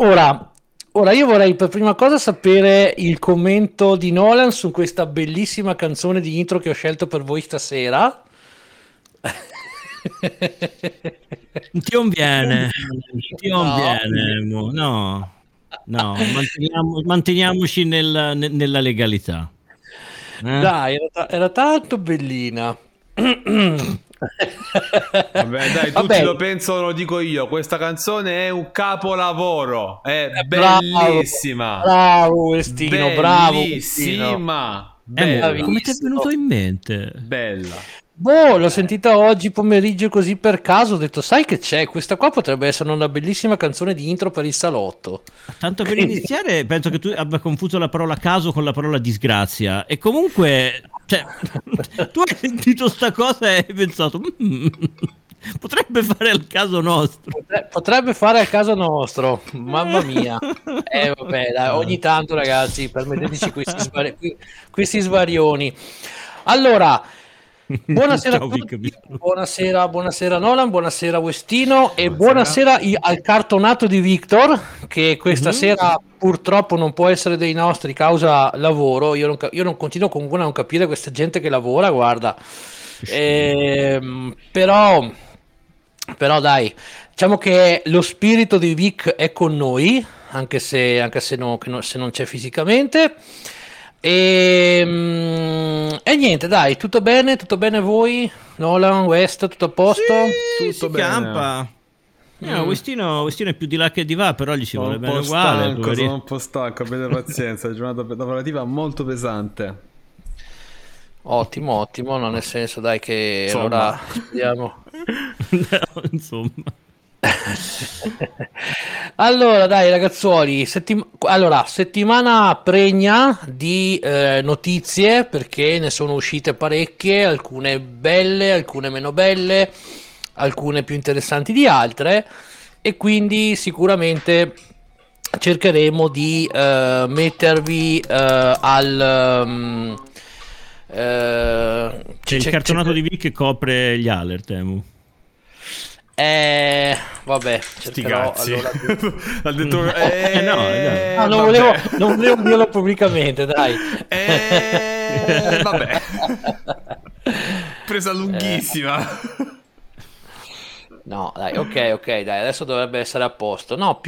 Ora, ora io vorrei per prima cosa sapere il commento di Nolan su questa bellissima canzone di intro che ho scelto per voi stasera. Non ti conviene, ti No. conviene, no, no, manteniamoci nella legalità. Dai, era tanto bellina. Vabbè, dai, tutti Vabbè, lo pensano, lo dico io. Questa canzone è un capolavoro. È bravo, bellissima. bravo Westino, bravo Westino. Bellissima. Bella. Come ti è venuto Bravissimo. in mente? Bella. Boh, l'ho sentita oggi pomeriggio così per caso, ho detto, sai che c'è? Questa qua potrebbe essere una bellissima canzone di intro per il salotto. Tanto per Quindi- iniziare, penso che tu abbia confuso la parola caso con la parola disgrazia. E comunque, cioè, tu hai sentito sta cosa e hai pensato, potrebbe fare al caso nostro. Potrebbe fare al caso nostro, mamma mia. Vabbè, dai, ogni tanto ragazzi, permetteteci questi svarioni. Allora, buonasera a Ciao, Vic. tutti, buonasera Nolan, buonasera Westino e Buonasera. buonasera al cartonato di Victor che questa sera purtroppo non può essere dei nostri causa lavoro. Io non continuo comunque a non capire questa gente che lavora, guarda. Però, però dai, diciamo che lo spirito di Vic è con noi, se non c'è fisicamente. E niente, dai, tutto bene voi? Nolan, West, tutto a posto? Sì, Tutto si bene. campa. Westino è più di là che di va, però gli ci Sono vuole un bene po' uguale. stanco, poverino. sono un po' stanco, avete pazienza, giornata lavorativa molto pesante. Ottimo, ottimo, no, nel senso, dai, che Insomma. allora speriamo. No, insomma. Allora, dai, ragazzuoli, settimana pregna di notizie perché ne sono uscite parecchie, alcune belle, alcune meno belle, alcune più interessanti di altre, e quindi sicuramente cercheremo di mettervi C'è il cartonato di Vic che copre gli alert, Emu. Vabbè, Sti cercherò cazzi. allora Ha detto... No, dai. Ah, vabbè. non volevo dirlo pubblicamente, dai. Vabbè. Presa lunghissima. No, dai, ok, dai, adesso dovrebbe essere a posto. No,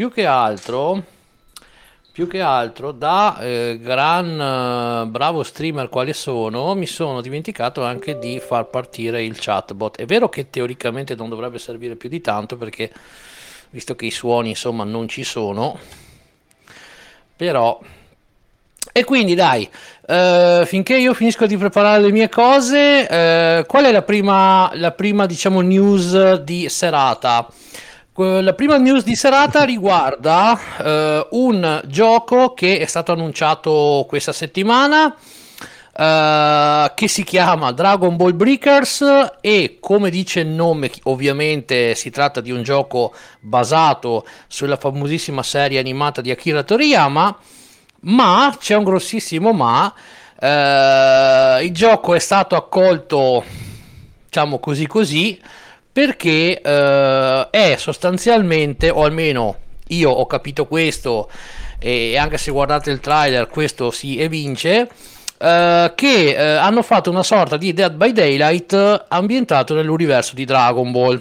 più che altro da gran bravo streamer quale sono, mi sono dimenticato anche di far partire il chatbot. È vero che teoricamente non dovrebbe servire più di tanto perché, visto che i suoni insomma non ci sono, però... E quindi dai, finché io finisco di preparare le mie cose, qual è la prima diciamo news di serata? La prima news di serata riguarda un gioco che è stato annunciato questa settimana, che si chiama Dragon Ball Breakers e come dice il nome, ovviamente si tratta di un gioco basato sulla famosissima serie animata di Akira Toriyama, ma c'è un grossissimo ma. Il gioco è stato accolto, diciamo così così, perché è sostanzialmente, o almeno io ho capito questo, e anche se guardate il trailer questo si evince, che hanno fatto una sorta di Dead by Daylight ambientato nell'universo di Dragon Ball.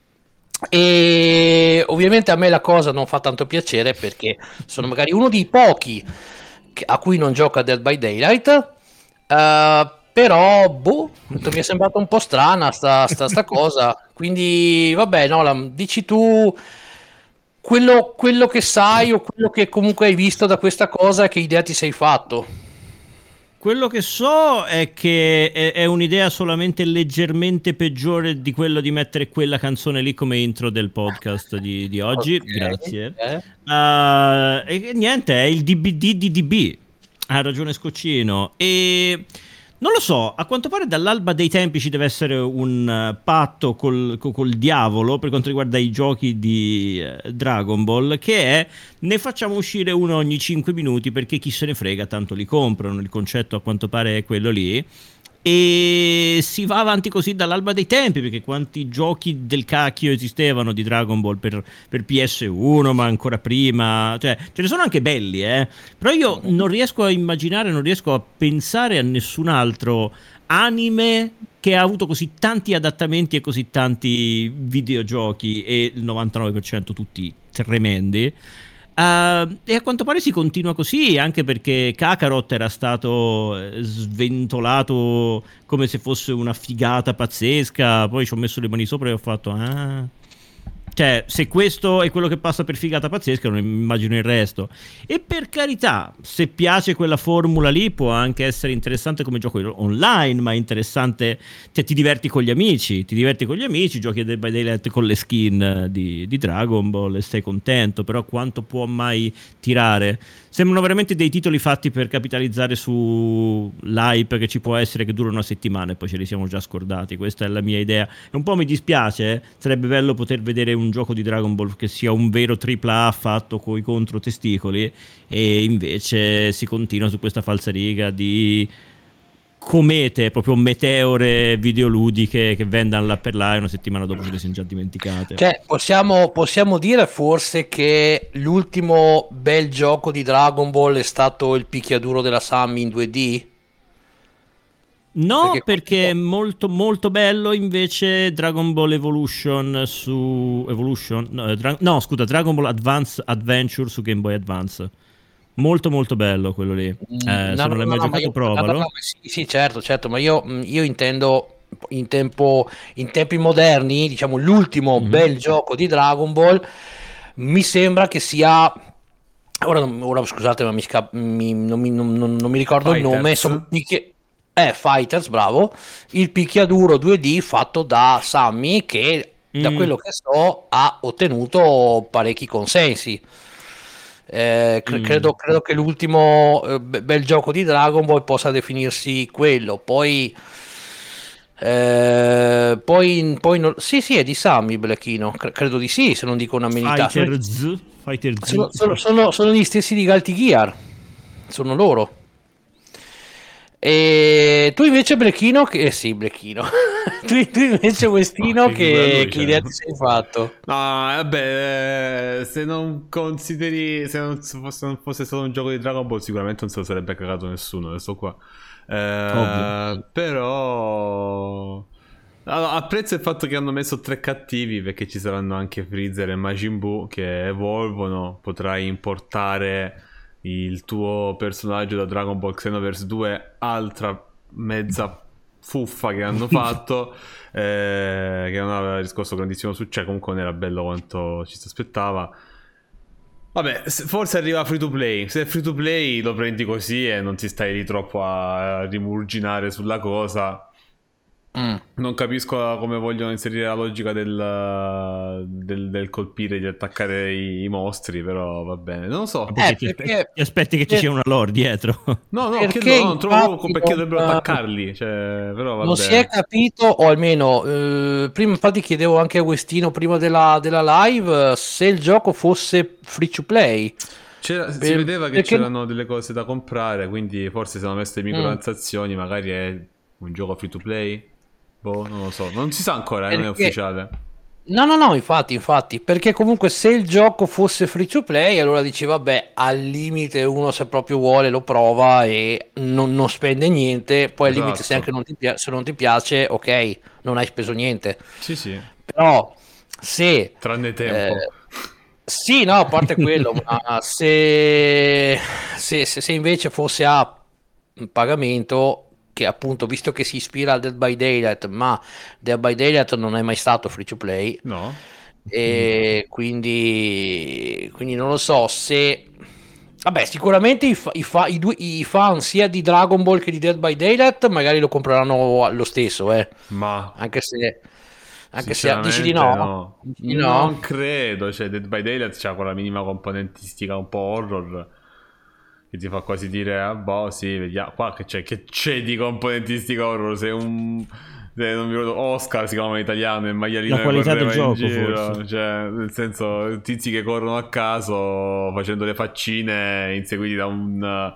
E ovviamente a me la cosa non fa tanto piacere perché sono magari uno dei pochi a cui non gioca Dead by Daylight. Però boh, mi è sembrata un po' strana sta cosa. Quindi vabbè, no, dici tu quello che sai o quello che comunque hai visto da questa cosa, che idea ti sei fatto? Quello che so è che è un'idea solamente leggermente peggiore di quello di mettere quella canzone lì come intro del podcast di oggi. Ok, Grazie. eh. E niente, è il DBD di DB. Ha ragione Scoccino. E non lo so, a quanto pare dall'alba dei tempi ci deve essere un patto col diavolo per quanto riguarda i giochi di Dragon Ball, che è ne facciamo uscire uno ogni 5 minuti perché chi se ne frega, tanto li comprano. Il concetto a quanto pare è quello lì. E si va avanti così dall'alba dei tempi, perché quanti giochi del cacchio esistevano di Dragon Ball per PS1, ma ancora prima, cioè ce ne sono anche belli, però io non riesco a immaginare, non riesco a pensare a nessun altro anime che ha avuto così tanti adattamenti e così tanti videogiochi, e il 99% tutti tremendi. E a quanto pare si continua così, anche perché Kakarot era stato sventolato come se fosse una figata pazzesca. Poi ci ho messo le mani sopra e ho fatto: ah. Cioè, se questo è quello che passa per figata pazzesca, non immagino il resto. E per carità, se piace quella formula lì, può anche essere interessante come gioco online, ma interessante, cioè ti diverti con gli amici, giochi a Dead by Daylight con le skin di Dragon Ball e stai contento, però quanto può mai tirare? Sembrano veramente dei titoli fatti per capitalizzare su l'hype che ci può essere, che dura una settimana e poi ce li siamo già scordati. Questa è la mia idea. E un po' mi dispiace, sarebbe bello poter vedere un gioco di Dragon Ball che sia un vero AAA fatto con i controtesticoli, e invece si continua su questa falsariga di comete, proprio meteore videoludiche che vendano là per là e una settimana dopo ce le siamo già dimenticate. Cioè, possiamo dire forse che l'ultimo bel gioco di Dragon Ball è stato il picchiaduro della Sammy in 2D? No, perché è molto molto bello invece Dragon Ball Evolution su Evolution, no, scusa, Dragon Ball Advance Adventure su Game Boy Advance. Molto molto bello quello lì. Se non l'hai mai giocato, provalo. Sì, certo, ma io intendo in tempi moderni, diciamo, l'ultimo bel gioco di Dragon Ball mi sembra che sia. Ora scusate, ma non mi ricordo il nome. Fighters, bravo. Il picchiaduro 2D fatto da Sammy, che da quello che so ha ottenuto parecchi consensi. Credo che l'ultimo bel gioco di Dragon Ball possa definirsi quello. Poi sì, è di Sammy Blacchino, credo di sì, se non dico una amenità. Sono gli stessi di Guilty Gear, sono loro. E tu invece Blacchino, sì, Blacchino. tu invece Westino, che idea ti sei fatto? No, vabbè, se non consideri, se non fosse stato un gioco di Dragon Ball, sicuramente non se lo sarebbe cagato nessuno, adesso qua. Però allora, apprezzo il fatto che hanno messo 3 cattivi, perché ci saranno anche Freezer e Majin Buu che evolvono. Potrai importare il tuo personaggio da Dragon Ball Xenoverse 2, altra mezza fuffa che hanno fatto, che non aveva riscosso grandissimo successo. Comunque non era bello quanto ci si aspettava. Vabbè, forse arriva free to play. Se è free to play lo prendi così e non ti stai lì troppo a rimurginare sulla cosa. Non capisco come vogliono inserire la logica del colpire, di attaccare i mostri, però va bene, non lo so. Perché ti aspetti che ci sia una lore dietro? No, non trovo perché dovrebbero attaccarli, cioè, però va non bene. Si è capito, o almeno prima, infatti chiedevo anche a Westino prima della live se il gioco fosse free to play. Si vedeva che c'erano delle cose da comprare, quindi forse se hanno messo le microtransazioni magari è un gioco free to play. Boh, non lo so, non si sa ancora, non è ufficiale. No, infatti, perché comunque se il gioco fosse free to play, allora dici vabbè, al limite uno se proprio vuole lo prova e non spende niente, poi al limite se anche se non ti piace, ok, non hai speso niente. Sì. Però se... tranne tempo. Sì, no, a parte quello, ma se invece fosse a pagamento, che appunto, visto che si ispira al Dead by Daylight, ma Dead by Daylight non è mai stato free to play, no, e quindi non lo so se, vabbè, sicuramente i fan sia di Dragon Ball che di Dead by Daylight magari lo compreranno lo stesso, ma anche se dici di no? Non credo, cioè Dead by Daylight c'ha quella minima componentistica un po' horror che ti fa quasi dire boh, sì, vediamo qua che c'è di componentistica horror. Se non mi ricordo, Oscar si chiama in italiano, il maialino la qualità del gioco, forse. Cioè, nel senso, tizi che corrono a caso facendo le faccine inseguiti da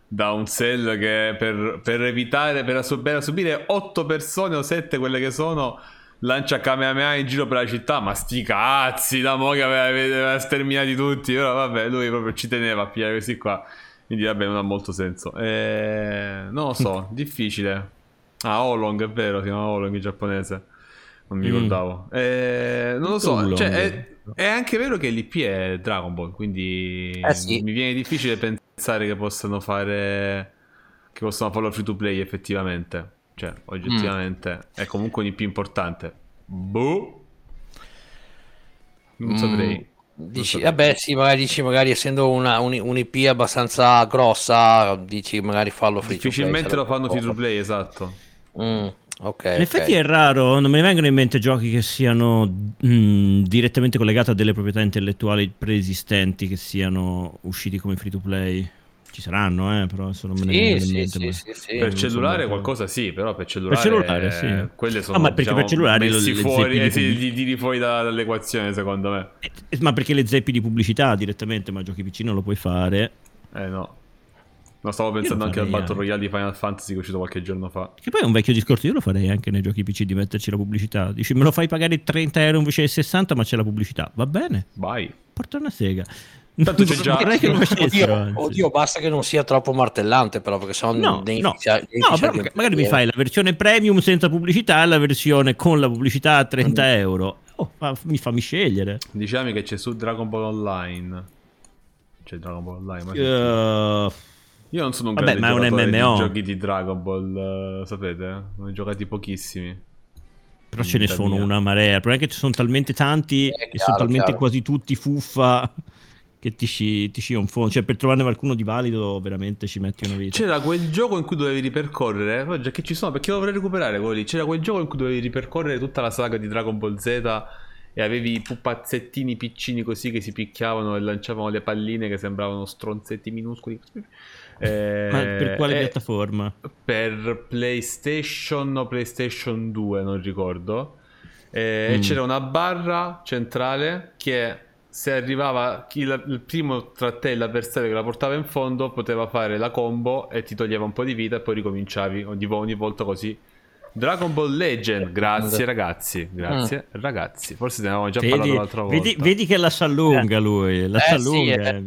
da un Cell che per evitare, per subire 8 persone o 7 quelle che sono, lancia Kamehameha in giro per la città. Ma sti cazzi, da mo' che aveva sterminati tutti. Però vabbè, lui proprio ci teneva a pigliare questi qua. Quindi vabbè, non ha molto senso. Non lo so, difficile. Ah, Olong, è vero, si chiama Olong in giapponese. Non mi ricordavo. Non lo so, cioè, è anche vero che l'IP è Dragon Ball, quindi sì. mi viene difficile pensare che possano farlo free to play effettivamente. Cioè, oggettivamente è comunque un IP importante. Boh. Non saprei. Dici, vabbè, sì, magari essendo un'IP abbastanza grossa, dici magari farlo free to play. Difficilmente lo fanno free to play, esatto. Ok. In effetti è raro, non me ne vengono in mente giochi che siano direttamente collegati a delle proprietà intellettuali preesistenti che siano usciti come free to play. Ci saranno, però non me ne vengono in mente. Sì. Per cellulare qualcosa sì, però per cellulare, sì. quelle sono ma perché per cellulare messi fuori, li tiri fuori dall'equazione, secondo me. ma perché le zeppi di pubblicità direttamente, ma giochi PC non lo puoi fare. No. No, stavo pensando anche al Battle Royale di Final Fantasy che è uscito qualche giorno fa. Che poi è un vecchio discorso, io lo farei anche nei giochi PC di metterci la pubblicità. Dici, me lo fai pagare 30 euro invece di 60, ma c'è la pubblicità. Va bene. Vai. Porta una sega. Tanto c'è già. Oddio, basta che non sia troppo martellante, però, perché sennò No, però magari mi fai la versione premium senza pubblicità e la versione con la pubblicità a 30 euro. Fammi scegliere. Diciamo che c'è su Dragon Ball Online. C'è Dragon Ball Online, ma io non sono un grande giocatore di giochi di Dragon Ball, sapete? Ne ho giocati pochissimi. Però ce ne sono una marea. Il problema è che ci sono talmente tanti e sono talmente quasi tutti fuffa che ti scia un fondo. Cioè, per trovarne qualcuno di valido veramente ci metti una vita. C'era quel gioco in cui dovevi ripercorrere, già che ci sono, perché lo vorrei recuperare quello lì. C'era quel gioco in cui dovevi ripercorrere tutta la saga di Dragon Ball Z e avevi i pupazzettini piccini così che si picchiavano e lanciavano le palline che sembravano stronzetti minuscoli. Ma per quale piattaforma? Per PlayStation o PlayStation 2, non ricordo. E c'era una barra centrale che, se arrivava il primo tra te e l'avversario che la portava in fondo, poteva fare la combo e ti toglieva un po' di vita e poi ricominciavi ogni volta così. Dragon Ball Legend, grazie ragazzi, ragazzi, forse ne avevamo già parlato l'altra volta. Vedi che la s'allunga lui, la s'allunga.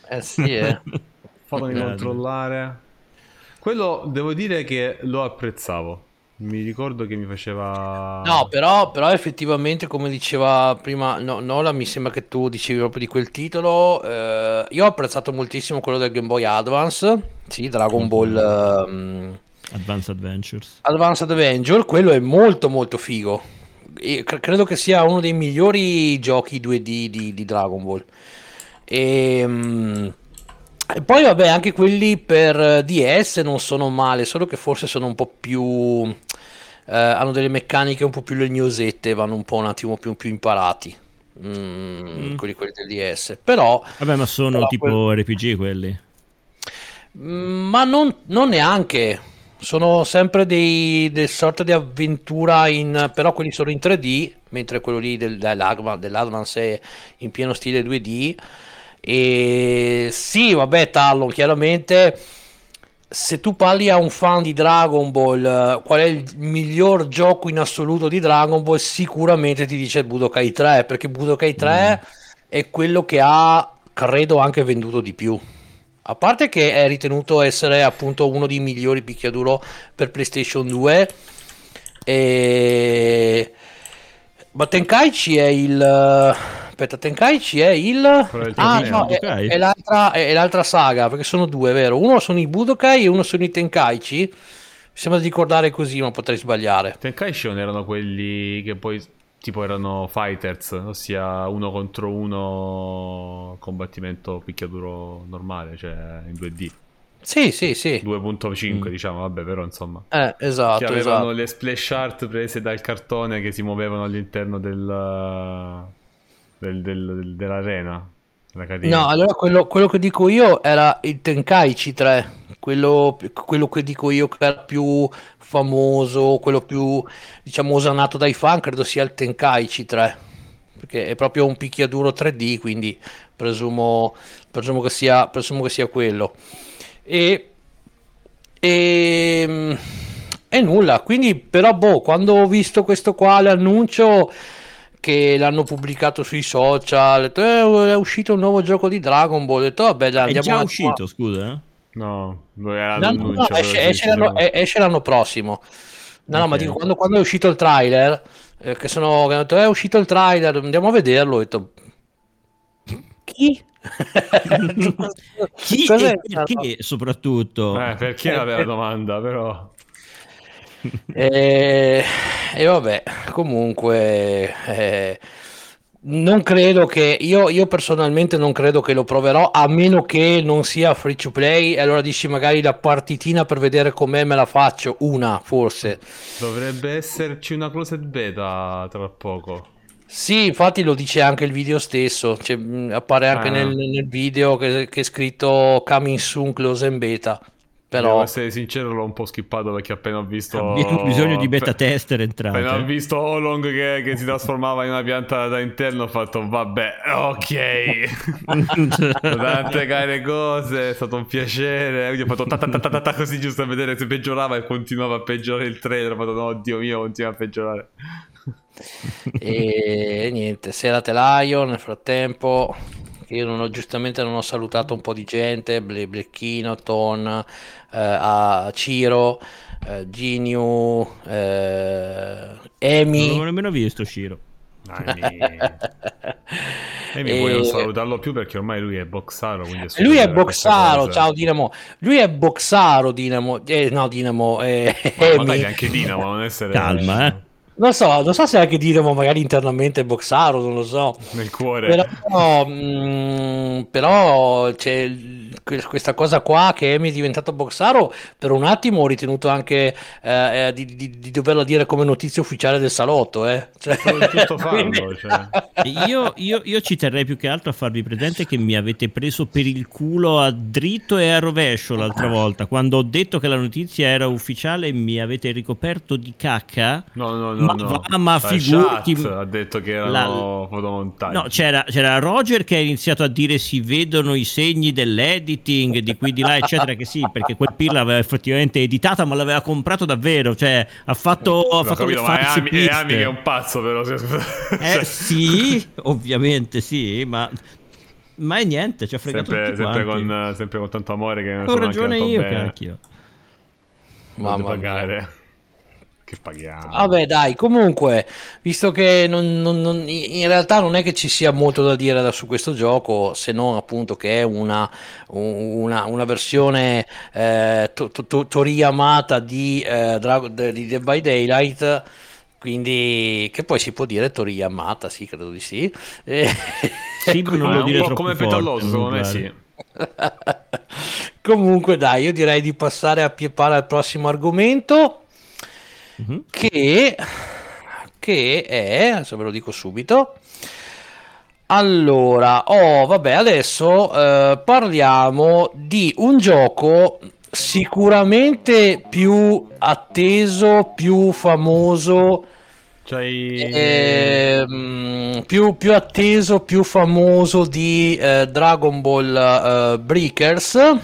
Fatemi controllare. Quello devo dire che lo apprezzavo. Mi ricordo che mi faceva... No, però effettivamente, come diceva prima Nola, mi sembra che tu dicevi proprio di quel titolo. Io ho apprezzato moltissimo quello del Game Boy Advance. Sì, Dragon Ball Advanced Adventure. Quello è molto molto figo. E credo che sia uno dei migliori giochi 2D di Dragon Ball. E poi vabbè, anche quelli per DS non sono male, solo che forse sono un po' più hanno delle meccaniche un po' più legnosette, vanno un attimo più imparati, quelli del DS. Però vabbè, ma sono tipo RPG quelli, ma non neanche, sono sempre delle sorte di avventura però quelli sono in 3D, mentre quello lì dell'Advance è in pieno stile 2D. E sì, vabbè, Talon, chiaramente se tu parli a un fan di Dragon Ball qual è il miglior gioco in assoluto di Dragon Ball, sicuramente ti dice Budokai 3, perché Budokai 3 è quello che ha, credo, anche venduto di più, a parte che è ritenuto essere appunto uno dei migliori picchiaduro per PlayStation 2. Ma Tenkaichi è Tenkaichi è è l'altra saga, perché sono due, vero? Uno sono i Budokai e uno sono i Tenkaichi. Mi sembra di ricordare così, ma potrei sbagliare. Tenkaichi non erano quelli che poi tipo erano fighters, ossia uno contro uno, combattimento picchiaduro normale, cioè in 2D. Sì. 2.5 diciamo, vabbè, però insomma. Esatto. Che avevano le splash art prese dal cartone che si muovevano all'interno dell'arena. No, allora quello che dico io era il Tenkaichi 3, quello che dico io che era più famoso, quello più, diciamo, osanato dai fan, credo sia il Tenkaichi 3, perché è proprio un picchiaduro 3D, quindi presumo che sia quello. E E nulla, quindi però quando ho visto questo qua l'annuncio che l'hanno pubblicato sui social, ho detto, è uscito un nuovo gioco di Dragon Ball", ho detto vabbè dai, È andiamo già un attimo. uscito, scusa. No, era No, l'annuncio, però sì, esce ci sono... esce l'anno prossimo. No, ma dico, Ok. quando è uscito il trailer, che hanno detto, è uscito il trailer, andiamo a vederlo, ho detto, chi? Chi Cos'è e sta roba? perché soprattutto? Perché è una vera domanda, però... E, e vabbè, comunque, non credo che io personalmente non credo che lo proverò, a meno che non sia free to play. E allora dici, magari la partitina per vedere com'è me la faccio, una forse. Dovrebbe esserci una closed beta tra poco. Sì, infatti lo dice anche il video stesso, cioè, appare anche Ah, nel video che è scritto Coming Soon Close in Beta, devo però essere sincero, l'ho un po' skippato perché appena ho visto... Abbiamo bisogno di beta tester Appena ho entrate. visto Olong che si trasformava in una pianta da interno, ho fatto vabbè, ok. Tante care cose, è stato un piacere. Quindi ho fatto ta ta ta ta ta ta, così giusto a vedere se peggiorava e continuava a peggiorare il trailer. Ho fatto no, Dio mio, continua a peggiorare. e niente, Serate Lion nel frattempo, che io non ho, giustamente non ho salutato un po' di gente, Blecchino, Ton, a Ciro, Ginyu, Non l'avevo Emi. nemmeno visto, Shiro. E mi puoi non E salutarlo più perché ormai lui è Boxaro, quindi è lui è superiore a questa Boxaro, cosa. ciao Dinamo. Lui è Boxaro, Dinamo. No, Dinamo, Ma magari Emi. anche Dinamo, non Calma, essere Non so se anche Dinamo magari internamente è Boxaro, non lo so. nel cuore. Però, però c'è questa cosa qua che Emi è diventato Boxaro. Per un attimo ho ritenuto anche di doverla dire come notizia ufficiale del salotto, eh. Cioè, Giusto quindi... farlo, cioè. Io ci terrei più che altro a farvi presente che mi avete preso per il culo a dritto e a rovescio l'altra volta. Quando ho detto che la notizia era ufficiale, mi avete ricoperto di cacca. No, no, no, Ma no. va, ma La figurati. chat ha detto che la- erano No, fotomontaggi. c'era Roger che ha iniziato a dire si vedono i segni dell'editing di qui di là, eccetera, che sì, perché quel pirla l'aveva effettivamente editata, ma l'aveva comprato davvero, cioè ha L'ho fatto le capito, ma false È Ami che è piste. un pazzo, però. Cioè, Sì, ovviamente sì, ma è niente, ci ha fregato tutti quanti. sempre con tanto amore che non Ho sono anche ragione tanto io, bene. cacchio. Non devo Mamma mia. pagare. Che paghiamo? Vabbè, dai, comunque, visto che in realtà non è che ci sia molto da dire su questo gioco, se non appunto che è una versione Toriyamata di Dead by Daylight, quindi che poi si può dire Toriyamata, sì, credo di sì. Sì, ma non Ma è lo un dire po' troppo come forte, Petalloso, non secondo me urlare. sì. Comunque, dai, io direi di passare a piepare al prossimo argomento. Mhm. che, che è, adesso ve lo dico subito. Allora, vabbè, adesso parliamo di un gioco sicuramente più atteso, più famoso, C'hai... più atteso, più famoso di Dragon Ball Breakers.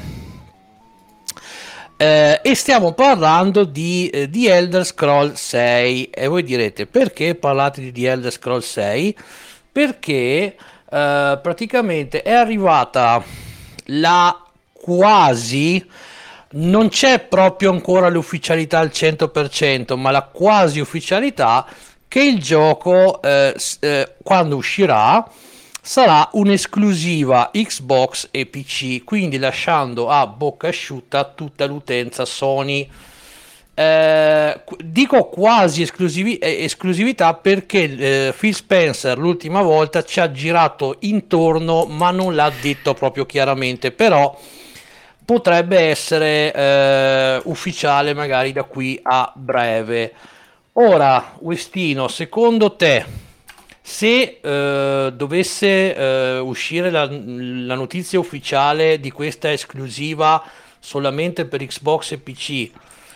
E stiamo parlando di The Elder Scroll 6. E voi direte, perché parlate di The Elder Scroll 6? Perché praticamente è arrivata la quasi, non c'è proprio ancora l'ufficialità al 100%, ma la quasi ufficialità che il gioco, quando uscirà, sarà un'esclusiva Xbox e PC, quindi lasciando a bocca asciutta tutta l'utenza Sony. Dico quasi esclusività perché Phil Spencer l'ultima volta ci ha girato intorno, ma non l'ha detto proprio chiaramente, però potrebbe essere ufficiale magari da qui a breve. Ora, Westino, secondo te, se dovesse uscire la notizia ufficiale di questa esclusiva solamente per Xbox e PC,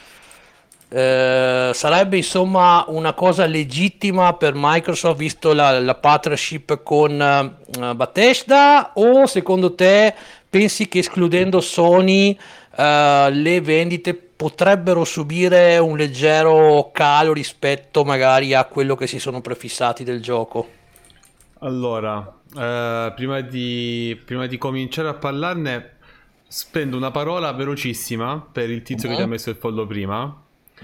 sarebbe insomma una cosa legittima per Microsoft visto la partnership con Bethesda, o secondo te pensi che escludendo Sony le vendite potrebbero subire un leggero calo rispetto magari a quello che si sono prefissati del gioco? Allora, prima di cominciare a parlarne, spendo una parola velocissima per il tizio che ti ha messo il follow prima.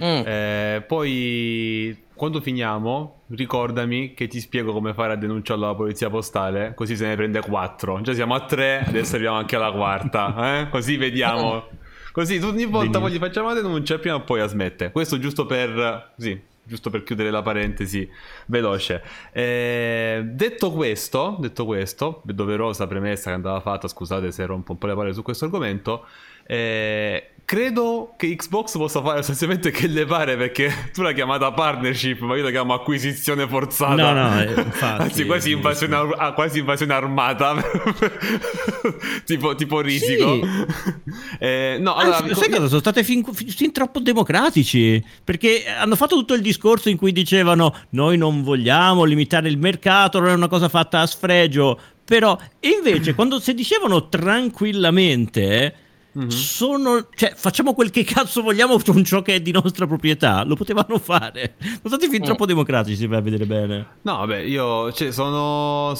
Poi, quando finiamo, ricordami che ti spiego come fare a denunciarlo alla polizia postale, così se ne prende 4. Già siamo a 3, adesso arriviamo anche alla quarta, così vediamo. Così ogni volta poi gli facciamo la denuncia e prima o poi la smette. Questo giusto per chiudere la parentesi veloce. Detto questo, doverosa premessa che andava fatta, scusate se rompo un po' le palle su questo argomento, credo che Xbox possa fare sostanzialmente che le pare, perché tu l'hai chiamata partnership, ma io la chiamo acquisizione forzata. No, infatti, anzi quasi invasione armata tipo risico. Sì. No, allora, anzi, sai cosa? Sono state fin troppo democratici, perché hanno fatto tutto il discorso in cui dicevano noi non vogliamo limitare il mercato, non è una cosa fatta a sfregio, però invece quando si dicevano tranquillamente cioè facciamo quel che cazzo vogliamo con ciò che è di nostra proprietà, lo potevano fare. Sono stati fin troppo democratici, si va a vedere bene. No, vabbè, io sono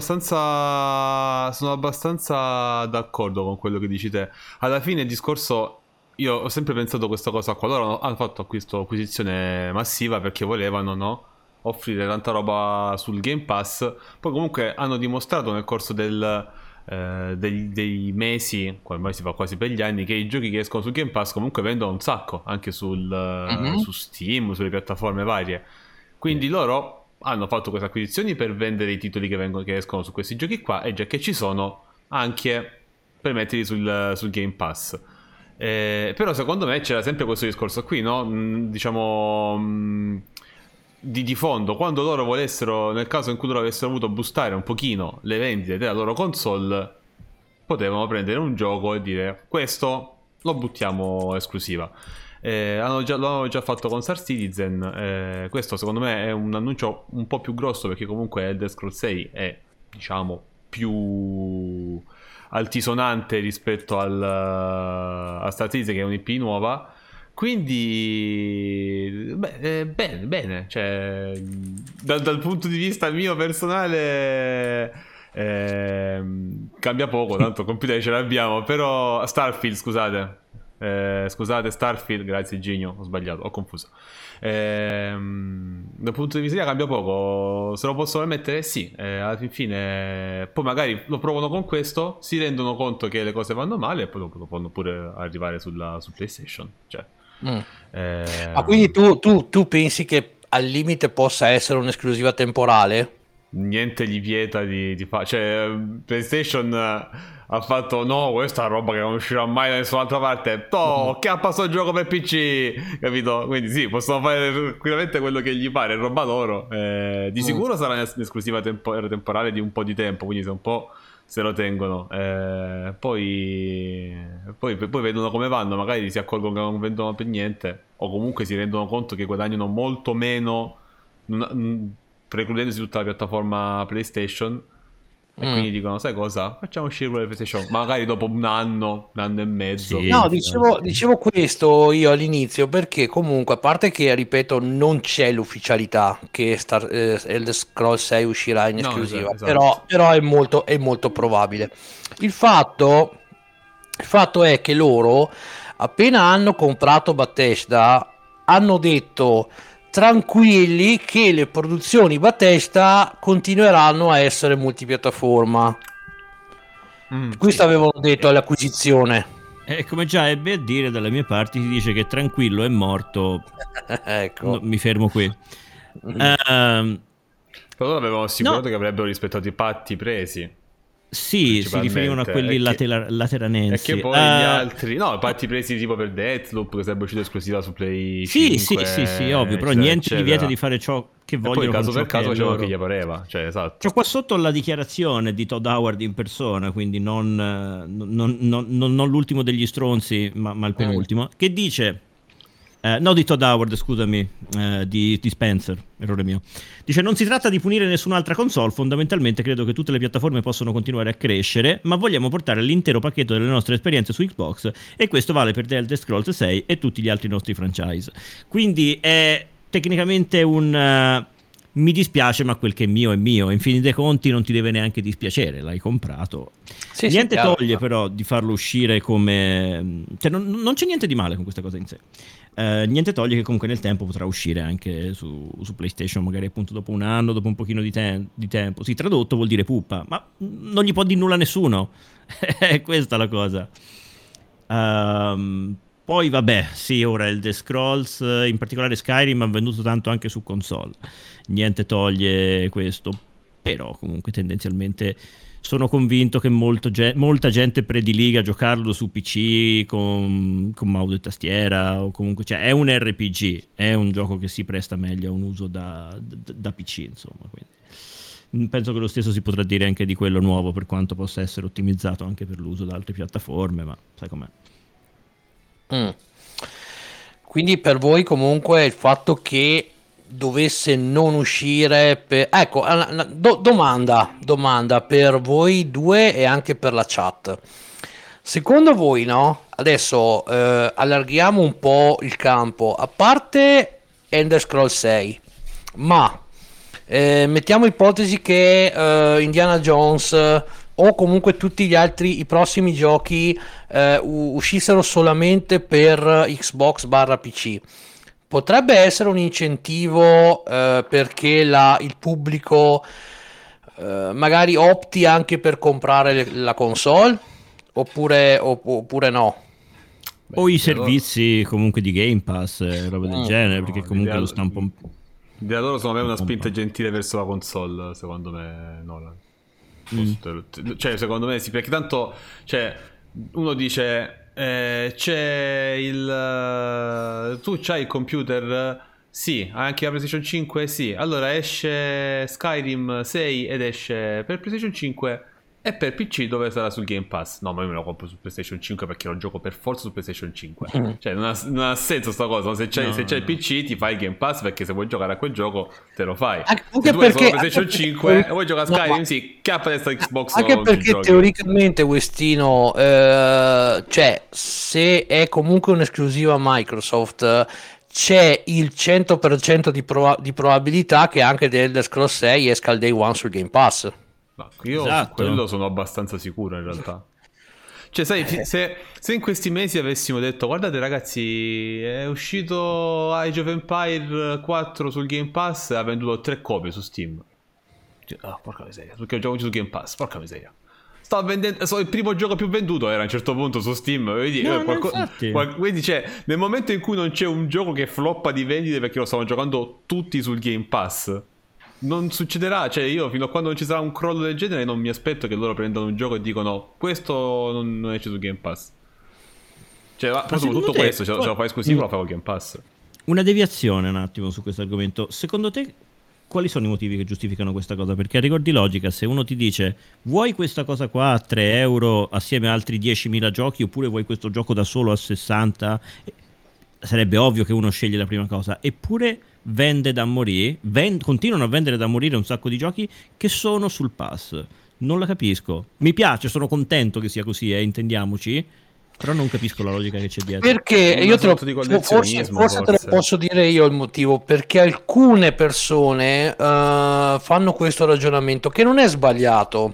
abbastanza d'accordo con quello che dici te. Alla fine il discorso, io ho sempre pensato questa cosa qua. Loro hanno fatto acquisizione massiva perché volevano, no, offrire tanta roba sul Game Pass. Poi comunque hanno dimostrato nel corso dei mesi, ormai si fa quasi per gli anni, che i giochi che escono sul Game Pass comunque vendono un sacco, anche su Steam, sulle piattaforme varie. Quindi loro hanno fatto queste acquisizioni per vendere i titoli che escono su questi giochi qua, e già che ci sono, anche per metterli sul Game Pass. Però secondo me c'era sempre questo discorso qui, no? Diciamo di fondo, quando loro volessero, nel caso in cui loro avessero voluto boostare un pochino le vendite della loro console, potevano prendere un gioco e dire questo lo buttiamo esclusiva. L'hanno già fatto con Star Citizen. Questo secondo me è un annuncio un po' più grosso, perché comunque Elder Scrolls 6 è, diciamo, più altisonante rispetto a Star Citizen, che è un'IP nuova. Quindi bene, cioè dal punto di vista mio personale cambia poco, tanto computer ce l'abbiamo. Però Starfield, scusate, Starfield, grazie Ginio, ho sbagliato, ho confuso. Dal punto di vista cambia poco, se lo possono permettere, sì. Alla fine poi magari lo provano con questo, si rendono conto che le cose vanno male e poi lo possono pure arrivare su PlayStation, cioè. Ma quindi tu pensi che al limite possa essere un'esclusiva temporale? Niente gli vieta di fare, cioè PlayStation ha fatto no, questa è roba che non uscirà mai da nessun'altra parte, che ha passato il gioco per PC, capito? Quindi sì, possono fare tranquillamente quello che gli pare, è roba loro. Di sicuro sarà un'esclusiva temporale di un po' di tempo, quindi se un po' se lo tengono, poi vedono come vanno, magari si accorgono che non vendono per niente, o comunque si rendono conto che guadagnano molto meno precludendosi tutta la piattaforma PlayStation, e quindi dicono sai cosa, facciamo uscire quella PlayStation magari dopo un anno e mezzo. Sì, no, dicevo questo io all'inizio perché comunque, a parte che ripeto non c'è l'ufficialità che Elder Scrolls 6 uscirà in esclusiva, esatto. però è molto probabile. Il fatto è che loro appena hanno comprato Bethesda hanno detto tranquilli che le produzioni Bethesda continueranno a essere multipiattaforma. Questo avevano detto all'acquisizione. E come già ebbe a dire dalle mie parti, si dice che tranquillo è morto. Ecco. No, mi fermo qui. Però avevamo assicurato che avrebbero rispettato i patti presi. Sì, si riferivano a quelli lateranensi. E che poi gli altri, no, i patti presi tipo per Deathloop, che sarebbe uscito esclusiva su Play 5. Sì, ovvio, però niente di vieta di fare ciò che vogliono. E poi caso per caso c'è loro. che gli pareva, cioè esatto. C'ho qua sotto la dichiarazione di Todd Howard in persona, quindi non l'ultimo degli stronzi, ma il penultimo, che dice: No, di Todd Howard, scusami, di Spencer, errore mio. Dice: non si tratta di punire nessun'altra console, fondamentalmente credo che tutte le piattaforme possono continuare a crescere, ma vogliamo portare l'intero pacchetto delle nostre esperienze su Xbox, e questo vale per The Elder Scrolls 6 e tutti gli altri nostri franchise. Quindi è tecnicamente un mi dispiace, ma quel che è mio è mio. In fin dei conti non ti deve neanche dispiacere, l'hai comprato. Sì, Niente chiaro. toglie però di farlo uscire come... Cioè non c'è niente di male con questa cosa in sé. Niente toglie che comunque nel tempo potrà uscire anche su PlayStation, magari appunto dopo un anno, dopo un pochino di tempo. Sì, tradotto vuol dire puppa, ma non gli può dire nulla a nessuno. È questa la cosa. Poi vabbè, sì, ora il The Scrolls, in particolare Skyrim, ha venduto tanto anche su console. Niente toglie questo, però comunque tendenzialmente sono convinto che molta gente prediliga giocarlo su PC con mouse e tastiera, o comunque, cioè, è un RPG, è un gioco che si presta meglio a un uso da PC, insomma, quindi penso che lo stesso si potrà dire anche di quello nuovo, per quanto possa essere ottimizzato anche per l'uso da altre piattaforme, ma sai com'è. Quindi per voi comunque il fatto che dovesse non uscire ecco, domanda per voi due e anche per la chat. Secondo voi, no? Adesso allarghiamo un po' il campo, a parte Elder Scrolls 6, ma mettiamo ipotesi che Indiana Jones o comunque tutti gli altri, i prossimi giochi uscissero solamente per Xbox barra PC. Potrebbe essere un incentivo perché il pubblico magari opti anche per comprare la console oppure no? O i servizi comunque di Game Pass, roba del genere, perché comunque lo stampo un po'. Di loro secondo me è una spinta gentile verso la console, secondo me Nolan. Cioè secondo me sì, perché tanto cioè, uno dice c'è tu c'hai il computer? Sì. Anche la PlayStation 5? Sì. Allora esce Skyrim 6 ed esce per PlayStation 5 e per PC dove sarà sul Game Pass. No, ma io me lo compro su PlayStation 5 perché lo gioco per forza su PlayStation 5. Cioè non ha senso sta cosa. Se c'è il PC ti fai il Game Pass, perché se vuoi giocare a quel gioco te lo fai. Anche se tu hai solo perché PlayStation 5 e vuoi giocare a Skyrim, sì, chiappa testa Xbox. Anche perché teoricamente Westino, cioè se è comunque un'esclusiva Microsoft, c'è il 100% di probabilità che anche The Elder Scrolls 6 esca il day one sul Game Pass. No, io Esatto. su quello sono abbastanza sicuro in realtà. Cioè sai, se in questi mesi avessimo detto guardate ragazzi, è uscito Age of Empire 4 sul Game Pass e ha venduto 3 copie su Steam. Porca miseria, perché ho giocato su Game Pass, porca miseria. Stava vendendo, il primo gioco più venduto era a un certo punto su Steam. Quindi cioè, nel momento in cui non c'è un gioco che floppa di vendite perché lo stavano giocando tutti sul Game Pass, non succederà. Cioè io fino a quando non ci sarà un crollo del genere non mi aspetto che loro prendano un gioco e dicono questo non esce su Game Pass. Cioè soprattutto questo, se lo fai esclusivo lo fai con Game Pass. Una deviazione un attimo su questo argomento. Secondo te quali sono i motivi che giustificano questa cosa? Perché a rigor di logica, se uno ti dice vuoi questa cosa qua a 3 euro assieme a altri 10.000 giochi, oppure vuoi questo gioco da solo a 60, sarebbe ovvio che uno sceglie la prima cosa. Eppure vende da morire, continuano a vendere da morire un sacco di giochi che sono sul pass. Non la capisco. Mi piace, sono contento che sia così, intendiamoci, però non capisco la logica che c'è dietro. Perché io forse te lo posso dire io il motivo, perché alcune persone fanno questo ragionamento che non è sbagliato,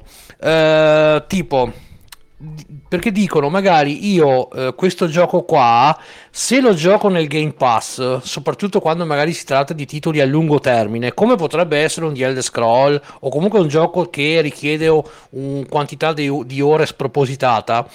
tipo perché dicono magari io questo gioco qua, se lo gioco nel Game Pass, soprattutto quando magari si tratta di titoli a lungo termine, come potrebbe essere un The Elder Scroll o comunque un gioco che richiede un quantità di ore spropositata,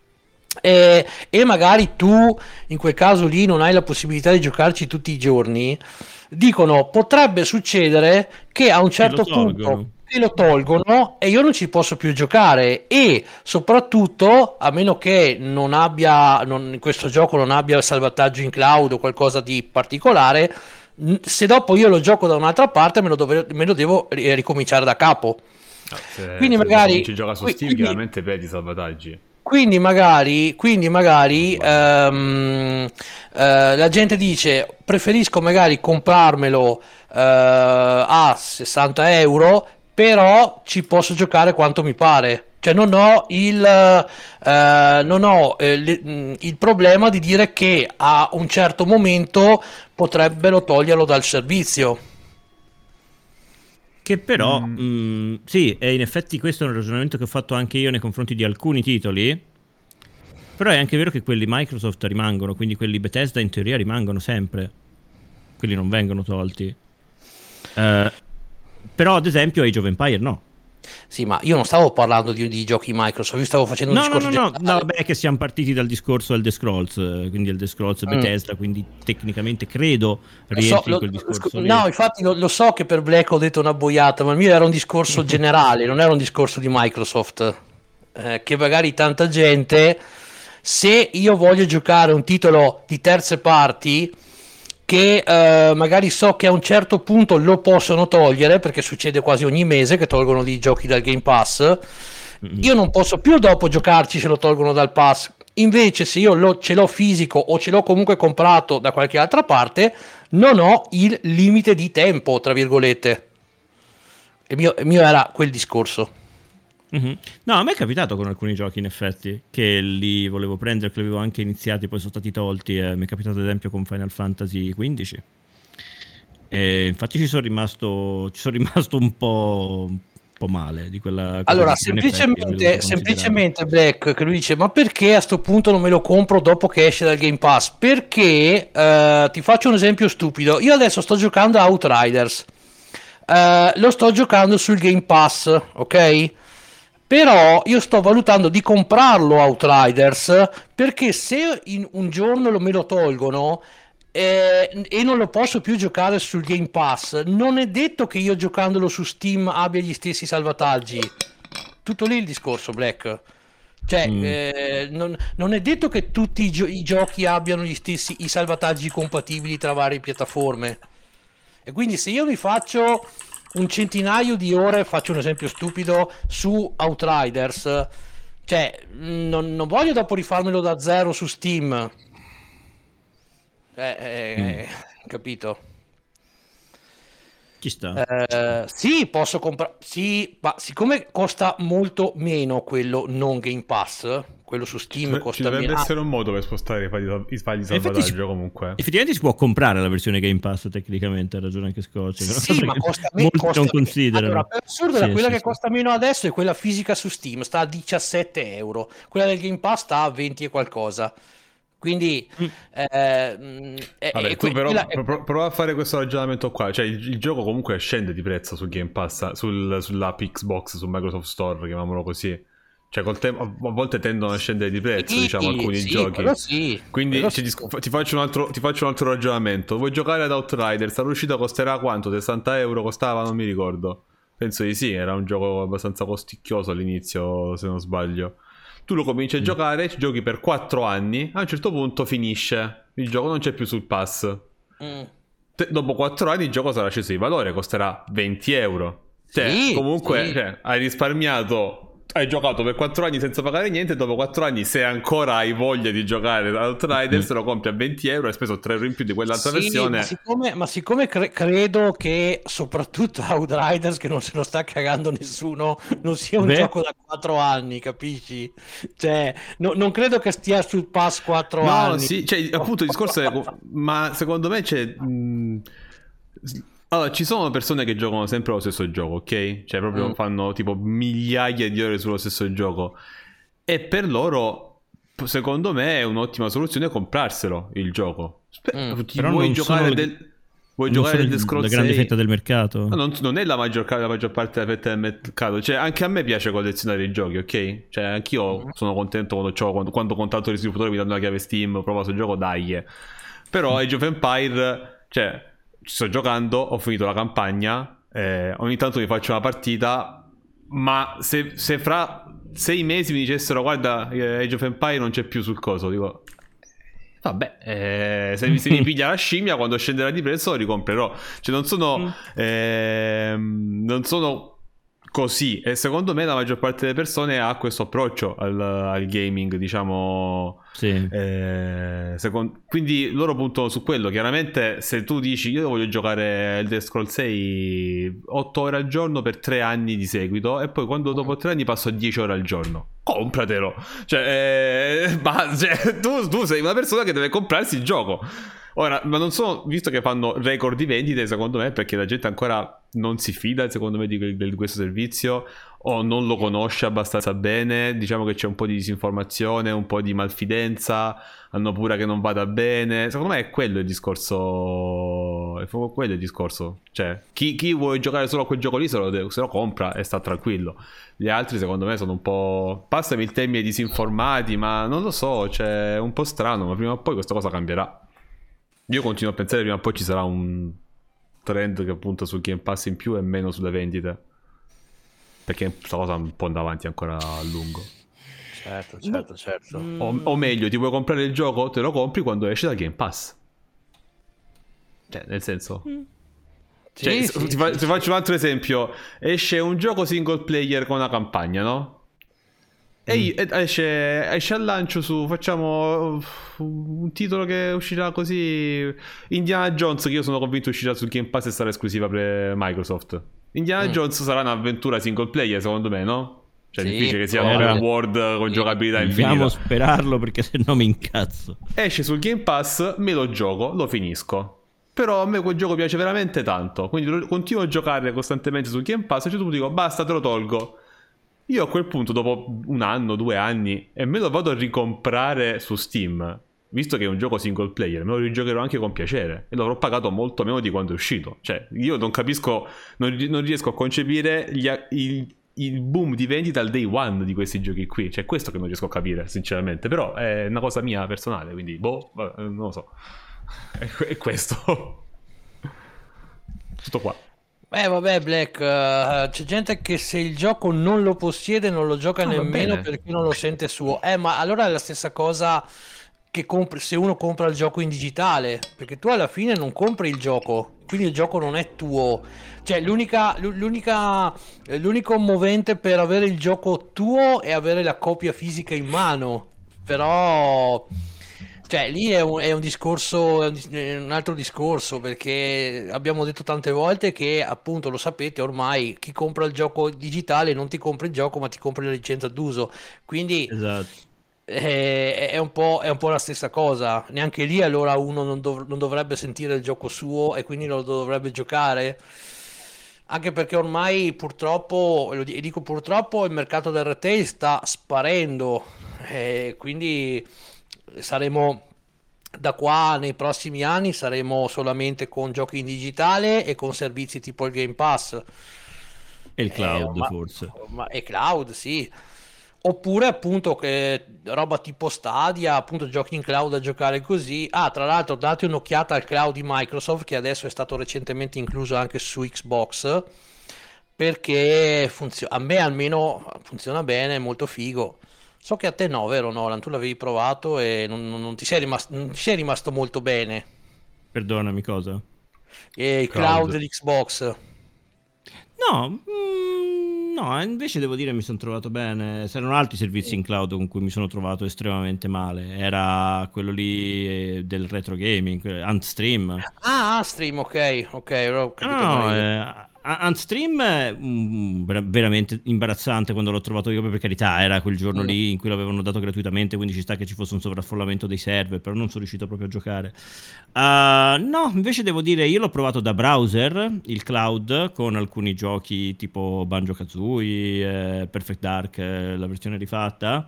e magari tu in quel caso lì non hai la possibilità di giocarci tutti i giorni, dicono potrebbe succedere che a un certo punto lo tolgono e io non ci posso più giocare, e soprattutto a meno che questo gioco non abbia salvataggio in cloud o qualcosa di particolare, se dopo io lo gioco da un'altra parte me lo devo ricominciare da capo. Se quindi magari ci gioca su Steam chiaramente perdi i salvataggi. quindi magari la gente dice preferisco magari comprarmelo a 60 euro, però ci posso giocare quanto mi pare. Cioè non ho il problema di dire che a un certo momento potrebbero toglierlo dal servizio. Che però, Mm. sì, e in effetti questo è un ragionamento che ho fatto anche io nei confronti di alcuni titoli, però è anche vero che quelli Microsoft rimangono, quindi quelli Bethesda in teoria rimangono sempre, quelli non vengono tolti. Eh, Però ad esempio Age of Empire no. Sì, ma io non stavo parlando di giochi Microsoft, io stavo facendo un No, no, discorso no, no, no, generale. vabbè che siamo partiti dal discorso Elder Scrolls, quindi Elder Scrolls Mm. Bethesda, quindi tecnicamente credo Lo so, rientri in quel discorso lì. no, infatti lo so che per Black ho detto una boiata, ma il mio era un discorso generale, non era un discorso di Microsoft. Che magari tanta gente, se io voglio giocare un titolo di terze parti, che magari so che a un certo punto lo possono togliere, perché succede quasi ogni mese che tolgono dei giochi dal Game Pass, Mm. io non posso più dopo giocarci se lo tolgono dal pass. Invece, se io ce l'ho fisico o ce l'ho comunque comprato da qualche altra parte, non ho il limite di tempo, tra virgolette. Il mio era quel discorso. Mhm. No, a me è capitato con alcuni giochi in effetti, che li volevo prendere, che li avevo anche iniziati, poi sono stati tolti. Mi è capitato ad esempio con Final Fantasy XV. E infatti ci sono rimasto un po' male di quella cosa Allora, lì, che in effetti l'avevo dovuto considerare. semplicemente Black, che lui dice, ma perché a sto punto non me lo compro dopo che esce dal Game Pass? Perché, ti faccio un esempio stupido, io adesso sto giocando a Outriders, lo sto giocando sul Game Pass, ok? Però io sto valutando di comprarlo Outriders perché se in un giorno me lo tolgono e non lo posso più giocare sul Game Pass, non è detto che io giocandolo su Steam abbia gli stessi salvataggi. Tutto lì il discorso, Black. Cioè, Mm. non è detto che tutti i giochi abbiano gli stessi i salvataggi compatibili tra varie piattaforme. E quindi se io mi faccio un centinaio di ore, faccio un esempio stupido, su Outriders, cioè, non voglio dopo rifarmelo da zero su Steam. Mm. Capito? Ci sta, ci sta. Sì, posso comprare. Sì, ma siccome costa molto meno quello non Game Pass, quello su Steam Ci costa dovrebbe meno. essere un modo per spostare i fagli di E infatti salvataggio comunque. effettivamente si può comprare la versione Game Pass tecnicamente, ha ragione anche Scott, che è una Sì, cosa ma che costa meno. molti non Allora, considerano. per assurdo, Sì, quella sì, che sì. costa meno adesso è quella fisica su Steam, sta a 17 euro. Quella del Game Pass sta a 20 e qualcosa. Quindi, Mm. Vabbè, tu però prova a fare questo ragionamento qua. Cioè, il gioco comunque scende di prezzo su Game Pass, sull'app Xbox, su Microsoft Store, chiamiamolo così. Cioè, col tempo a volte tendono a scendere di prezzo, diciamo, sì, alcuni sì, quello giochi. sì, Quindi quello sì. ti faccio un altro ragionamento. Vuoi giocare ad Outriders? All'uscita costerà quanto? 60 euro costava? Non mi ricordo. Penso di sì, era un gioco abbastanza costicchioso all'inizio, se non sbaglio. Tu lo cominci a Mm. giocare, ci giochi per 4 anni, a un certo punto finisce. Il gioco non c'è più sul pass. Mm. Dopo 4 anni il gioco sarà sceso di valore, costerà 20 euro. Cioè, Sì, comunque, sì. cioè, hai risparmiato, hai giocato per 4 anni senza pagare niente, e dopo 4 anni, se ancora hai voglia di giocare ad Mm. Outriders, lo compri a 20 euro, hai speso 3 euro in più di quell'altra Sì, ma versione. siccome credo che soprattutto Outriders, che non se lo sta cagando nessuno, non sia un Beh, gioco da 4 anni, capisci? Cioè, non credo che stia sul pass 4 No, anni. sì, cioè, appunto il discorso è... Ma secondo me c'è... Allora, ci sono persone che giocano sempre lo stesso gioco, ok? Cioè, proprio Mm, fanno tipo migliaia di ore sullo stesso gioco. E per loro, secondo me, è un'ottima soluzione comprarselo, il gioco. mm. Ti però vuoi non sono, giocare del... Vuoi non giocare sono del la Scroll grande fetta 6? del No, mercato. non è la maggior parte della fetta del mercato. Cioè, anche a me piace collezionare i giochi, ok? Cioè, anch'io Mm. sono contento quando contatto gli sviluppatori mi danno la chiave Steam, provo questo gioco, dai. Però Age of Empire, cioè, ci sto giocando, ho finito la campagna, ogni tanto mi faccio una partita, ma se fra 6 mesi mi dicessero, guarda, Age of Empire non c'è più sul coso, dico... Vabbè, se mi piglia la scimmia quando scenderà di prezzo lo ricomprerò. Cioè non sono così, e secondo me la maggior parte delle persone ha questo approccio al gaming, diciamo. Sì. Quindi loro puntano su quello. Chiaramente se tu dici io voglio giocare Elder Scrolls 6 8 ore al giorno per 3 anni di seguito, e poi quando dopo 3 anni passo a 10 ore al giorno, compratelo. Cioè, tu sei una persona che deve comprarsi il gioco. Ora, ma non sono, visto che fanno record di vendite, secondo me, perché la gente ancora non si fida, secondo me, di questo servizio, o non lo conosce abbastanza bene. Diciamo che c'è un po' di disinformazione, un po' di malfidenza, hanno paura che non vada bene. Secondo me è quello il discorso. È proprio quello il discorso. Cioè, chi vuole giocare solo a quel gioco lì se lo compra e sta tranquillo. Gli altri, secondo me, sono un po', passami il termine, disinformati, ma non lo so, cioè, è un po' strano, ma prima o poi questa cosa cambierà. Io continuo a pensare che prima o poi ci sarà un trend che punta sul Game Pass in più e meno sulle vendite, perché questa cosa un po' andava avanti ancora a lungo. Certo. O meglio, ti vuoi comprare il gioco, te lo compri quando esce dal Game Pass. Cioè, nel senso... Cioè, Sì, ti faccio un altro esempio. Esce un gioco single player con una campagna, no? E esce al lancio su, facciamo un titolo che uscirà così, Indiana Jones, che io sono convinto uscirà sul Game Pass e sarà esclusiva per Microsoft. Indiana Jones sarà un'avventura single player, secondo me, no? Cioè, è difficile che sia un open world con giocabilità infinita. Dobbiamo sperarlo, perché se no mi incazzo. Esce sul Game Pass, me lo gioco, lo finisco. Però a me quel gioco piace veramente tanto, quindi continuo a giocare costantemente sul Game Pass. E a un certo punto dico, basta, te lo tolgo. Io a quel punto, dopo 1 anno, 2 anni, e me lo vado a ricomprare su Steam, visto che è un gioco single player, me lo rigiocherò anche con piacere, e l'avrò pagato molto meno di quando è uscito. Cioè, io non capisco, non riesco a concepire il boom di vendita al day one di questi giochi qui. Cioè, questo che non riesco a capire, sinceramente. Però è una cosa mia personale, quindi, non lo so. È questo. Tutto qua. Vabbè, Black, c'è gente che se il gioco non lo possiede non lo gioca nemmeno perché non lo sente suo. Ma allora è la stessa cosa che se uno compra il gioco in digitale, perché tu alla fine non compri il gioco, quindi il gioco non è tuo. Cioè, l'unico movente per avere il gioco tuo è avere la copia fisica in mano. Però... Cioè, lì è un discorso, è un altro discorso, perché abbiamo detto tante volte che, appunto, lo sapete ormai, chi compra il gioco digitale non ti compra il gioco, ma ti compra la licenza d'uso. Quindi Esatto. è un po' la stessa cosa. Neanche lì allora uno non dovrebbe sentire il gioco suo e quindi lo dovrebbe giocare. Anche perché ormai purtroppo, e dico purtroppo, il mercato del retail sta sparendo, quindi saremo da qua nei prossimi anni saremo solamente con giochi in digitale e con servizi tipo il Game Pass E il cloud, forse. e cloud, sì, oppure appunto che roba tipo Stadia, appunto giochi in cloud a giocare così. Tra l'altro date un'occhiata al cloud di Microsoft, che adesso è stato recentemente incluso anche su Xbox, perché a me almeno funziona bene, è molto figo. So che a te no, vero Nolan? Tu l'avevi provato e non ti sei rimasto molto bene. Perdonami, cosa? E il cloud di Xbox. No, no, invece devo dire mi sono trovato bene. C'erano altri servizi in cloud con cui mi sono trovato estremamente male. Era quello lì del retro gaming, Antstream. Antstream, ok, ho capito male. Antstream è veramente imbarazzante quando l'ho trovato io, per carità, era quel giorno lì in cui l'avevano dato gratuitamente, quindi ci sta che ci fosse un sovraffollamento dei server, però non sono riuscito proprio a giocare. No, invece devo dire, io l'ho provato da browser, il cloud, con alcuni giochi tipo Banjo-Kazooie, Perfect Dark, la versione rifatta,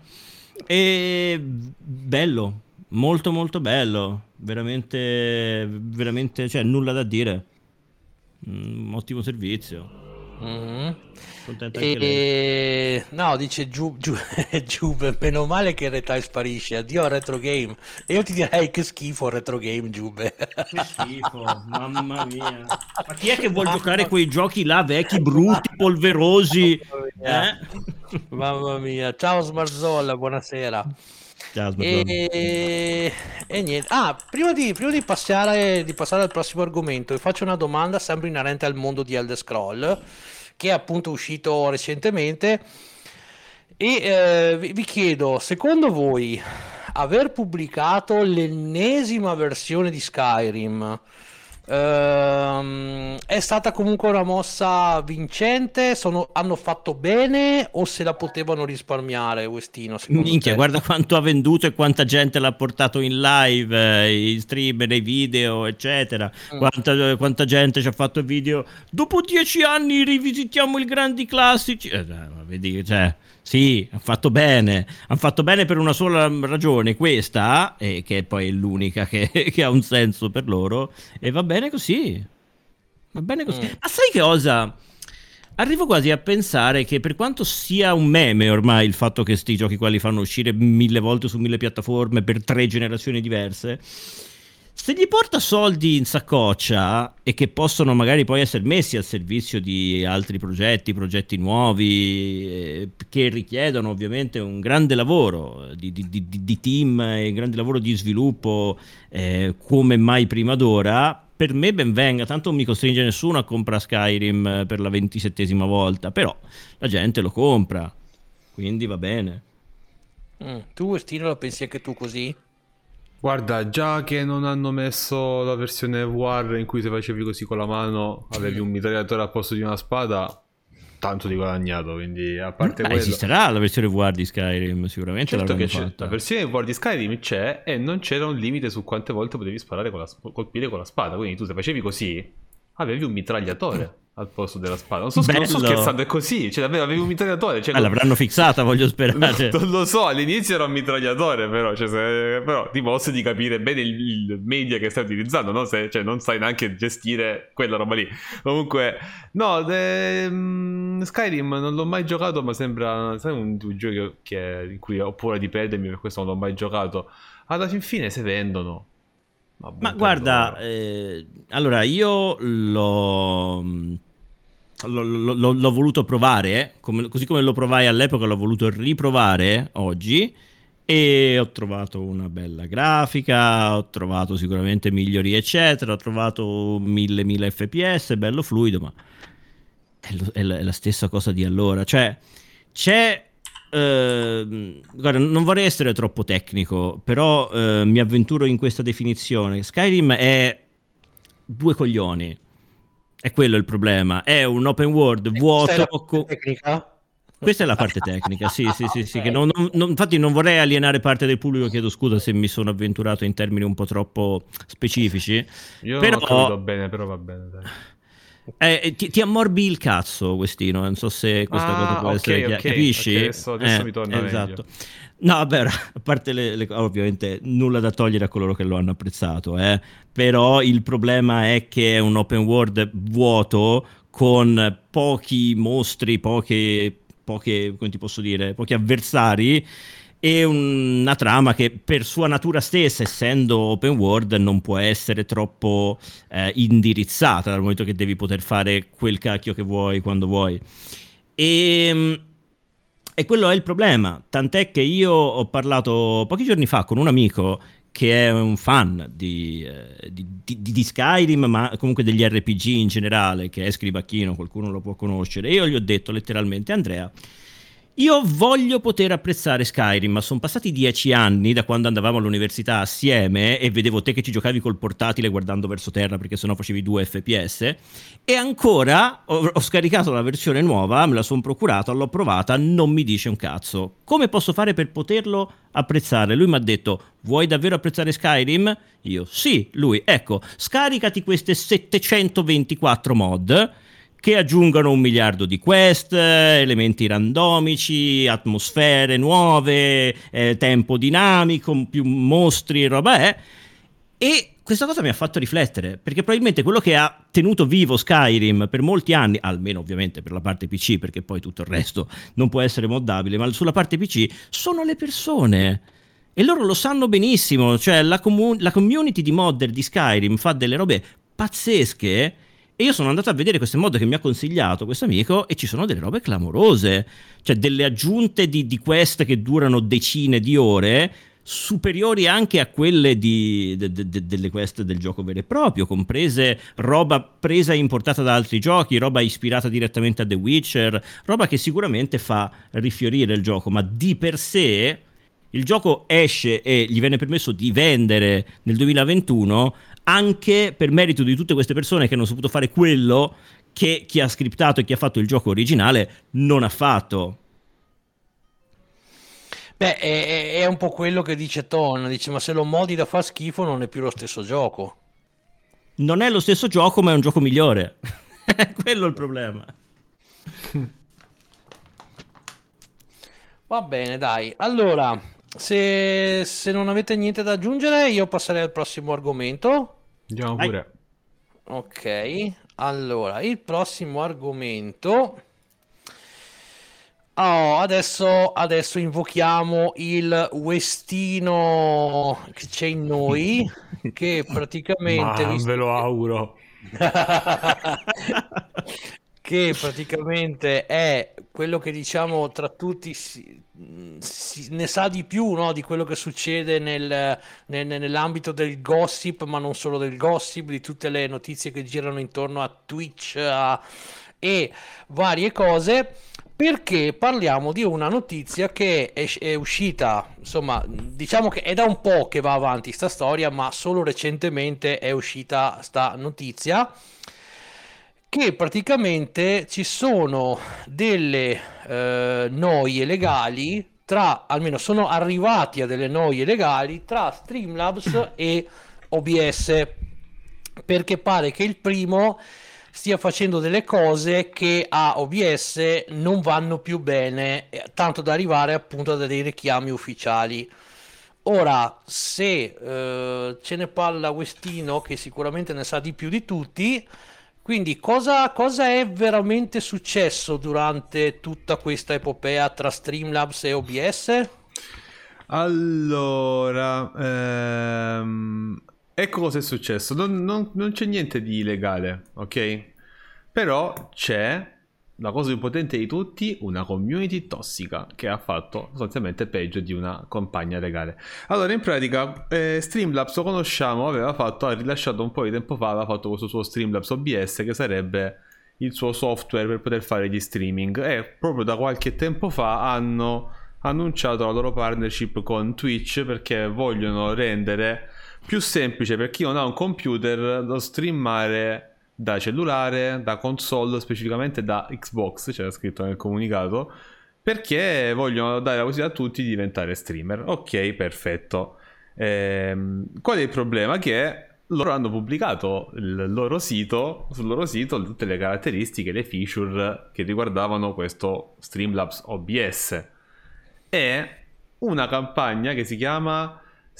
e bello, molto molto bello, veramente, veramente, cioè nulla da dire. Ottimo servizio. Contento anche lei. No, dice Giube, meno male che il retail sparisce, addio al retro game. E io ti direi che schifo il retro game, Giube. Che schifo, mamma mia. Ma chi è che vuol giocare quei giochi là vecchi, brutti, polverosi? Mamma mia. Ciao Smarzolla, buonasera. E niente. Prima di passare al prossimo argomento, vi faccio una domanda sempre inerente al mondo di Elder Scroll, che è appunto uscito recentemente. E vi chiedo, secondo voi, aver pubblicato l'ennesima versione di Skyrim è stata comunque una mossa vincente? Hanno fatto bene o se la potevano risparmiare, Westino, secondo Minchia, te? guarda quanto ha venduto e quanta gente l'ha portato in live, in stream, nei video, eccetera. Mm. Quanta gente ci ha fatto video. Dopo 10 anni rivisitiamo i grandi classici. Vedi, cioè, sì, hanno fatto bene. Hanno fatto bene per una sola ragione, questa, che poi è l'unica che ha un senso per loro. E va bene così. Va bene così. Mm. Ma sai che cosa? Arrivo quasi a pensare che per quanto sia un meme ormai il fatto che sti giochi qua li fanno uscire 1000 volte su 1000 piattaforme per 3 generazioni diverse, se gli porta soldi in saccoccia e che possono magari poi essere messi al servizio di altri progetti nuovi, che richiedono ovviamente un grande lavoro di team e un grande lavoro di sviluppo, come mai prima d'ora, per me ben venga, tanto non mi costringe nessuno a comprare Skyrim per la 27esima volta, però la gente lo compra, quindi va bene. Tu, Westino, la pensi anche tu così? Guarda, già che non hanno messo la versione War in cui se facevi così con la mano avevi un mitragliatore al posto di una spada, tanto di guadagnato, quindi a parte Ma quello... esisterà la versione VR di Skyrim, sicuramente Certo che l'avranno c'è, fatta. la versione War di Skyrim c'è e non c'era un limite su quante volte potevi sparare colpire con la spada, quindi tu se facevi così avevi un mitragliatore al posto della spada. Non sto Bello. scherzando, è così, cioè davvero avevi un mitragliatore, cioè, L'avranno fissata, voglio sperare. non lo so, all'inizio era un mitragliatore, però, cioè, però ti posso di capire bene il media che stai utilizzando, no? Se, cioè, non sai neanche gestire quella roba lì. Comunque, no, Skyrim non l'ho mai giocato, ma sembra, sai, un gioco in cui ho paura di perdermi, per questo non l'ho mai giocato. Alla fin fine se vendono. Ma guarda, allora io l'ho voluto provare, così come lo provai all'epoca, l'ho voluto riprovare oggi e ho trovato una bella grafica, ho trovato sicuramente migliorie eccetera, ho trovato 1000 fps, bello fluido, ma è la stessa cosa di allora, cioè c'è... guarda, non vorrei essere troppo tecnico, però mi avventuro in questa definizione. Skyrim è due coglioni. È quello il problema. È un open world Questa è la vuoto. tecnica? Questa è la parte tecnica, sì, Ok. che infatti non vorrei alienare parte del pubblico, chiedo scusa se mi sono avventurato in termini un po' troppo specifici, Io però non ho capito bene, però va bene, dai. ti ammorbi il cazzo, Questino, non so se questa cosa può essere chiara. Capisci? Adesso mi torna esatto. meglio. No, vabbè, a parte ovviamente nulla da togliere a coloro che lo hanno apprezzato, però il problema è che è un open world vuoto con pochi mostri, poche, come ti posso dire, pochi avversari e una trama che per sua natura stessa, essendo open world, non può essere troppo indirizzata, dal momento che devi poter fare quel cacchio che vuoi quando vuoi. E quello è il problema, tant'è che io ho parlato pochi giorni fa con un amico che è un fan di Skyrim, ma comunque degli RPG in generale, che è Scribacchino, qualcuno lo può conoscere, e io gli ho detto letteralmente: Andrea, io voglio poter apprezzare Skyrim, ma sono passati 10 anni da quando andavamo all'università assieme e vedevo te che ci giocavi col portatile guardando verso terra perché sennò facevi 2 fps, e ancora ho scaricato la versione nuova, me la sono procurata, l'ho provata, non mi dice un cazzo. Come posso fare per poterlo apprezzare? Lui mi ha detto: vuoi davvero apprezzare Skyrim? Io sì. Lui: ecco, scaricati queste 724 mod che aggiungono 1 miliardo di quest, elementi randomici, atmosfere nuove, tempo dinamico, più mostri e roba è. E questa cosa mi ha fatto riflettere, perché probabilmente quello che ha tenuto vivo Skyrim per molti anni, almeno ovviamente per la parte PC, perché poi tutto il resto non può essere moddabile, ma sulla parte PC sono le persone. E loro lo sanno benissimo, cioè la community di modder di Skyrim fa delle robe pazzesche. E io sono andato a vedere queste mod che mi ha consigliato questo amico e ci sono delle robe clamorose, cioè delle aggiunte di quest che durano decine di ore, superiori anche a quelle delle quest del gioco vero e proprio, comprese roba presa e importata da altri giochi, roba ispirata direttamente a The Witcher, roba che sicuramente fa rifiorire il gioco, ma di per sé il gioco esce e gli viene permesso di vendere nel 2021 anche per merito di tutte queste persone che hanno saputo fare quello che chi ha scriptato e chi ha fatto il gioco originale non ha fatto. Beh, è un po' quello che dice Ton, dice ma se lo modi da far schifo non è più lo stesso gioco. Non è lo stesso gioco, ma è un gioco migliore. È quello il problema. Va bene, dai. Allora, se non avete niente da aggiungere, io passerei al prossimo argomento. Andiamo Vai. pure. Ok, allora, il prossimo argomento. Oh, adesso invochiamo il Westino che c'è in noi, che praticamente, Ma ve visto lo che auguro. che praticamente è quello che diciamo tra tutti ne sa di più, no, di quello che succede nell'ambito del gossip, ma non solo del gossip, di tutte le notizie che girano intorno a Twitch e varie cose. Perché parliamo di una notizia che è uscita, insomma, diciamo che è da un po' che va avanti sta storia, ma solo recentemente è uscita sta notizia che praticamente ci sono delle noie legali tra, almeno sono arrivati a delle noie legali tra Streamlabs e OBS, perché pare che il primo stia facendo delle cose che a OBS non vanno più bene, tanto da arrivare appunto a dei richiami ufficiali. Ora, se ce ne parla Westino, che sicuramente ne sa di più di tutti, quindi cosa è veramente successo durante tutta questa epopea tra Streamlabs e OBS? Allora, ecco cosa è successo. Non c'è niente di illegale, ok? Però c'è, la cosa più potente di tutti, una community tossica che ha fatto sostanzialmente peggio di una compagna legale. Allora, in pratica, Streamlabs lo conosciamo, ha rilasciato un po' di tempo fa, aveva fatto questo suo Streamlabs OBS, che sarebbe il suo software per poter fare gli streaming, e proprio da qualche tempo fa hanno annunciato la loro partnership con Twitch, perché vogliono rendere più semplice per chi non ha un computer lo streamare da cellulare, da console, specificamente da Xbox, c'era scritto nel comunicato, perché vogliono dare la possibilità a tutti di diventare streamer. Ok, perfetto. Qual è il problema? Che loro hanno pubblicato sul loro sito tutte le caratteristiche, le feature che riguardavano questo Streamlabs OBS, e una campagna che si chiama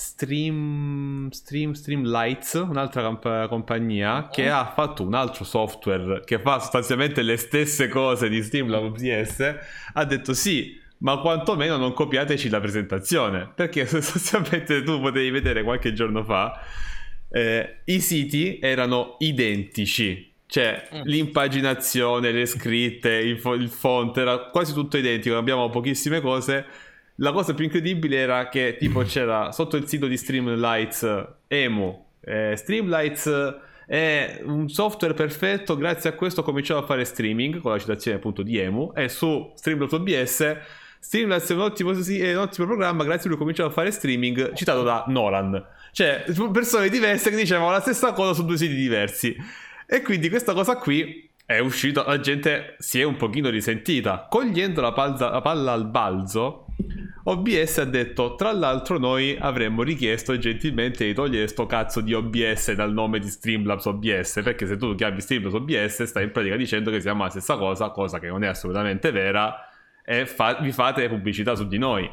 Streamlights, un'altra compagnia che ha fatto un altro software che fa sostanzialmente le stesse cose di Streamlabs OBS, ha detto sì, ma quantomeno non copiateci la presentazione, perché sostanzialmente tu potevi vedere qualche giorno fa i siti erano identici, cioè l'impaginazione, le scritte, il font era quasi tutto identico, abbiamo pochissime cose. La cosa più incredibile era che tipo c'era sotto il sito di Streamlights Emu, Streamlights è un software perfetto, grazie a questo ho cominciato a fare streaming, con la citazione appunto di Emu, e su Streamlabs OBS Streamlabs è un ottimo programma, grazie a cui ho cominciato a fare streaming, citato da Nolan. Cioè persone diverse che dicevano la stessa cosa su due siti diversi, e quindi questa cosa qui è uscita, la gente si è un pochino risentita. Cogliendo la palla al balzo, OBS ha detto, tra l'altro noi avremmo richiesto gentilmente di togliere sto cazzo di OBS dal nome di Streamlabs OBS, perché se tu chiami Streamlabs OBS stai in pratica dicendo che siamo la stessa cosa che non è assolutamente vera, e vi fate pubblicità su di noi.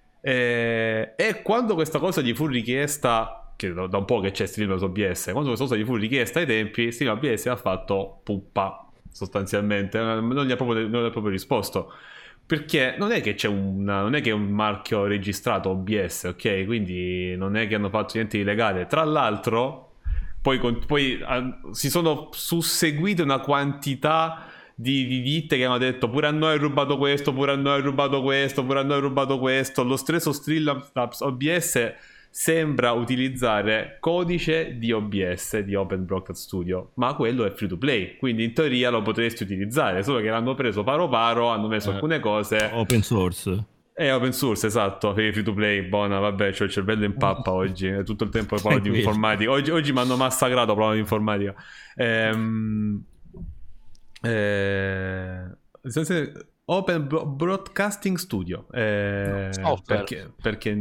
E quando questa cosa gli fu richiesta, che da un po' che c'è Streamlabs OBS, quando questa cosa gli fu richiesta ai tempi, Streamlabs OBS ha fatto puppa, sostanzialmente non gli ha proprio risposto, perché non è che c'è non è che è un marchio registrato OBS, ok? Quindi non è che hanno fatto niente di illegale. Tra l'altro poi si sono susseguite una quantità di ditte che hanno detto pure a noi è rubato questo, pure a noi è rubato questo, pure a noi è rubato questo. Lo stesso Streamlabs OBS sembra utilizzare codice di OBS, di Open Broadcast Studio, ma quello è free to play, quindi in teoria lo potresti utilizzare, solo che l'hanno preso paro paro, hanno messo alcune cose open source. È open source, esatto, per i free to play, buona, vabbè, c'ho il cervello in pappa oggi, tutto il tempo parlo di informatica, oggi mi hanno massacrato parlando di informatica. Open Broadcasting Studio, perché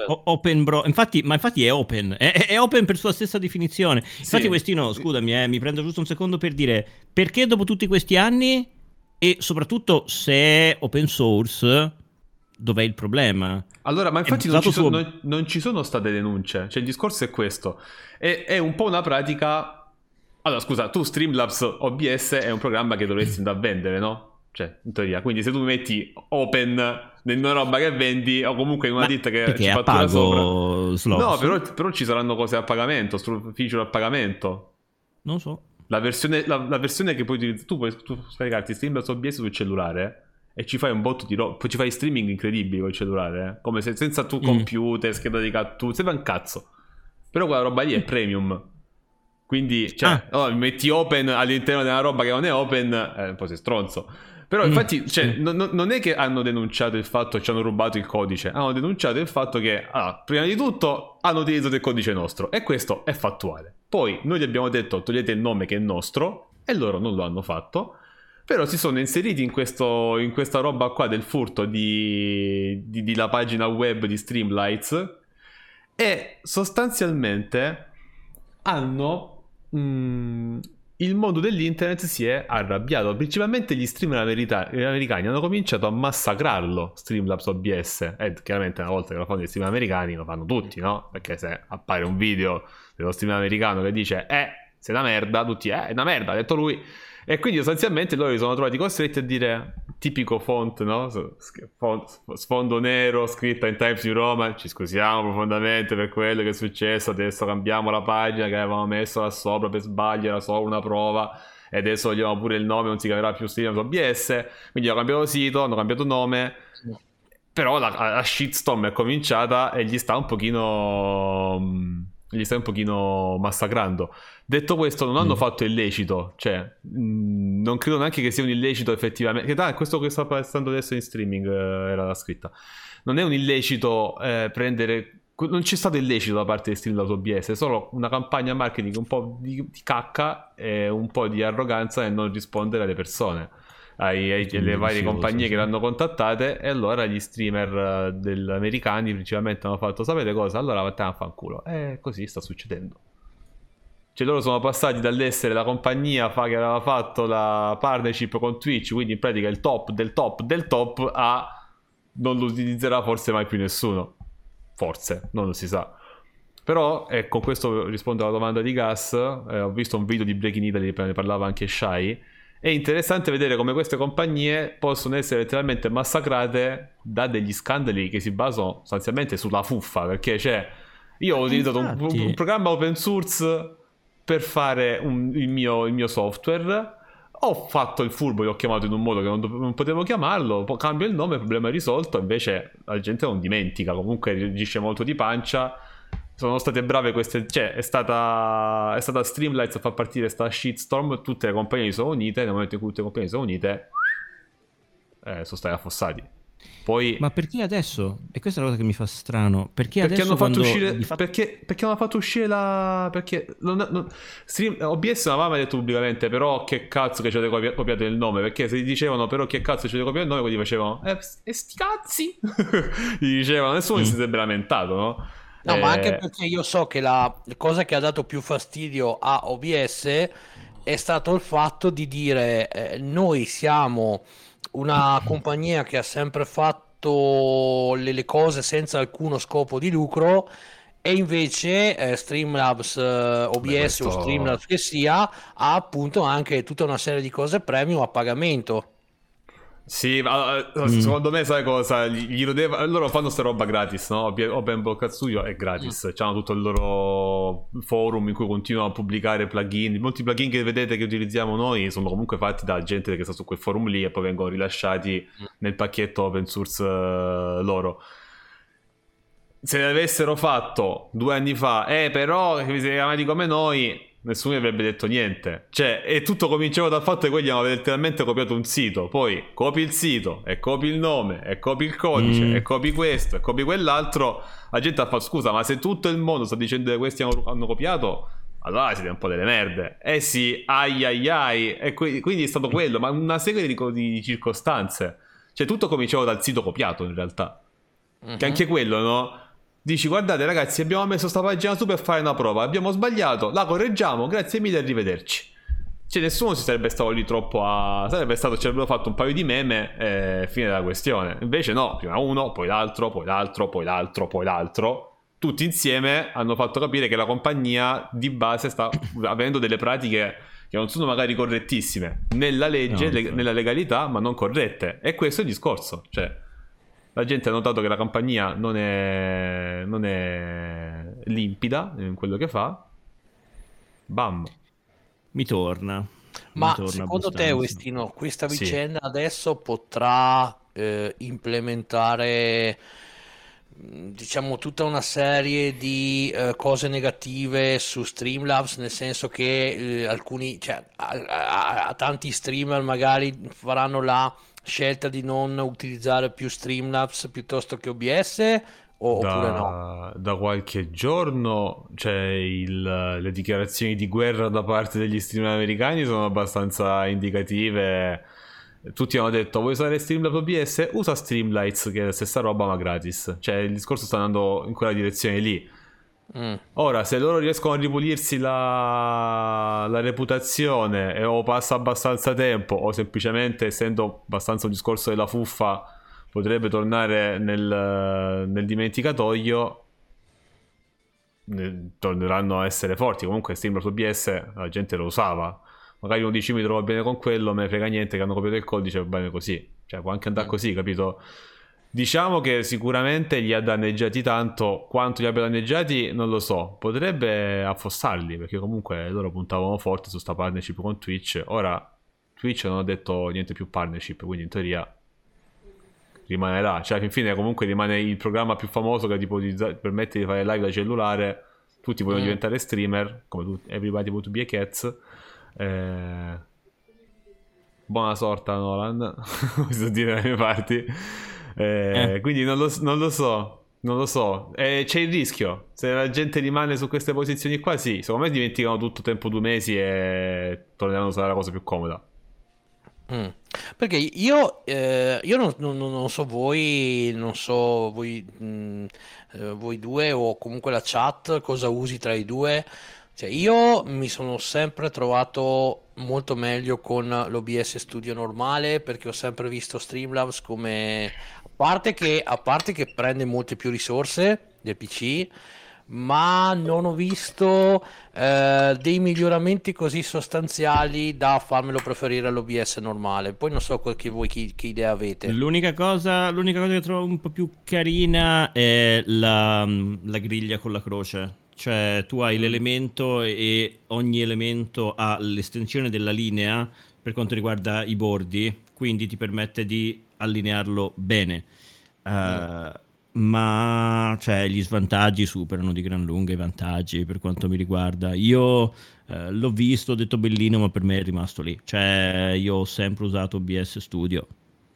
infatti è open, è open per sua stessa definizione. Infatti sì, Questino, scusami, mi prendo giusto un secondo per dire perché dopo tutti questi anni, e soprattutto se è open source, dov'è il problema? Allora, ma infatti non ci sono state denunce, cioè il discorso è questo, è un po' una pratica. Allora scusa, tu Streamlabs OBS è un programma che dovresti andare a vendere, no? Cioè, in teoria, quindi se tu metti open in una roba che vendi, o comunque in una ditta che ci fattura sopra, no, però ci saranno cose a pagamento, feature a pagamento. Non so. La versione che puoi utilizzare, tu puoi scaricarti Streamlabs OBS sul cellulare e ci fai un botto di roba, poi ci fai streaming incredibili col cellulare, come se senza tu computer, scheda di cattura, sembra un cazzo. Però quella roba lì è premium. Quindi, cioè, metti open all'interno della roba che non è open, un po' sei stronzo. Però infatti, cioè, non è che hanno denunciato il fatto che ci hanno rubato il codice, hanno denunciato il fatto che, prima di tutto, hanno utilizzato il codice nostro, e questo è fattuale. Poi noi gli abbiamo detto togliete il nome che è nostro, e loro non lo hanno fatto, però si sono inseriti in questa roba qua del furto di la pagina web di Streamlights, e sostanzialmente hanno... il mondo dell'internet si è arrabbiato, principalmente gli streamer americani hanno cominciato a massacrarlo Streamlabs OBS, e chiaramente una volta che lo fanno gli streamer americani lo fanno tutti, no? Perché se appare un video dello streamer americano che dice sei una merda, tutti è una merda, ha detto lui, e quindi sostanzialmente loro si sono trovati costretti a dire tipico font, no? Sfondo nero, scritta in Times New Roman, ci scusiamo profondamente per quello che è successo, adesso cambiamo la pagina che avevamo messo là sopra per sbaglio, era solo una prova, e adesso togliamo pure il nome, non si chiamerà più Streamlabs OBS, quindi hanno cambiato sito, hanno cambiato nome, però la shitstorm è cominciata e gli sta un pochino massacrando. Detto questo, non hanno fatto illecito, cioè non credo neanche che sia un illecito effettivamente, questo che sta passando adesso in streaming era la scritta, non è un illecito prendere, non c'è stato illecito da parte di Streamlabs OBS, è solo una campagna marketing un po' di cacca e un po' di arroganza nel non rispondere alle persone, alle varie compagnie che l'hanno contattate, e allora gli streamer americani principalmente hanno fatto sapete cosa, allora vattene a fanculo, e così sta succedendo. Cioè loro sono passati dall'essere la compagnia che aveva fatto la partnership con Twitch, quindi in pratica il top del top del top, a non lo utilizzerà forse mai più nessuno, forse, non lo si sa. Però con questo rispondo alla domanda di Gas, ho visto un video di Breaking Italy, ne parlava anche Shai. È interessante vedere come queste compagnie possono essere letteralmente massacrate da degli scandali che si basano sostanzialmente sulla fuffa, perché io ho utilizzato un programma open source per fare il mio software, ho fatto il furbo e l'ho chiamato in un modo che non potevo chiamarlo, cambio il nome, il problema è risolto, invece la gente non dimentica, comunque reagisce molto di pancia. Sono state brave queste, cioè è stata Streamlights a far partire sta shitstorm, tutte le compagnie sono unite, nel momento in cui tutte le compagnie sono unite sono stati affossati. Poi, ma perché adesso? E questa è la cosa che mi fa strano. Perché adesso hanno fatto uscire perché hanno fatto uscire perché OBS non aveva mai detto pubblicamente però che cazzo che ci avete copiato il nome, perché se gli dicevano però che cazzo ci avete copiato il nome, quelli facevano sti cazzi gli dicevano, nessuno si sarebbe lamentato, no? No, ma anche perché io so che la cosa che ha dato più fastidio a OBS è stato il fatto di dire noi siamo una compagnia che ha sempre fatto le cose senza alcuno scopo di lucro, e invece Streamlabs OBS o Streamlabs che sia ha appunto anche tutta una serie di cose premium a pagamento. Sì, ma secondo me sai cosa? Loro fanno sta roba gratis, no? Open Broadcast Studio è gratis, c'hanno tutto il loro forum in cui continuano a pubblicare plugin. Molti plugin che vedete che utilizziamo noi sono comunque fatti da gente che sta su quel forum lì e poi vengono rilasciati nel pacchetto open source loro. Se l'avessero fatto 2 anni fa, però che vi siete chiamati come noi, nessuno avrebbe detto niente. Cioè, e tutto cominciava dal fatto che quelli hanno letteralmente copiato un sito. Poi copi il sito, e copi il nome, e copi il codice, e copi questo, e copi quell'altro. La gente ha fatto, scusa, ma se tutto il mondo sta dicendo che questi hanno copiato, allora siete un po' delle merde. Eh sì, ai ai ai. E quindi è stato quello, ma una serie di circostanze. Cioè, tutto cominciava dal sito copiato, in realtà. Che anche quello, no? Dici, guardate ragazzi, abbiamo messo sta pagina su per fare una prova, abbiamo sbagliato, la correggiamo, grazie mille, arrivederci. Cioè nessuno si sarebbe stato lì troppo ci avrebbero fatto un paio di meme e fine della questione. Invece no, prima uno, poi l'altro, poi l'altro, poi l'altro, poi l'altro. Tutti insieme hanno fatto capire che la compagnia di base sta avendo delle pratiche che non sono magari correttissime nella legge, nella legalità, ma non corrette. E questo è il discorso, cioè... La gente ha notato che la compagnia non è limpida in quello che fa. Bam. Mi torna. Ma secondo te, Westino, questa vicenda adesso potrà implementare, diciamo, tutta una serie di cose negative su Streamlabs, nel senso che alcuni, cioè, a tanti streamer magari faranno la scelta di non utilizzare più Streamlabs piuttosto che OBS oppure no? Da qualche giorno le dichiarazioni di guerra da parte degli streamer americani sono abbastanza indicative. Tutti hanno detto: vuoi usare Streamlabs OBS? Usa Streamlights, che è la stessa roba ma gratis. Cioè il discorso sta andando in quella direzione lì. Ora, se loro riescono a ripulirsi la reputazione o passa abbastanza tempo, o semplicemente, essendo abbastanza un discorso della fuffa, potrebbe tornare nel dimenticatoio, torneranno a essere forti. Comunque Streamlabs OBS la gente lo usava, magari uno dice mi trovo bene con quello, me ne frega niente che hanno copiato il codice, va bene così, cioè può anche andare così, capito? Diciamo che sicuramente li ha danneggiati tanto. Quanto li abbia danneggiati non lo so. Potrebbe affossarli, perché comunque loro puntavano forte su sta partnership con Twitch. Ora Twitch non ha detto niente più partnership, quindi in teoria rimane là. Cioè alla fine comunque rimane il programma più famoso che ti permette di fare live da cellulare. Tutti vogliono diventare streamer, come everybody want to be a cats. Buona sorta Nolan, posso dire dalle mie parti. Quindi non lo so. C'è il rischio, se la gente rimane su queste posizioni qua, sì, secondo me dimenticano tutto tempo 2 mesi e torneranno a usare la cosa più comoda. Perché io non so voi, voi due o comunque la chat cosa usi tra i due. Cioè, io mi sono sempre trovato molto meglio con l'OBS Studio normale, perché ho sempre visto Streamlabs come, a parte che prende molte più risorse del PC, ma non ho visto dei miglioramenti così sostanziali da farmelo preferire all'OBS normale. Poi non so che idea avete. L'unica cosa che trovo un po' più carina è la griglia con la croce. Cioè tu hai l'elemento e ogni elemento ha l'estensione della linea per quanto riguarda i bordi, quindi ti permette di allinearlo bene. Ma cioè, gli svantaggi superano di gran lunga i vantaggi per quanto mi riguarda. Io l'ho visto, ho detto bellino, ma per me è rimasto lì. Cioè io ho sempre usato OBS Studio.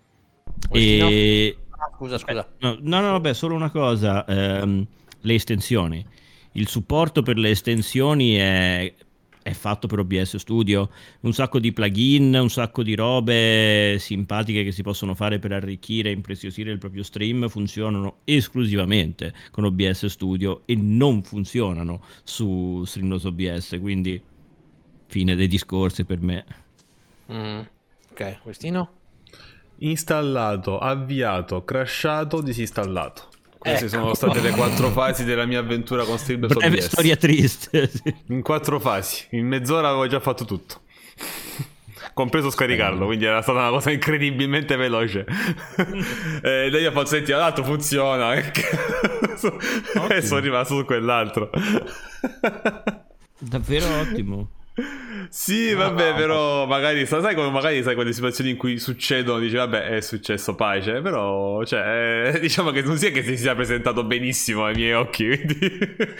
Scusa. No, vabbè, solo una cosa, le estensioni. Il supporto per le estensioni è fatto per OBS Studio, un sacco di plugin, un sacco di robe simpatiche che si possono fare per arricchire e impreziosire il proprio stream funzionano esclusivamente con OBS Studio e non funzionano su Streamlabs OBS, quindi fine dei discorsi per me. Ok, Questino? Installato, avviato, crashato, disinstallato. Queste sono state le 4 fasi della mia avventura con Streamlabs OBS. Breve storia triste. In 4 fasi. In mezz'ora avevo già fatto tutto. compreso scaricarlo, quindi era stata una cosa incredibilmente veloce. E io faccio, senti, l'altro funziona, e sono rimasto su quell'altro. Davvero ottimo. Sì, vabbè, però magari sai quelle situazioni in cui succedono, dici vabbè, è successo, pace, però cioè diciamo che non sia che si sia presentato benissimo ai miei occhi, quindi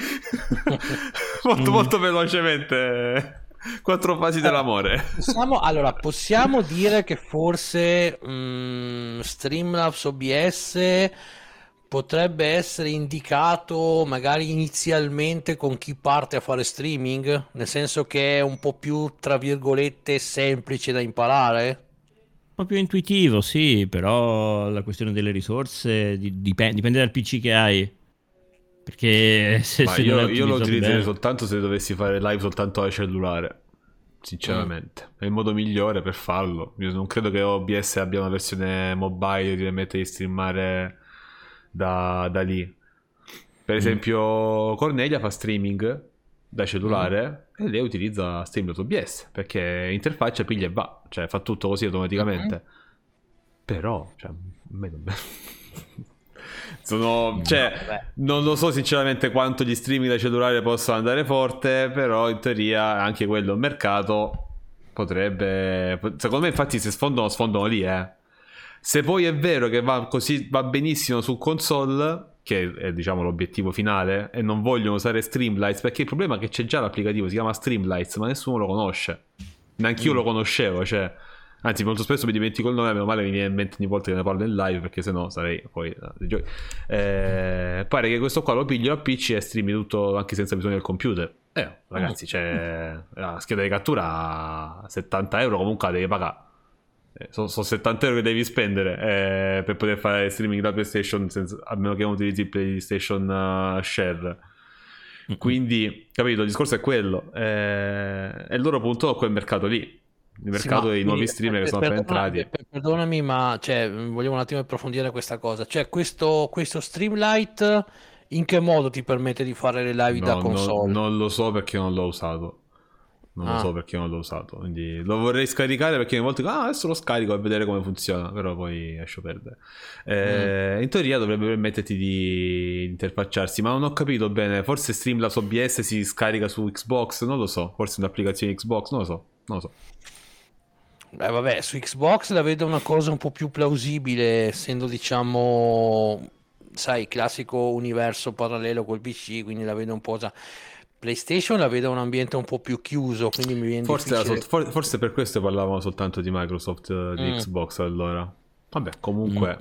molto velocemente 4 fasi dell'amore. Possiamo dire che forse Streamlabs OBS potrebbe essere indicato magari inizialmente con chi parte a fare streaming, nel senso che è un po' più, tra virgolette, semplice da imparare. Un po' più intuitivo, sì, però la questione delle risorse dipende dal PC che hai. Perché se Ma non è io lo ottimizzato utilizzerei bene. soltanto se dovessi fare live soltanto al cellulare. Sinceramente, è il modo migliore per farlo. Io non credo che OBS abbia una versione mobile che permette di streamare da lì. Per esempio, Cornelia fa streaming da cellulare e lei utilizza Streamlabs OBS perché interfaccia piglia e va, cioè fa tutto così automaticamente. Però, cioè, a me non... cioè, non lo so sinceramente quanto gli streaming da cellulare possano andare forte, però in teoria anche quello il mercato potrebbe, secondo me infatti se sfondano lì, se poi è vero che va benissimo su console, che è diciamo l'obiettivo finale, e non vogliono usare Streamlights, perché il problema è che c'è già l'applicativo, si chiama Streamlights, ma nessuno lo conosce, neanch'io lo conoscevo, cioè anzi molto spesso mi dimentico il nome, meno male mi viene in mente ogni volta che ne parlo in live, perché sennò sarei poi pare che questo qua lo piglio a PC e streami tutto anche senza bisogno del computer. Ragazzi, c'è la scheda di cattura a 70 euro, comunque la devi pagare. Sono 70 euro che devi spendere per poter fare streaming da PlayStation a meno che non utilizzi il PlayStation Share. Quindi, capito, il discorso è quello, e loro puntano a quel mercato lì. Il mercato dei nuovi streamer che sono appena entrati. Perdonami, ma cioè, volevo un attimo approfondire questa cosa. Cioè, questo Streamlight in che modo ti permette di fare le live da console? Non lo so perché non l'ho usato. Non lo so perché non l'ho usato. Quindi lo vorrei scaricare perché ogni volta dico, adesso lo scarico e vedere come funziona. Però poi lascio perdere. In teoria dovrebbe permetterti di interfacciarsi, ma non ho capito bene. Forse Streamlabs OBS si scarica su Xbox, non lo so. Forse un'applicazione Xbox, non lo so. Vabbè, su Xbox la vedo una cosa un po' più plausibile, essendo diciamo, sai, classico universo parallelo col PC, quindi la vedo un po' già. PlayStation la vedo un ambiente un po' più chiuso, quindi mi viene difficile. Forse per questo parlavamo soltanto di Microsoft, di Xbox allora. Vabbè, comunque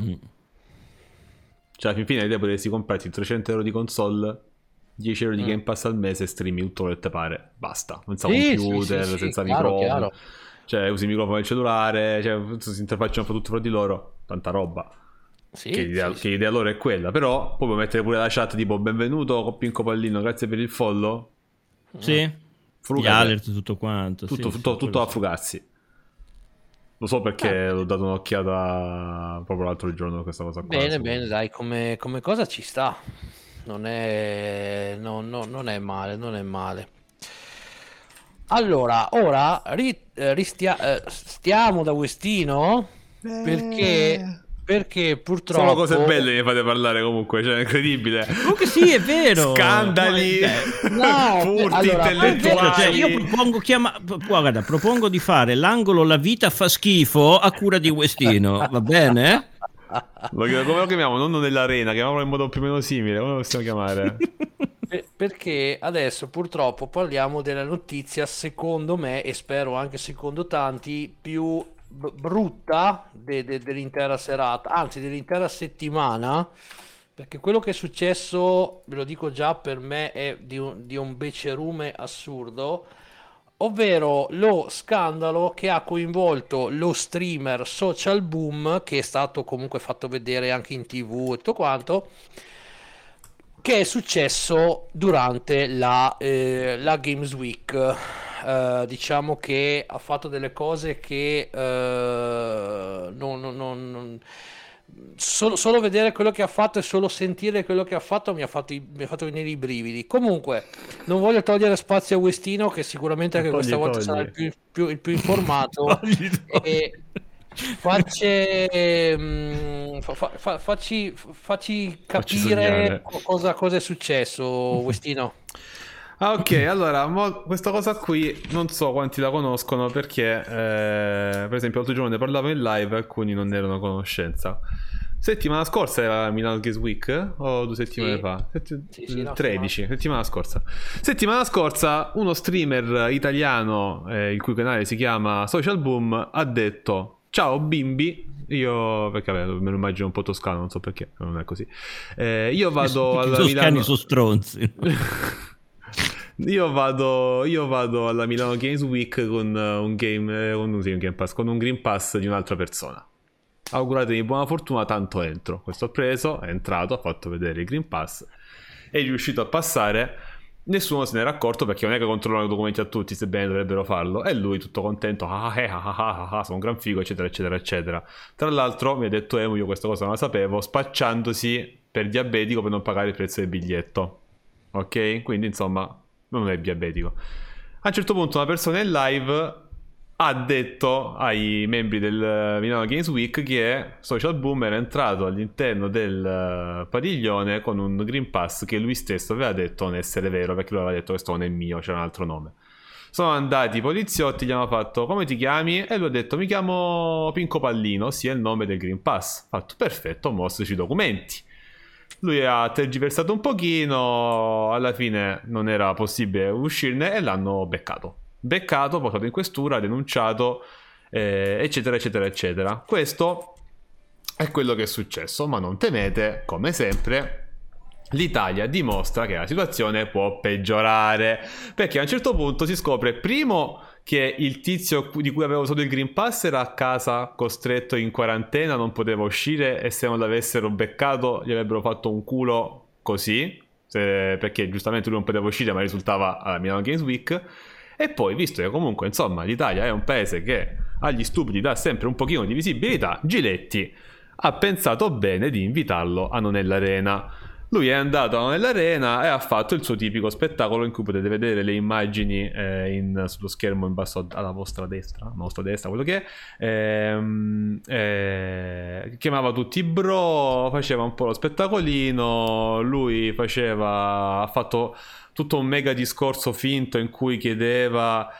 cioè alla fine l'idea potresti comprarti 300 euro di console, 10 euro di Game Pass al mese e streami tutto quello che ti pare, basta, senza computer, senza microfono, chiaro. cioè usi il microfono del cellulare, cioè si interfacciano tutti fra di loro, tanta roba. Che l'idea loro è quella, però poi puoi mettere pure la chat tipo benvenuto Pinco Pallino, grazie per il follow. Sì, gli alert, tutto quanto. Tutto a Fugazzi. Lo so perché l'ho dato un'occhiata proprio l'altro giorno questa cosa qua. Bene, dai, come cosa ci sta. Non è male. Allora, ora stiamo da Westino perché purtroppo sono cose belle che fate parlare comunque, cioè è incredibile. Comunque sì, è vero. Scandali, furti intellettuali. Cioè, io propongo di fare l'angolo La vita fa schifo a cura di Westino, va bene? Come lo chiamiamo? Non nell'arena, chiamiamolo in modo più o meno simile. Come lo possiamo chiamare? Perché adesso purtroppo parliamo della notizia, secondo me, e spero anche secondo tanti, più brutta dell'intera serata, anzi dell'intera settimana, perché quello che è successo, ve lo dico già, per me è di un becerume assurdo, ovvero lo scandalo che ha coinvolto lo streamer Social Boom, che è stato comunque fatto vedere anche in TV e tutto quanto, che è successo durante la Games Week. Diciamo che ha fatto delle cose che solo vedere quello che ha fatto e solo sentire quello che ha fatto mi ha fatto venire i brividi. Comunque, non voglio togliere spazio a Westino, che sicuramente anche questa volta sarà il più informato. E facci capire cosa è successo, Westino. Ok, allora, questa cosa qui non so quanti la conoscono perché, per esempio, l'altro giorno ne parlavo in live e alcuni non ne erano a conoscenza. Settimana scorsa era Milano Games Week o 2 settimane fa? No, 13, settimana scorsa. Settimana scorsa uno streamer italiano, il cui canale si chiama Social Boom, ha detto: ciao bimbi. Io, perché vabbè, me lo immagino un po' toscano, non so perché, non è così. Io vado alla Milano... sono stronzi. Io vado alla Milano Games Week con un Game Pass, con un Green Pass di un'altra persona. Auguratemi buona fortuna, tanto entro. Questo ho preso, è entrato, ha fatto vedere il Green Pass, è riuscito a passare. Nessuno se n'era accorto perché non è che controllano i documenti a tutti, sebbene dovrebbero farlo. E lui tutto contento, sono un gran figo, eccetera, eccetera, eccetera. Tra l'altro mi ha detto io questa cosa non la sapevo, spacciandosi per diabetico per non pagare il prezzo del biglietto. Ok? Quindi insomma non è diabetico. A un certo punto una persona in live ha detto ai membri del Milano Games Week che Social Boom era entrato all'interno del padiglione con un Green Pass che lui stesso aveva detto non essere vero, perché lui aveva detto questo non è mio, c'era un altro nome. Sono andati i poliziotti, gli hanno fatto come ti chiami? E lui ha detto mi chiamo Pinco Pallino, sia il nome del Green Pass. Ha fatto perfetto, mostrici i documenti. Lui ha tergiversato un pochino, alla fine non era possibile uscirne e l'hanno beccato, portato in questura, denunciato, eccetera eccetera eccetera. Questo è quello che è successo, ma non temete, come sempre l'Italia dimostra che la situazione può peggiorare, perché a un certo punto si scopre primo che il tizio di cui aveva usato il Green Pass era a casa costretto in quarantena, non poteva uscire, e se non l'avessero beccato gli avrebbero fatto un culo così, perché giustamente lui non poteva uscire ma risultava alla Milano Games Week. E poi, visto che comunque insomma l'Italia è un paese che agli stupidi dà sempre un pochino di visibilità, Giletti ha pensato bene di invitarlo a Nonella Arena. Lui è andato a Nonella Arena e ha fatto il suo tipico spettacolo in cui potete vedere le immagini sullo schermo in basso alla vostra destra, quello che è. Chiamava tutti bro, faceva un po' lo spettacolino, lui ha fatto tutto un mega discorso finto in cui chiedeva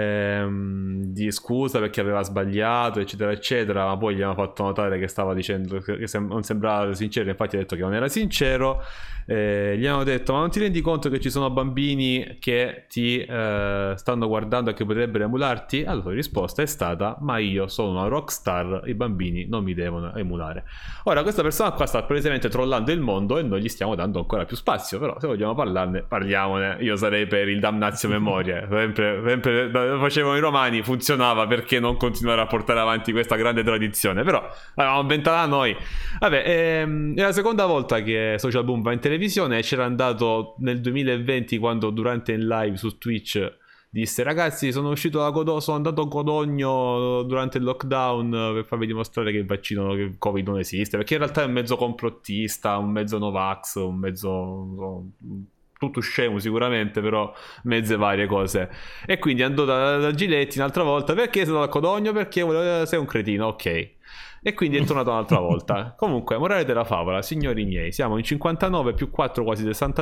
di scusa perché aveva sbagliato, eccetera eccetera, ma poi gli hanno fatto notare che stava dicendo che non sembrava sincero, infatti ha detto che non era sincero. Gli hanno detto ma non ti rendi conto che ci sono bambini che ti stanno guardando e che potrebbero emularti? Allora la risposta è stata ma io sono una rockstar, i bambini non mi devono emulare. Ora questa persona qua sta palesemente trollando il mondo e noi gli stiamo dando ancora più spazio, però se vogliamo parlarne parliamone. Io sarei per il damnatio memoria, sempre facevano i romani, funzionava, perché non continuare a portare avanti questa grande tradizione? Però l'avevamo inventata noi. Vabbè, è la seconda volta che Social Boom va in televisione. C'era andato nel 2020 quando durante in live su Twitch disse ragazzi sono andato a Codogno durante il lockdown per farvi dimostrare che il vaccino, che il Covid non esiste, perché in realtà è un mezzo complottista, un mezzo Novax, un mezzo tutto scemo sicuramente, però mezze varie cose. E quindi andò da Giletti un'altra volta. Perché sei andato a Codogno? Perché sei un cretino, ok. E quindi è tornato un'altra volta. Comunque, morale della favola, signori miei, siamo in 59 più 4 quasi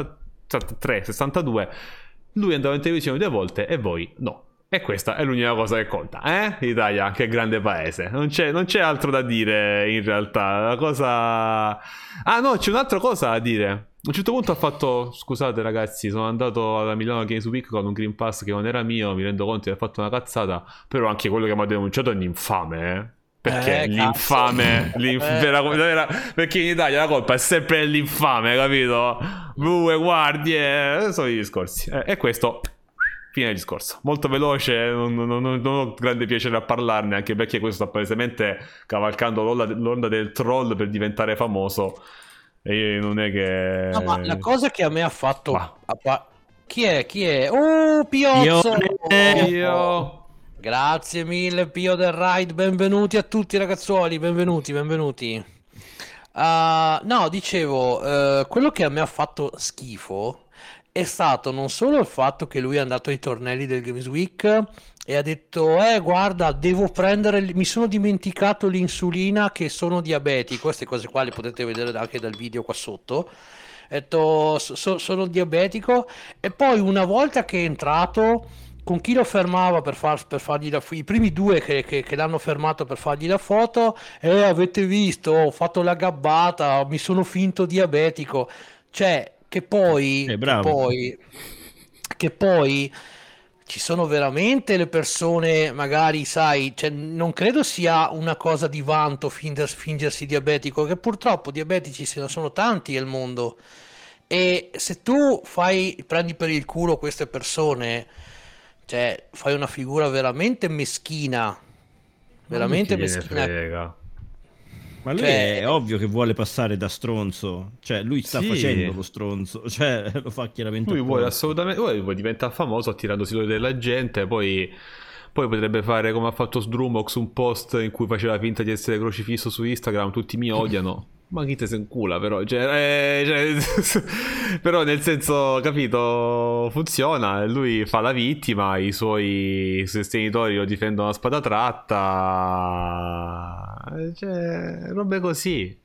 63, 62. Lui andava in televisione 2 volte e voi no. E questa è l'unica cosa che conta, Italia, che grande paese. Non c'è altro da dire in realtà. La cosa... Ah no, c'è un'altra cosa da dire. A un certo punto ha fatto: scusate ragazzi, sono andato alla Milano Games Week con un Green Pass che non era mio, mi rendo conto di aver fatto una cazzata, però anche quello che mi ha denunciato è un infame, Perché l'infame, perché in Italia la colpa è sempre dell'infame, capito? Bue, guardie, sono i discorsi. E questo, fine del discorso. Molto veloce, non ho grande piacere a parlarne, anche perché questo sta palesemente cavalcando l'onda del troll per diventare famoso. E non è che... No, ma la cosa che a me ha fatto... Chi è? Oh, Piozzo! Io... Grazie mille Pio del Ride, benvenuti a tutti ragazzuoli, benvenuti. No, dicevo, quello che a me ha fatto schifo è stato non solo il fatto che lui è andato ai tornelli del Games Week e ha detto, guarda, devo prendere, mi sono dimenticato l'insulina che sono diabetico, queste cose qua le potete vedere anche dal video qua sotto. Ha detto, sono diabetico e poi una volta che è entrato con chi lo fermava per fargli i primi due che l'hanno fermato per fargli la foto, avete visto, ho fatto la gabbata, mi sono finto diabetico. Cioè, Bravo. che poi ci sono veramente le persone, magari, sai, cioè, non credo sia una cosa di vanto fingersi diabetico, che purtroppo diabetici ce ne sono tanti al mondo. E se tu prendi per il culo queste persone, cioè, fai una figura Ma a lui che veramente gliene meschina. frega? Ma lui Cioè, è ovvio che vuole passare da stronzo, cioè lui sta Sì, facendo lo stronzo, cioè lo fa chiaramente lui vuole apposta. assolutamente, vuole diventare famoso attirandosi l'odio della gente, poi potrebbe fare come ha fatto Sdrumox, un post in cui faceva finta di essere crocifisso su Instagram, tutti mi odiano. Ma chi te se incula però, però nel senso, capito, funziona, lui fa la vittima, i suoi sostenitori lo difendono a spada tratta, robe così,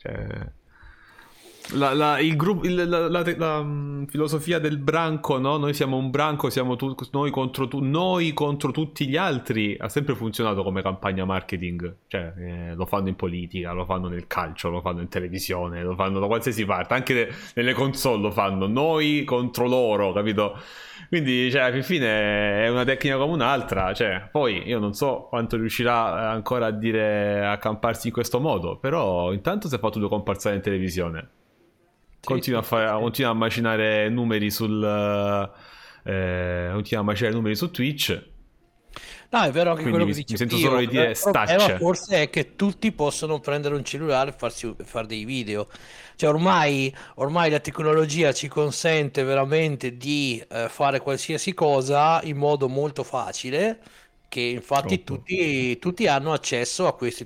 il gruppo, filosofia del branco, no? Noi siamo un branco, siamo noi contro tutti gli altri. Ha sempre funzionato come campagna marketing. Cioè, lo fanno in politica, lo fanno nel calcio, lo fanno in televisione, lo fanno da qualsiasi parte. Anche nelle console lo fanno. Noi contro loro, capito? Quindi, cioè, alla fine è una tecnica come un'altra. Cioè, poi io non so quanto riuscirà ancora a dire a camparsi in questo modo. Però, intanto si è fatto due comparsate in televisione. sì, sì, sì, sì. Continua a macinare numeri continua a macinare numeri su Twitch. No, è vero anche Quindi quello che mi dicevo sento solo io. di dire Il problema stacce. forse è che tutti possono prendere un cellulare e fare dei video. Cioè, ormai la tecnologia ci consente veramente di fare qualsiasi cosa in modo molto facile, che infatti Troppo. tutti hanno accesso a questo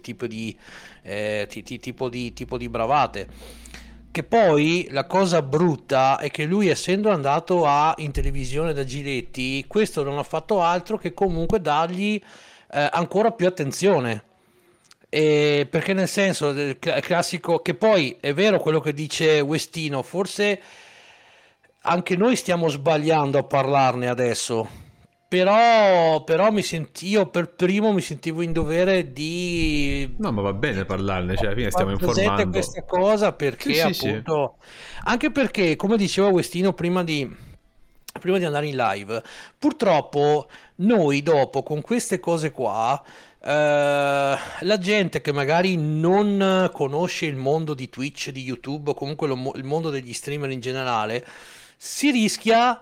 tipo di bravate. Che poi la cosa brutta è che lui, essendo andato in televisione da Giletti, questo non ha fatto altro che comunque dargli ancora più attenzione. Perché nel senso del classico, che poi è vero quello che dice Westino, forse anche noi stiamo sbagliando a parlarne adesso, però io per primo mi sentivo in dovere No, ma va bene parlarne, cioè alla fine far stiamo presente informando. questa cosa Sì, perché sì, sì. appunto, anche perché, come diceva Westino prima di andare in live, purtroppo noi dopo con queste cose qua, la gente che magari non conosce il mondo di Twitch, di YouTube o comunque il mondo degli streamer in generale, si rischia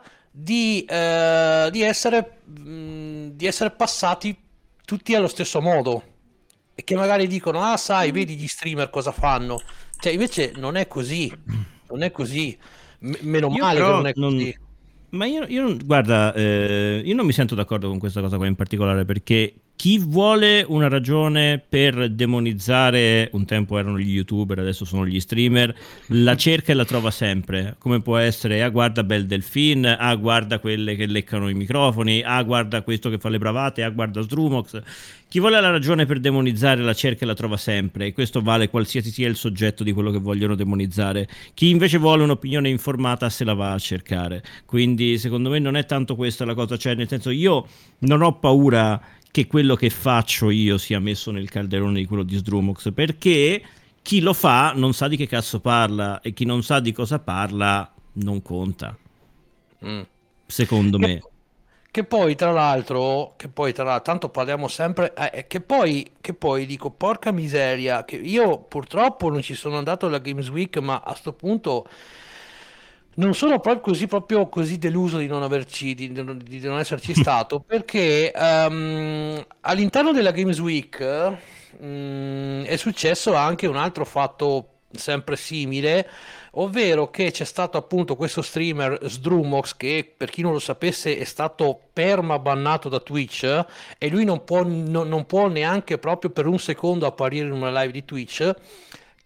di essere passati tutti allo stesso modo e che magari dicono, ah, sai, vedi gli streamer cosa fanno. Cioè, invece non è così, non è così. Meno Io male che però non è non... così. Ma guarda, io non mi sento d'accordo con questa cosa qua in particolare perché chi vuole una ragione per demonizzare, un tempo erano gli youtuber, adesso sono gli streamer, la cerca e la trova sempre. Come può essere, ah guarda Bel Delfin, ah guarda quelle che leccano i microfoni, ah guarda questo che fa le bravate, ah guarda Sdrumox. Chi vuole la ragione per demonizzare la cerca e la trova sempre, e questo vale qualsiasi sia il soggetto di quello che vogliono demonizzare. Chi invece vuole un'opinione informata se la va a cercare. Quindi secondo me non è tanto questa la cosa, cioè nel senso io non ho paura che quello che faccio io sia messo nel calderone di quello di Sdrumox, perché chi lo fa non sa di che cazzo parla e chi non sa di cosa parla non conta, Mm. secondo Che, me. che poi tra l'altro, tanto parliamo sempre, che poi dico, porca miseria, che io purtroppo non ci sono andato alla Games Week, ma a sto punto non sono proprio così deluso di non di non esserci stato, perché all'interno della Games Week è successo anche un altro fatto sempre simile, ovvero che c'è stato appunto questo streamer Sdrumox che per chi non lo sapesse è stato perma bannato da Twitch e lui non può neanche proprio per un secondo apparire in una live di Twitch,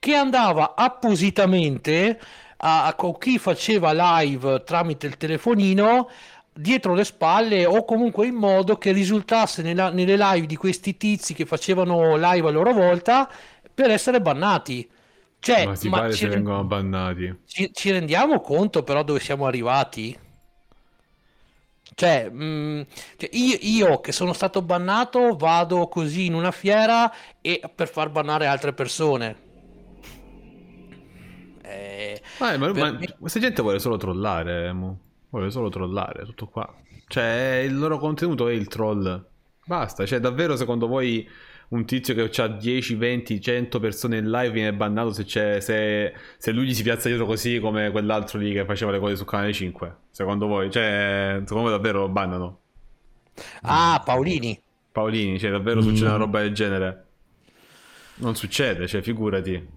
che andava appositamente con chi faceva live tramite il telefonino dietro le spalle, o comunque in modo che risultasse nelle live di questi tizi che facevano live a loro volta per essere bannati. Ma Cioè, si pare se vengono bannati. ci rendiamo conto però dove siamo arrivati? Cioè, cioè, io che sono stato bannato vado così in una fiera e per far bannare altre persone. Per Ma me- questa gente vuole solo trollare, mo. Vuole solo trollare, tutto qua. Cioè, il loro contenuto è il troll. Basta, cioè, davvero secondo voi un tizio che ha 10, 20, 100 persone in live viene bannato se lui gli si piazza dietro così come quell'altro lì che faceva le cose su Canale 5? Secondo voi? Cioè, secondo voi davvero lo bannano? Ah, Paolini. Paolini, cioè, davvero succede una roba del genere? Non succede, cioè, figurati.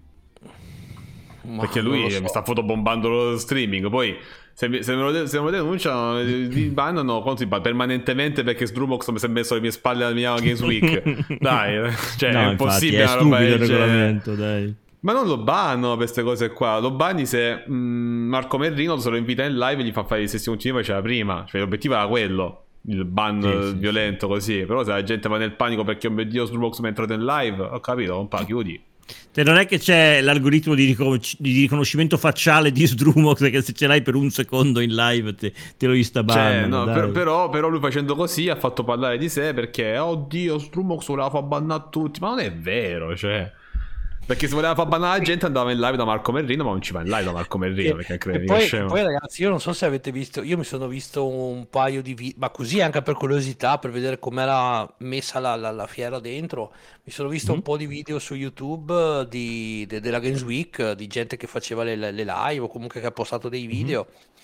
Ma Perché non lo lui so. mi sta fotobombando lo streaming. Poi se me lo denunciano, li bannano permanentemente perché Sdrumox mi si è messo alle mie spalle alla mia Games Week. Dai, cioè No, è infatti, impossibile è una roba stupido il del genere. regolamento, dai. Ma non lo banno per queste cose qua. Lo banni se Marco Merrino se lo invita in live e gli fa fare gli stessi contenuti che faceva prima. Cioè l'obiettivo era quello, il ban Sì, violento così. Però se la gente va nel panico perché oh mio Dio Sdrumox mi è entrato in live, ho capito, compa, chiudi. Cioè, non è che c'è l'algoritmo di riconoscimento facciale di Sdrumox che se ce l'hai per un secondo in live te lo Cioè, instabannano, no, dai. però lui facendo così ha fatto parlare di sé perché, oddio, Strumox voleva far bannare tutti. Ma non è vero, cioè. Perché se voleva far bannare la gente andava in live da Marco Merrino, ma non ci va in live da Marco Merrino, perché E credi che poi, scemo. ragazzi, io non so se avete visto, io mi sono visto un paio di video, ma così anche per curiosità, per vedere com'era messa la fiera dentro. Mi sono visto un po' di video su YouTube della Games Week, di gente che faceva le live o comunque che ha postato dei video.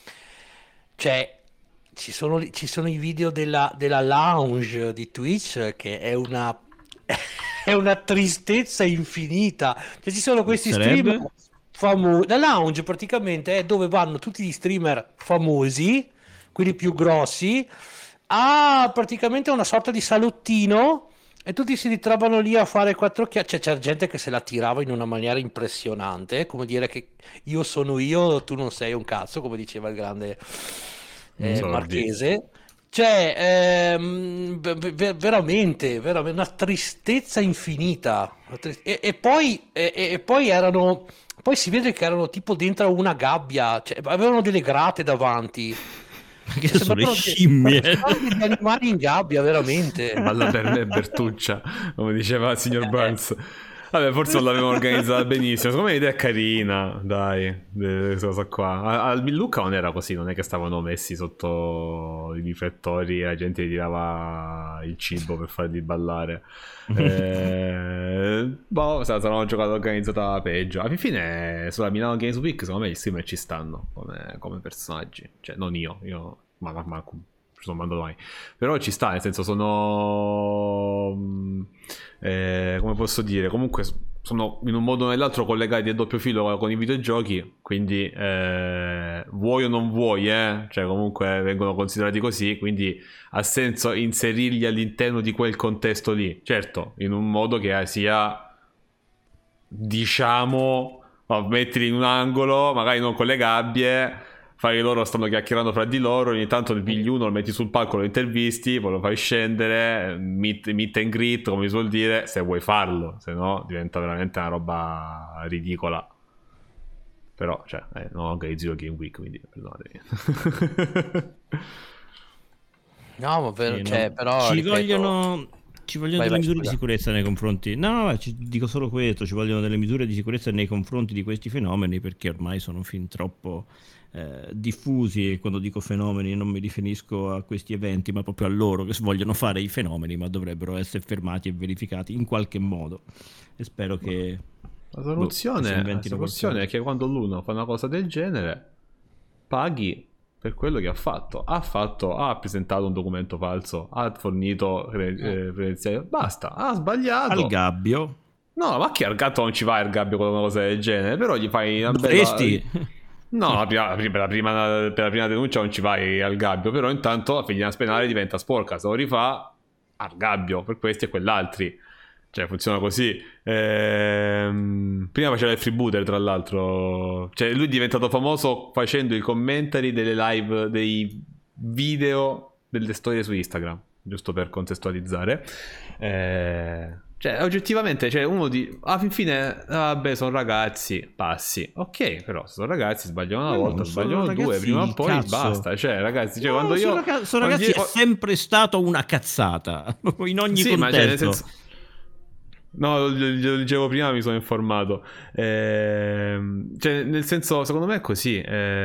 Cioè, ci sono i video della lounge di Twitch che è una, è una tristezza infinita. Cioè, ci sono questi streamer Sarebbe? famosi. La lounge praticamente è dove vanno tutti gli streamer famosi, quelli più grossi, a praticamente una sorta di salottino. E tutti si ritrovano lì a fare quattro chiacchiere. Cioè, c'è gente che se la tirava in una maniera impressionante, come dire che io sono io, tu non sei un cazzo, come diceva il grande Sordi. Marchese. Cioè, veramente una tristezza infinita. E poi erano. Poi si vede che erano tipo dentro una gabbia, cioè, avevano delle grate davanti. Che Cioè, sono le sembravano scimmie. degli animali in gabbia, veramente. Balla per me Bertuccia, come diceva il signor Burns. Vabbè, forse non l'avevamo organizzata benissimo. Secondo me l'idea è carina, dai, questa cosa qua. Al Luca non era così, non è che stavano messi sotto i riflettori e la gente gli tirava il cibo per farli ballare. Boh, se la saranno giocata organizzata peggio. Alla fine, sulla Milano Games Week, secondo me gli streamer ci stanno come personaggi. Cioè, non io ma ci sono mandato mai. Però ci sta, nel senso sono come posso dire, comunque sono in un modo o nell'altro collegati a doppio filo con i videogiochi, quindi vuoi o non vuoi, cioè comunque vengono considerati così, quindi ha senso inserirli all'interno di quel contesto lì, certo, in un modo che sia, diciamo, mettili in un angolo, magari non con le gabbie, fai loro stanno chiacchierando fra di loro, ogni tanto ne pigli uno, lo metti sul palco, lo intervisti, poi lo fai scendere, meet and greet, come si suol dire, se vuoi farlo, se no diventa veramente una roba ridicola. Però, cioè, non organizzi la Game Week, quindi perdonatemi. No, ma Sì, cioè, no. però, Ci ripeto. vogliono, ci vogliono Vai, delle vai, misure di scusa. sicurezza nei confronti. No, no, dico solo questo: ci vogliono delle misure di sicurezza nei confronti di questi fenomeni perché ormai sono fin troppo diffusi. E quando dico fenomeni non mi riferisco a questi eventi, ma proprio a loro che vogliono fare i fenomeni, ma dovrebbero essere fermati e verificati in qualche modo. E spero che La che si soluzione, inventino qualcosa. è che quando l'uno fa una cosa del genere, paghi per quello che ha fatto. Ha presentato un documento falso, ha fornito credenziali, basta, ha Al sbagliato. gabbio No, ma chi al gatto non ci va il gabbio con una cosa del genere, però gli fai una bella... dovresti. No, per la prima denuncia non ci vai al gabbio, però intanto la figlia penale diventa sporca, se lo rifà al gabbio per questi e quell'altri. Cioè, funziona così. Prima faceva il freebooter, tra l'altro. Cioè, lui è diventato famoso facendo i commentari delle live, dei video delle storie su Instagram, giusto per contestualizzare. Cioè, oggettivamente, cioè, uno di... alla fin fine, vabbè, sono ragazzi, passi. Ok, però, sono ragazzi, sbagliano una volta, sbagliano due, prima o poi basta. Cioè, ragazzi, cioè, quando io... sono ragazzi, è sempre stato una cazzata, in ogni contesto. Ma cioè, nel senso... No, lo dicevo prima, mi sono informato. Cioè, nel senso, secondo me è così.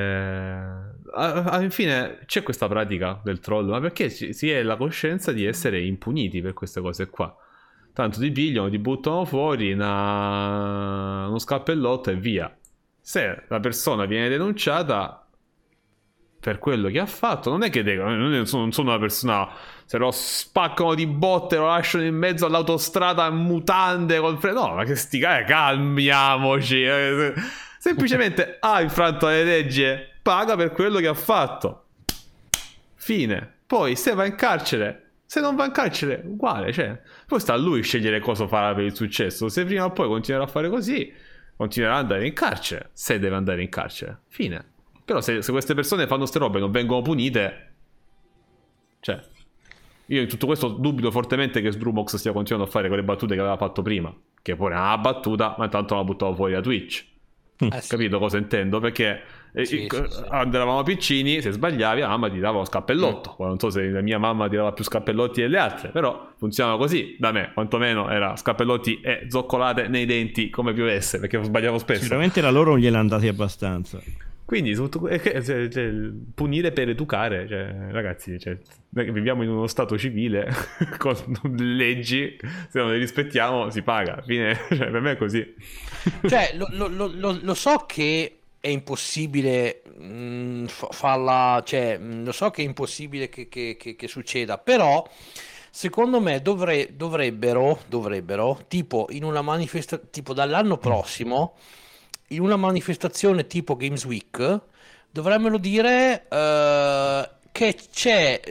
Alla fine c'è questa pratica del troll, ma perché si è la coscienza di essere impuniti per queste cose qua. Tanto ti pigliano, ti buttano fuori uno scappellotto e via. Se la persona viene denunciata per quello che ha fatto, non è che non sono una persona, se lo spaccano di botte, lo lasciano in mezzo all'autostrada in mutande no, ma che calmiamoci. Semplicemente ha infranto le leggi, paga per quello che ha fatto, fine. Poi se va in carcere, se non va in carcere, uguale, cioè poi sta a lui scegliere cosa farà per il successo. Se prima o poi continuerà a fare così, continuerà ad andare in carcere, se deve andare in carcere, fine. Però se queste persone fanno ste robe e non vengono punite, cioè, io in tutto questo dubito fortemente che Sdrumox stia continuando a fare quelle battute che aveva fatto prima, che pure è una battuta, ma intanto la buttava fuori da Twitch. Sì. Capito cosa intendo? Perché quando eravamo piccini, se sbagliavi la mamma ti dava lo scappellotto. Non so se la mia mamma tirava più scappellotti delle altre, però funzionava così da me, quantomeno era scappellotti e zoccolate nei denti come piovesse, perché sbagliavo spesso. Sicuramente la loro non gliel'ha andati abbastanza. Quindi punire per educare, cioè, ragazzi, cioè, noi viviamo in uno stato civile con leggi, se non le rispettiamo si paga, fine. Cioè, per me è così. Cioè, lo so che è impossibile farla, cioè, lo so che è impossibile che succeda, però secondo me dovrebbero, tipo in una manifestazione, tipo dall'anno prossimo, in una manifestazione tipo Games Week, dovrebbero dire che c'è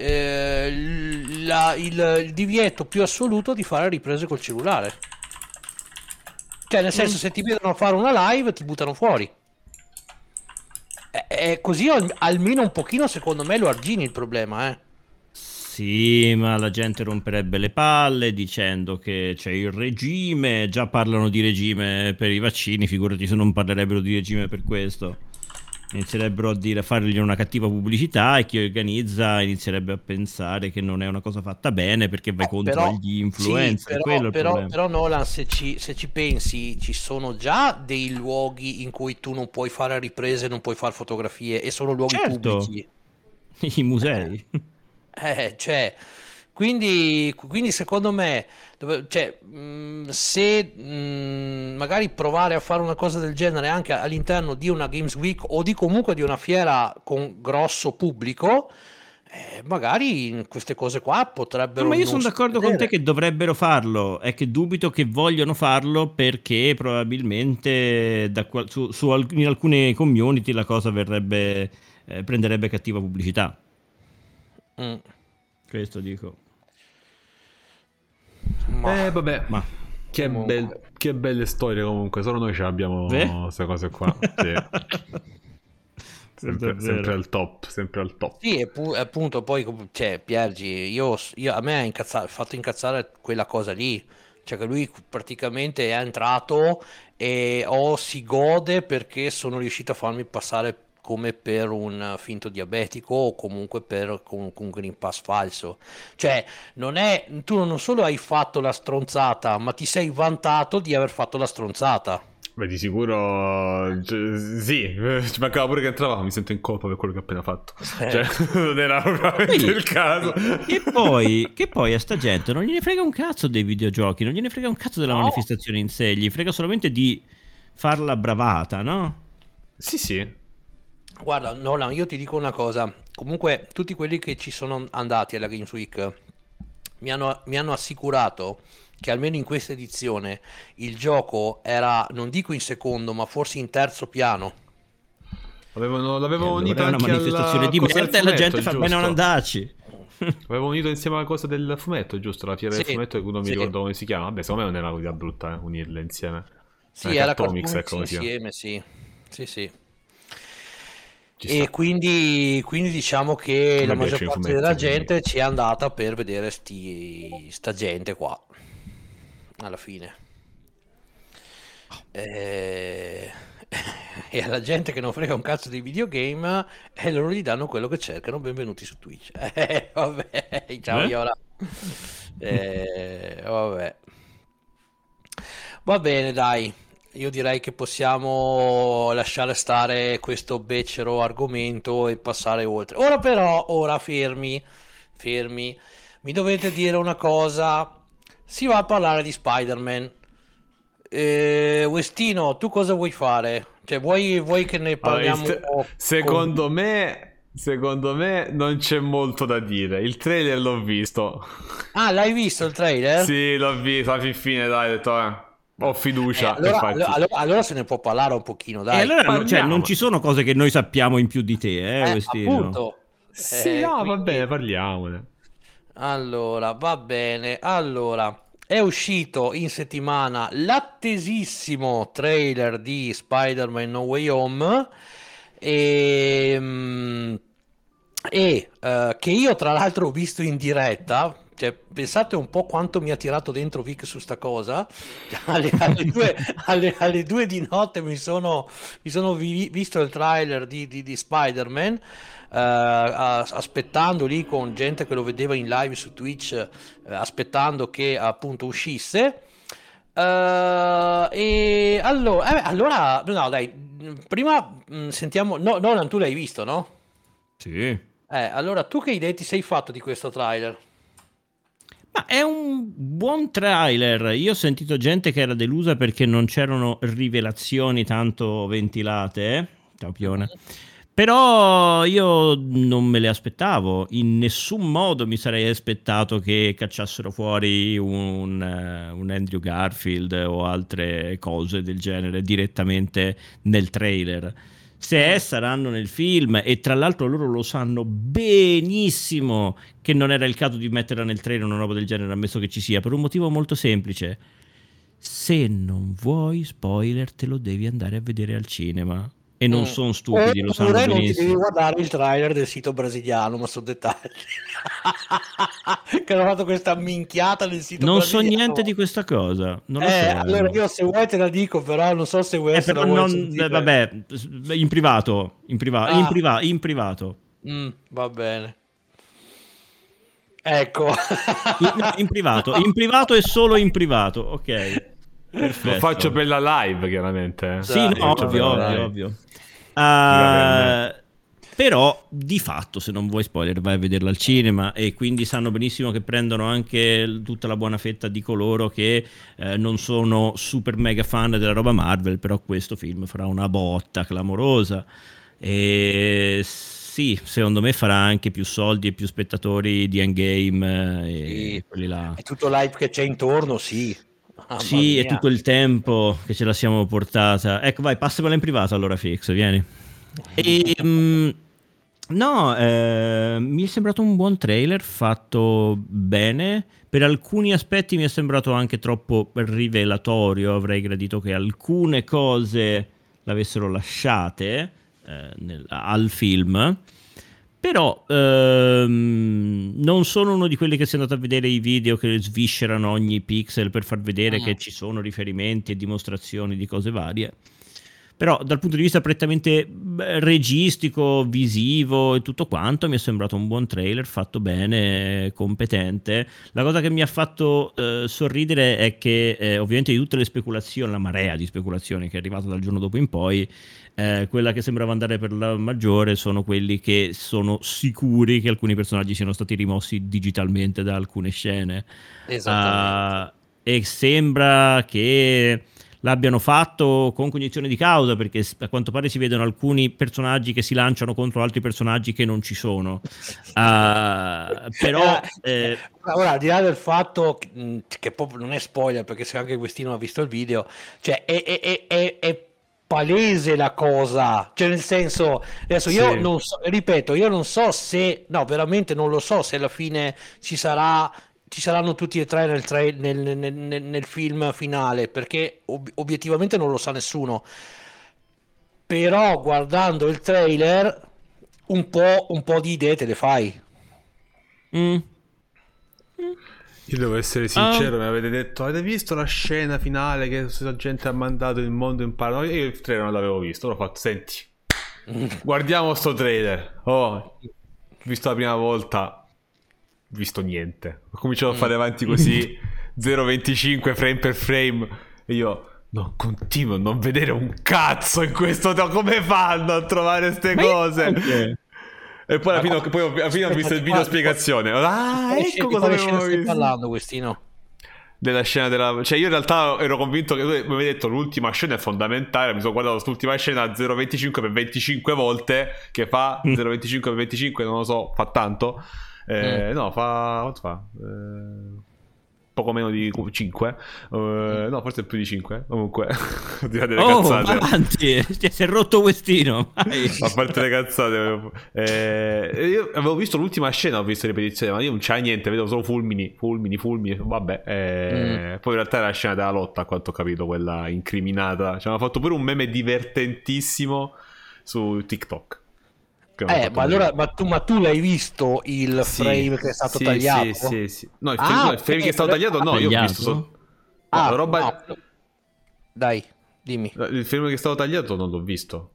il divieto più assoluto di fare riprese col cellulare. Cioè, nel senso, se ti vedono fare una live, ti buttano fuori. Così almeno un pochino, secondo me, lo argini il problema, Sì, ma la gente romperebbe le palle dicendo che c'è il regime, già parlano di regime per i vaccini, figurati se non parlerebbero di regime per questo. Inizierebbero a fargli una cattiva pubblicità e chi organizza inizierebbe a pensare che non è una cosa fatta bene perché vai contro gli influencer. Sì, però Nolan, se ci pensi, ci sono già dei luoghi in cui tu non puoi fare riprese, non puoi fare fotografie e sono luoghi pubblici. I musei. Cioè, quindi secondo me, se magari provare a fare una cosa del genere anche all'interno di una Games Week o di comunque di una fiera con grosso pubblico, magari queste cose qua potrebbero... Ma io sono d'accordo con te che dovrebbero farlo, è che dubito che vogliono farlo perché probabilmente in alcune community la cosa prenderebbe cattiva pubblicità. Questo dico. Vabbè, ma che belle storie comunque. Solo noi ce l'abbiamo queste cose qua. Sì. sempre al top, sempre al top. Sì, appunto, poi cioè, Piergi, a me ha fatto incazzare quella cosa lì. Cioè che lui praticamente è entrato e si gode perché sono riuscito a farmi passare come per un finto diabetico o comunque con un Green Pass falso. Cioè, tu non solo hai fatto la stronzata, ma ti sei vantato di aver fatto la stronzata. Beh, di sicuro sì, ci mancava pure che entravamo, mi sento in colpa per quello che ho appena fatto. Cioè, non era veramente il caso. Che poi a sta gente non gliene frega un cazzo dei videogiochi, non gliene frega un cazzo della manifestazione in sé, gli frega solamente di farla bravata, no? Sì. Guarda, Nolan, io ti dico una cosa. Comunque, tutti quelli che ci sono andati alla Games Week mi hanno assicurato che almeno in questa edizione il gioco era, non dico in secondo, ma forse in terzo piano. L'avevano unito anche una manifestazione di merda e la gente fa bene a non andarci. Avevo unito insieme alla cosa del fumetto, giusto? La fiera del Sì, fumetto, che non mi sì. ricordo come si chiama. Vabbè, secondo me non era una cosa brutta, unirle insieme. Sì, Anche era Atomics, Cartoonix ecco come si chiama. insieme, sì. Sì, sì. Ci E sta. quindi diciamo che A la me maggior piacciono i parte fumetti, della quindi... gente ci è andata per vedere sta gente qua, alla fine. E... e alla gente che non frega un cazzo di videogame, e loro gli danno quello che cercano. Benvenuti su Twitch. Vabbè, ciao Eh? Iola. Vabbè. Va bene, dai. Io direi che possiamo lasciare stare questo becero argomento e passare oltre. Ora però, ora fermi, fermi. Mi dovete dire una cosa. Si va a parlare di Spider-Man. Westino, tu cosa vuoi fare? Cioè, vuoi che ne Allora, parliamo con... secondo me non c'è molto da dire. Il trailer l'ho visto. Ah, l'hai visto il trailer? Sì, l'ho visto. Alla fine, dai, ho detto, ho fiducia. Allora, Infatti, allora se ne può parlare un pochino, E dai. allora cioè, non parliamo. ci sono cose che noi sappiamo in più di te, Questino. Appunto. Sì, no, va bene, Quindi, parliamone. allora, va bene. Allora, è uscito in settimana l'attesissimo trailer di Spider-Man No Way Home e, che io tra l'altro ho visto in diretta. Cioè, pensate un po' quanto mi ha tirato dentro Vic su sta cosa. Alle 2 di notte mi sono visto il trailer di Spider-Man, aspettando lì con gente che lo vedeva in live su Twitch, aspettando che appunto uscisse. E allora, no, dai, prima sentiamo. No, Nolan, tu l'hai visto, no? Sì. Allora tu che idee ti sei fatto di questo trailer? Ma è un buon trailer. Io ho sentito gente che era delusa perché non c'erano rivelazioni tanto ventilate, Ciao Pione. Però io non me le aspettavo. In nessun modo mi sarei aspettato che cacciassero fuori un Andrew Garfield o altre cose del genere direttamente nel trailer. Se saranno nel film, e tra l'altro loro lo sanno benissimo che non era il caso di metterla nel trailer una roba del genere, ammesso che ci sia, per un motivo molto semplice. Se non vuoi spoiler, te lo devi andare a vedere al cinema. E non sono stupidi, lo sanno Oppure non ti devi benissimo. guardare il trailer del sito brasiliano, ma sono dettagli. Che hanno fatto questa minchiata nel sito Non so niente brasiliano. di questa cosa, non lo so. Allora io se vuoi te la dico, però non so se Però la vuoi non, sentire. vabbè, in privato, Ah, in privato. va bene. Ecco. No, in privato e solo in privato, ok. Lo faccio Perfetto. per la live, chiaramente. Sì, Esatto. no, Lo faccio per ovvio, la ovvio, live. ovvio. Sicuramente. Però di fatto, se non vuoi spoiler, vai a vederlo al cinema, e quindi sanno benissimo che prendono anche tutta la buona fetta di coloro che non sono super mega fan della roba Marvel, però questo film farà una botta clamorosa. E sì, secondo me farà anche più soldi e più spettatori di Endgame, Sì. e quelli là. E tutto l'hype che c'è intorno, sì. Mamma Sì, è mia. tutto il tempo che ce la siamo portata. Ecco, vai, passamela in privato allora, Fix, vieni. E, no, mi è sembrato un buon trailer fatto bene. Per alcuni aspetti mi è sembrato anche troppo rivelatorio. Avrei gradito che alcune cose l'avessero lasciate al film. Però non sono uno di quelli che si è andato a vedere i video che sviscerano ogni pixel per far vedere che Mm. ci sono riferimenti e dimostrazioni di cose varie. Però dal punto di vista prettamente registico, visivo e tutto quanto, mi è sembrato un buon trailer, fatto bene, competente. La cosa che mi ha fatto sorridere è che ovviamente di tutte le speculazioni, la marea di speculazioni che è arrivata dal giorno dopo in poi, quella che sembrava andare per la maggiore sono quelli che sono sicuri che alcuni personaggi siano stati rimossi digitalmente da alcune scene. Esattamente. E sembra che l'abbiano fatto con cognizione di causa, perché a quanto pare si vedono alcuni personaggi che si lanciano contro altri personaggi che non ci sono. Però Ora, al di là del fatto che proprio non è spoiler, perché se anche quest'uno ha visto il video, cioè è palese la cosa, cioè nel senso, adesso io Sì. non so, ripeto, io non so se, no, veramente non lo so se alla fine ci saranno tutti e tre nel film finale, perché obiettivamente non lo sa nessuno, però guardando il trailer un po' di idee te le fai. Mm. Mm. Io devo essere Ah. sincero, mi avete detto, avete visto la scena finale che questa gente ha mandato il mondo in paranoia? Io il trailer non l'avevo visto, l'ho fatto, senti, guardiamo sto trailer. Oh, visto la prima volta, visto niente. Ho cominciato a fare avanti così, 0,25 frame per frame, e io non continuo a non vedere un cazzo in questo. Come fanno a trovare ste Ma io cose? anche. E poi alla Ma fine, come- poi alla fine ho Aspetta, visto il video spiegazione. Ah, ecco di cosa quale scena avevamo stai visto. parlando, Questino? Della scena della... Cioè io in realtà ero convinto che tu mi avevi detto l'ultima scena è fondamentale. Mi sono guardato quest'ultima scena 0,25 per 25 volte, che fa 0,25 per 25, non lo so, fa tanto. Mm. No, fa... Quanto fa? Poco meno di 5. No, forse più di 5. Comunque, ho detto delle Oh, cazzate. avanti, si è rotto Questino. Vai. A parte le cazzate, io avevo visto l'ultima scena, ho visto ripetizione, ma io non c'è niente, vedo solo fulmini, vabbè. Mm. Poi in realtà è la scena della lotta, a quanto ho capito, quella incriminata. Ci hanno fatto pure un meme divertentissimo su TikTok. Che hanno fatto Ma allora, vedere. ma tu l'hai visto il Sì, frame che è stato sì, sì, tagliato? sì, sì. No, Ah, il frame che è ok. stato tagliato, no, io ho visto Tagliato? No, la No. roba... Dai, dimmi. Il film che è stato tagliato non l'ho visto.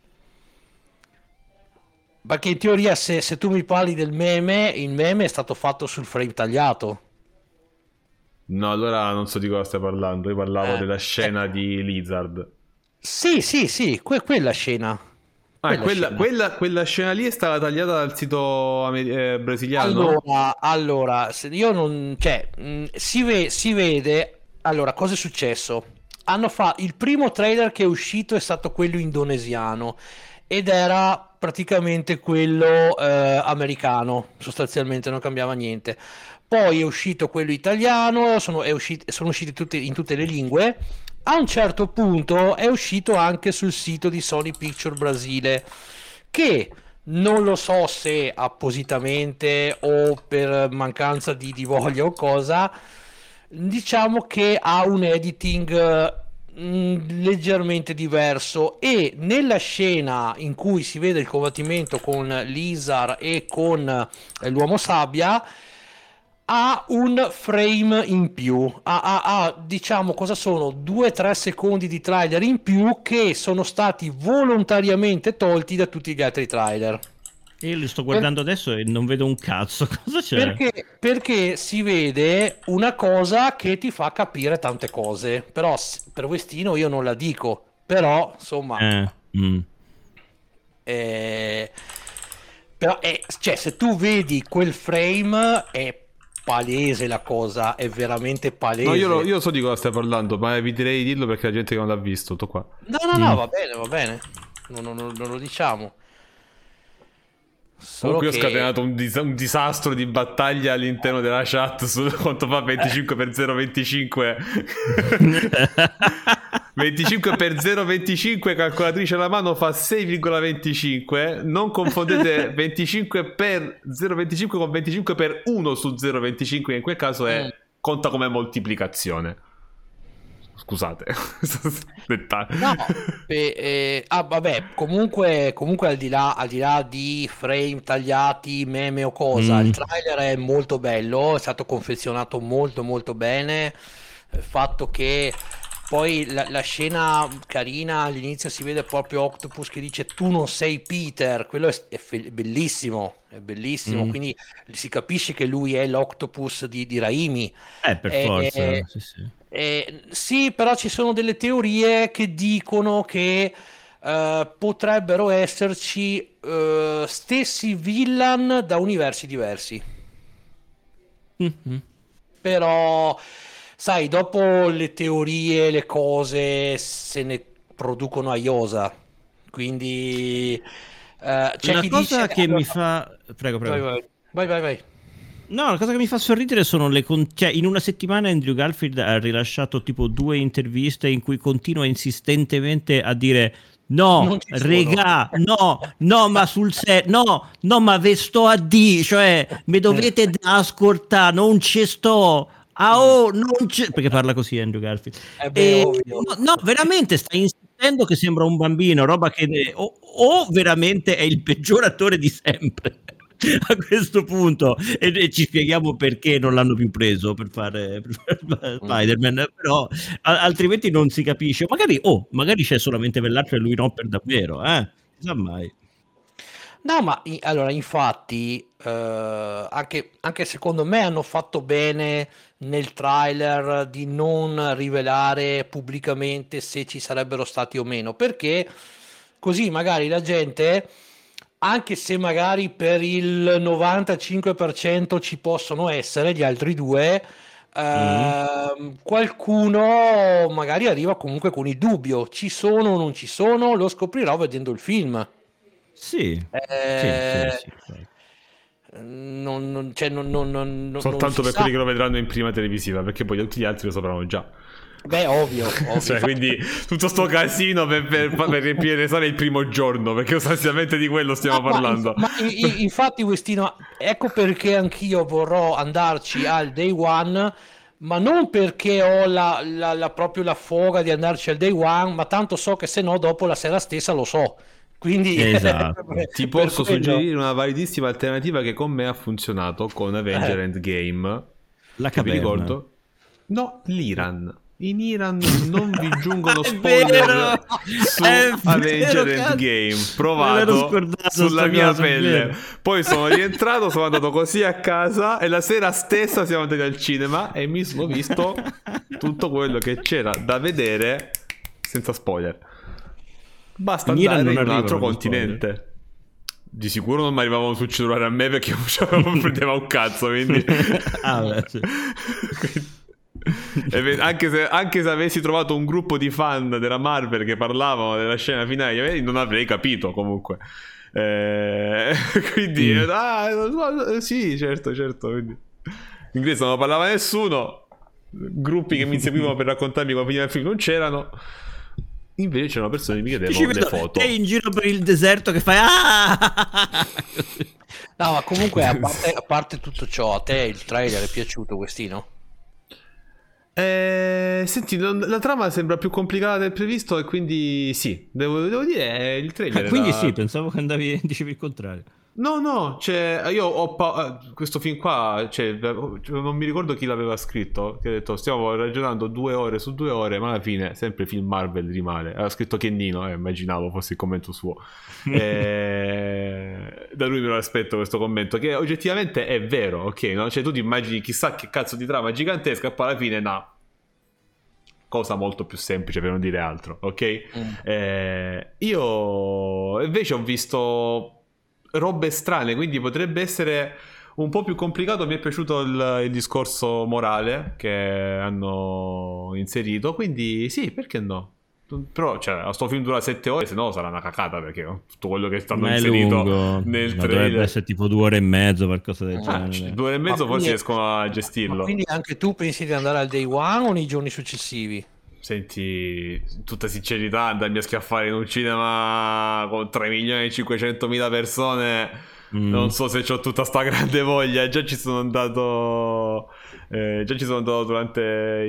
Perché in teoria se tu mi parli del meme, il meme è stato fatto sul frame tagliato. No, allora non so di cosa stai parlando. Io parlavo della Eh, scena di Lizard. sì, sì, sì, quella scena. Ah, e Quella scena. quella scena lì è stata tagliata dal sito brasiliano? Allora, se io non, cioè, si vede, allora, cosa è successo? Il primo trailer che è uscito è stato quello indonesiano ed era praticamente quello americano, sostanzialmente non cambiava niente. Poi è uscito quello italiano, sono usciti in tutte le lingue. A un certo punto è uscito anche sul sito di Sony Picture Brasile, che non lo so se appositamente o per mancanza di voglia o cosa, diciamo che ha un editing leggermente diverso e nella scena in cui si vede il combattimento con Lizar e con l'uomo sabbia ha un frame in più, diciamo cosa sono 2-3 secondi di trailer in più che sono stati volontariamente tolti da tutti gli altri trailer. Io li sto Per- guardando adesso e non vedo un cazzo. Cosa c'è? perché si vede una cosa che ti fa capire tante cose, però per Westino io non la dico, però insomma, Eh, mm. eh, però cioè, se tu vedi quel frame è palese la cosa, è veramente No, palese. io so di cosa stai parlando, ma eviterei di dirlo perché la gente che non l'ha visto, tutto qua. No, no, no, Mm. va bene, va bene. Non lo diciamo. Solo Comunque io ho che scatenato un disastro di battaglia all'interno della chat su quanto fa 25 per 0,25. 25 per 0,25 calcolatrice alla mano fa 6,25. Non confondete 25 per 0,25 con 25 per 1 su 0,25, che in quel caso mm, conta come moltiplicazione. Scusate. Dettagli. no, vabbè, comunque al di là di frame tagliati, meme o cosa, il Mm. trailer è molto bello, è stato confezionato molto molto bene. Il fatto che poi la scena carina all'inizio si vede proprio Octopus che dice tu non sei Peter, quello è bellissimo, Mm. quindi si capisce che lui è l'Octopus di Raimi. Per forza. Sì, sì. Sì, però ci sono delle teorie che dicono che potrebbero esserci stessi villain da universi diversi. Mhm. Però, sai, dopo le teorie, le cose se ne producono a iosa. Quindi c'è La chi dice. cosa che mi Allora, fa... Prego, vai, prego. vai, vai, vai, vai. No, la cosa che mi fa sorridere sono cioè, in una settimana Andrew Garfield ha rilasciato tipo 2 interviste in cui continua insistentemente a dire Non no, ci sono. regà, no, no, ma sul serio, no, no, ma ve sto a di, cioè, mi dovete ascoltare, non ci sto. Ah, oh, non c'è, perché parla così Andrew Garfield. Eh beh, E, ovvio. no, veramente sta insistendo che sembra un bambino, roba che o veramente è il peggior attore di sempre a questo punto, e ci spieghiamo perché non l'hanno più preso per fare Spider-Man, però altrimenti non si capisce. Magari c'è solamente Bellaccio e lui no per davvero, non sa mai. No, ma allora, infatti, anche secondo me hanno fatto bene nel trailer di non rivelare pubblicamente se ci sarebbero stati o meno, perché così magari la gente, anche se magari per il 95% ci possono essere gli altri due, Mm. qualcuno magari arriva comunque con il dubbio, ci sono o non ci sono, lo scoprirò vedendo il film. Sì, sì, sì, Eh, sì, infatti. cioè, non Soltanto si per sa. quelli che lo vedranno in prima televisiva, perché poi tutti gli altri lo sapranno già. Beh, ovvio, ovvio. Cioè, quindi tutto sto casino per riempire le sale il primo giorno, perché sostanzialmente di quello stiamo parlando. Infatti, Westino, ecco perché anch'io vorrò andarci al day one, ma non perché ho proprio la foga di andarci al day one, ma tanto so che se no dopo la sera stessa lo so. Quindi, Esatto. Ti per posso quello. suggerire una validissima alternativa che con me ha funzionato con Avenger Eh, Endgame, La che vi caverna. ricordo. No, l'Iran. In Iran non vi giungono È vero, spoiler su è Avenger vero, cazzo. Endgame. Me l'ero Provato scordato sulla sta mia cosa, è pelle. vero. Poi sono rientrato, sono andato così a casa e la sera stessa siamo andati al cinema e mi sono visto tutto quello che c'era da vedere senza spoiler. Basta In Iran andare non in un altro arrivano gli spoiler. continente. Di sicuro non mi arrivavano sul cellulare a me perché non prendeva un cazzo, quindi... Ah, beh, sì. Anche se avessi trovato un gruppo di fan della Marvel che parlavano della scena finale, non avrei capito comunque. Quindi, sì, certo, certo. Quindi. In inglese non parlava nessuno. Gruppi che mi seguivano per raccontarmi come finiva il film non c'erano. Invece c'erano persone che mi Io ci chiedevano le vedo foto. te in giro per il deserto che fai No, ma comunque, a parte tutto ciò, a te il trailer è piaciuto, Questino? Senti, la trama sembra più complicata del previsto e quindi sì, devo dire, il trailer Quindi sì, era... pensavo che dicevi il contrario. No, cioè, io questo film qua, cioè, non mi ricordo chi l'aveva scritto, che ha detto stiamo ragionando 2 ore su 2 ore, ma alla fine sempre film Marvel rimane. Aveva scritto Kennino, immaginavo fosse il commento suo. Da lui me lo aspetto questo commento, che oggettivamente è vero, ok? No? Cioè tu ti immagini chissà che cazzo di trama gigantesca e poi alla fine no. Cosa molto più semplice per non dire altro, ok? Io invece ho visto robe strane, quindi potrebbe essere un po' più complicato. Mi è piaciuto il discorso morale che hanno inserito, quindi sì, perché no? Però, cioè, sto film dura 7 ore, se no sarà una cacata perché tutto quello che stanno Ma è inserito lungo, nel ma dovrebbe trailer. essere tipo 2 ore e mezzo, qualcosa del genere. 2 ore e Ma mezzo forse quindi, riescono a ma gestirlo. quindi anche tu pensi di andare al day one o nei giorni successivi? Senti, in tutta sincerità, andarmi a schiaffare in un cinema con 3.500.000 persone, non Mm. so se ho tutta sta grande voglia. Già ci sono andato. Già ci sono andato durante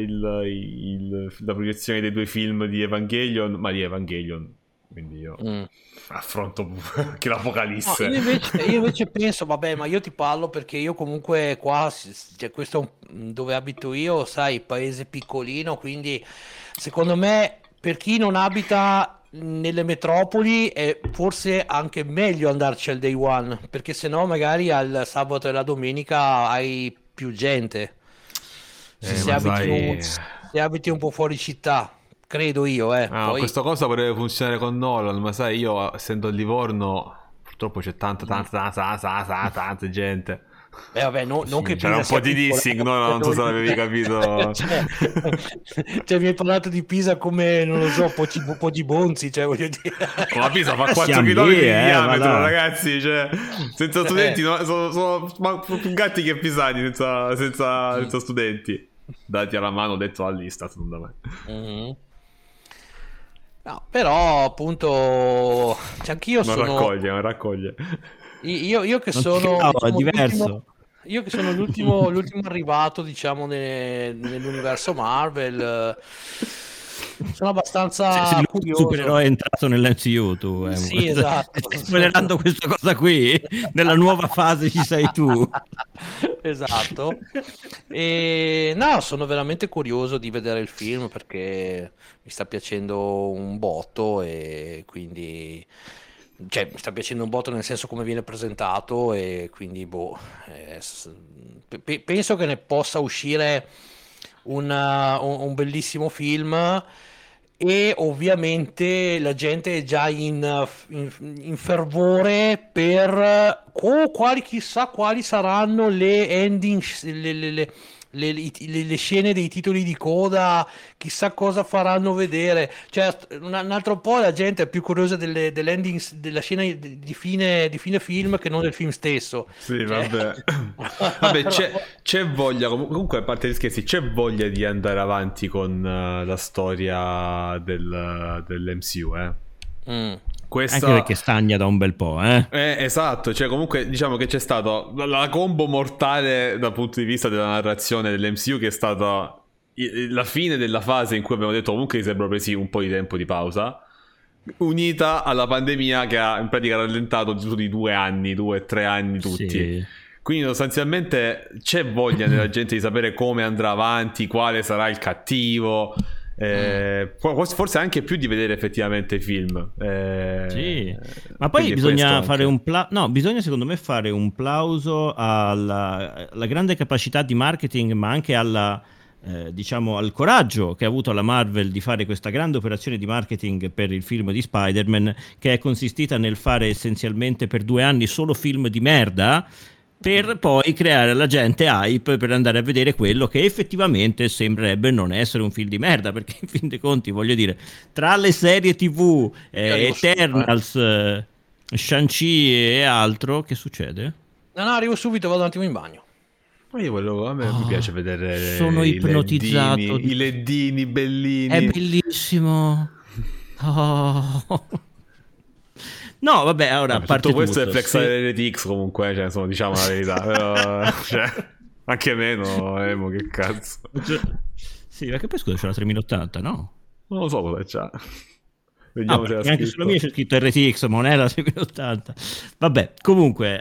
la proiezione dei 2 film di Evangelion. Ma di Evangelion. Quindi io Mm. affronto anche No, l'Apocalisse. io invece penso, vabbè, ma io ti parlo perché io comunque qua, cioè, questo è dove abito io, sai, paese piccolino, quindi secondo me per chi non abita nelle metropoli è forse anche meglio andarci al day one, perché sennò magari al sabato e la domenica hai più gente. Se Ma abiti sai. se abiti un po' fuori città, credo io, Ah, poi... questa cosa potrebbe funzionare con Nolan, ma sai, io essendo a Livorno, purtroppo c'è tanta gente. Vabbè, non che c'era un Pisa po' di sia dissing, piccola, no? Non so se l'avevi capito. cioè, mi hai parlato di Pisa come, non lo so, Poci Bonzi, cioè, voglio dire. Ma Pisa fa 4 Siamo km lì, di diametro, va là. ragazzi. Cioè, senza studenti sono più gatti che pisani senza studenti. Dati alla mano, detto all'Istat, non da me. Mhm. No, però appunto, cioè, anch'io Non sono raccoglie. io che Non ti sono, cavo, è diciamo, diverso. io che sono l'ultimo arrivato, diciamo, nell'universo Marvel, sono Sei abbastanza l'ultimo curioso. supereroe entrato nell'MCU, tu. Sì, esatto. Stai spoilerando questa cosa qui? Nella nuova fase ci sei tu. Esatto. E no, sono veramente curioso di vedere il film perché mi sta piacendo un botto e quindi, cioè, mi sta piacendo un botto nel senso come viene presentato e quindi, boh, penso che ne possa uscire un bellissimo film. E ovviamente la gente è già in fervore per chissà quali saranno le ending, le scene dei titoli di coda, chissà cosa faranno vedere. Cioè, un altro po' la gente è più curiosa dell'ending, della scena di fine film che non del film stesso. Sì, Cioè, vabbè. Vabbè, c'è voglia, comunque a parte gli scherzi, c'è voglia di andare avanti con la storia dell'MCU, eh. Mm. Anche perché stagna da un bel po', eh? Esatto, cioè comunque diciamo che c'è stata la combo mortale dal punto di vista della narrazione dell'MCU, che è stata la fine della fase in cui abbiamo detto comunque si sarebbero presi un po' di tempo di pausa, unita alla pandemia che ha in pratica rallentato di 2 anni, 2 o 3 anni tutti. Sì. Quindi sostanzialmente c'è voglia nella gente di sapere come andrà avanti, quale sarà il cattivo. Forse anche più di vedere effettivamente i film. Sì. Ma poi bisogna fare bisogna secondo me fare un plauso alla grande capacità di marketing, ma anche diciamo al coraggio che ha avuto la Marvel di fare questa grande operazione di marketing per il film di Spider-Man, che è consistita nel fare essenzialmente per 2 anni solo film di merda, per poi creare alla gente hype per andare a vedere quello che effettivamente sembrerebbe non essere un film di merda, perché in fin dei conti, voglio dire, tra le serie TV, Eternals, Shang-Chi e altro, che succede? No, arrivo subito, vado un attimo in bagno. Ma a me mi piace vedere sono ipnotizzato i leddini bellini. È bellissimo. No, vabbè, ora a parte tutto questo tutto, è flexare RTX comunque, cioè, insomma, diciamo la verità. Però, cioè, anche meno, Emo, che cazzo. Sì, perché poi scusa c'è la 3080, no? Non lo so cosa c'ha. Vediamo se Anche scritto. sulla mia c'è scritto RTX, ma non è la 3080. Vabbè, comunque,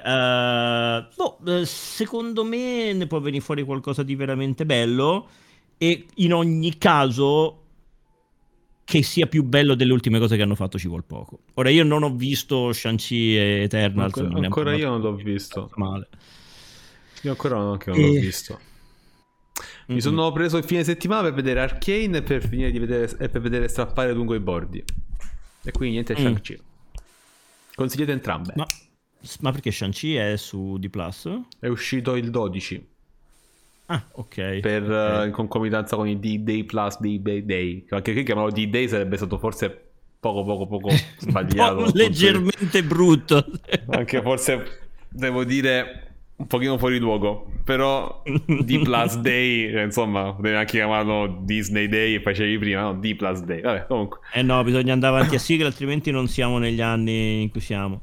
secondo me ne può venire fuori qualcosa di veramente bello, e in ogni caso che sia più bello delle ultime cose che hanno fatto ci vuol poco. Ora, io non ho visto Shang-Chi e Eternals. Ancora io non l'ho visto. Male. Io ancora non l'ho visto. Mi sono preso il fine settimana per vedere Arcane e per finire di vedere Strappare lungo i bordi. E quindi niente Shang-Chi. Consigliate entrambe. Ma perché Shang-Chi è su D+? È uscito il 12. Ah, ok. In concomitanza con i D-Day Plus D-Day. Anche qui chiamarlo D-Day sarebbe stato forse poco sbagliato. Leggermente brutto. Anche forse, devo dire, un pochino fuori luogo. Però D Plus Day, insomma, potevi anche chiamarlo Disney Day e facevi prima, no? D Plus Day. Vabbè, comunque. No, bisogna andare avanti a sigla, altrimenti non siamo negli anni in cui siamo.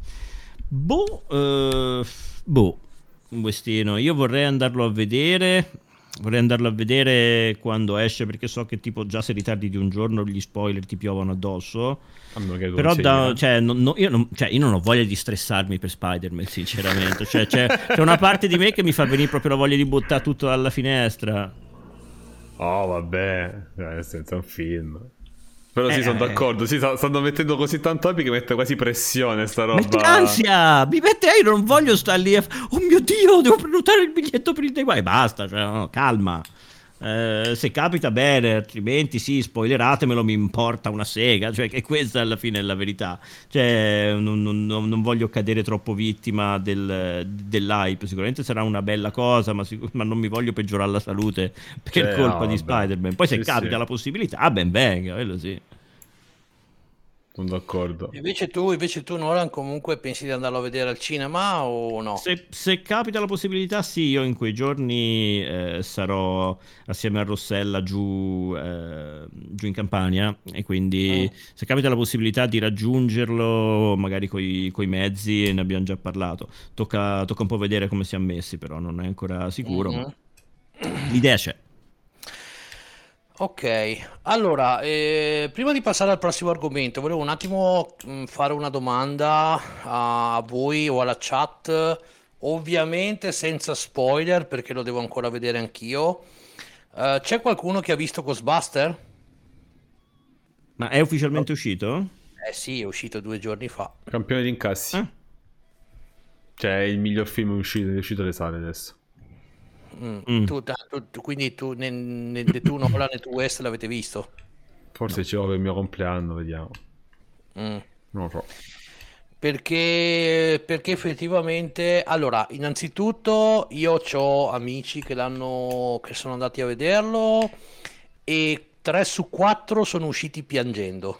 Un Westino, io vorrei andarlo a vedere quando esce, perché so che tipo già se ritardi di un giorno gli spoiler ti piovono addosso. Però io non ho voglia di stressarmi per Spider-Man, sinceramente. C'è una parte di me che mi fa venire proprio la voglia di buttare tutto dalla finestra. Oh vabbè, senza un film. Però sì, sono d'accordo. Sì, stanno mettendo così tanto api che mette quasi pressione sta roba. Mette ansia! Mi mette, io non voglio stare lì. Oh mio Dio, devo prenotare il biglietto per il day one. E basta, cioè, no, calma. Se capita bene, altrimenti sì, spoileratemelo, mi importa una sega, cioè che questa alla fine è la verità. Cioè, non voglio cadere troppo vittima dell'hype, sicuramente sarà una bella cosa, ma non mi voglio peggiorare la salute per Cioè, colpa no, di vabbè. Spider-Man. Poi se Sì, capita sì, la possibilità, ben venga, quello sì. sono d'accordo. Invece tu, Nolan, comunque pensi di andarlo a vedere al cinema o no? Se capita la possibilità, sì, io in quei giorni sarò assieme a Rossella giù in Campania e quindi Mm, se capita la possibilità di raggiungerlo, magari coi mezzi, ne abbiamo già parlato. Tocca un po' vedere come siamo messi, però non è ancora sicuro, ma mhm. l'idea c'è. Ok, allora, prima di passare al prossimo argomento, volevo un attimo fare una domanda a voi o alla chat, ovviamente senza spoiler perché lo devo ancora vedere anch'io. C'è qualcuno che ha visto Ghostbuster? Ma è ufficialmente uscito? Eh sì, è uscito 2 giorni fa. Campione di incassi. Ah, Cioè, è il miglior film è uscito alle sale adesso. mm. Quindi né tu Nolan né tu West l'avete visto? Forse ce l'ho per il mio compleanno, vediamo. Mm. Non lo so. Perché effettivamente, allora, innanzitutto io ho amici che sono andati a vederlo e 3 su 4 sono usciti piangendo.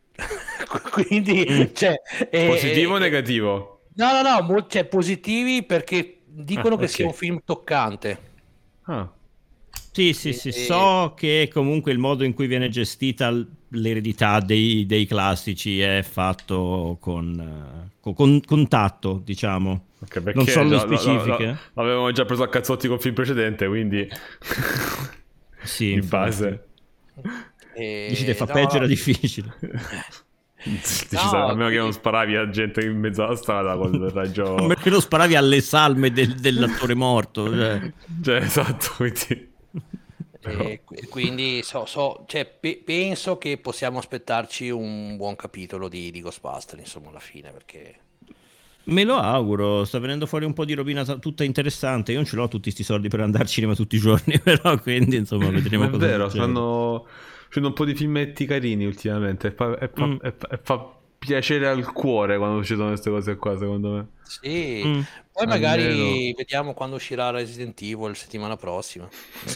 Mm. Quindi, cioè, Positivo o negativo? no, no, no, cioè, positivi perché Ah, dicono che ok. sia un film toccante. Ah, Sì, sì, sì, E- so che comunque il modo in cui viene gestita l'eredità dei classici è fatto con tatto, diciamo. ok, Non so perché le specifiche. l'avevamo già preso a cazzotti con il film precedente, quindi Sì, di infatti. base. Dici te fa no, peggio, era no, difficile. no, A meno che non sparavi a gente in mezzo alla strada con il A raggio. meno che non sparavi alle salme dell'attore morto. Cioè. Cioè, esatto, quindi. Però. quindi cioè, penso che possiamo aspettarci un buon capitolo di Ghostbuster, insomma, alla fine, perché... Me lo auguro, sta venendo fuori un po' di robina tutta interessante. Io non ce l'ho tutti sti soldi per andare al cinema tutti i giorni, però quindi insomma vedremo È cosa vero, succede. stanno uscendo un po' di filmetti carini ultimamente. Mm, E fa piacere al cuore quando succedono queste cose qua, secondo me. Sì, mm. poi Almeno. magari vediamo quando uscirà Resident Evil settimana prossima.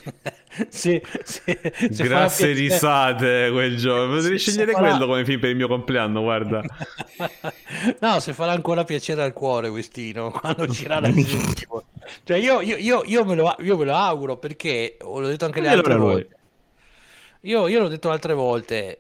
Se farà Grasse piacere, risate quel giorno. Potrei se scegliere farà... quello come film per il mio compleanno, guarda. No, se farà ancora piacere al cuore questino quando uscirà Resident Evil. Cioè io me lo auguro perché, l'ho detto anche le E allora altre lui. volte, io l'ho detto altre volte,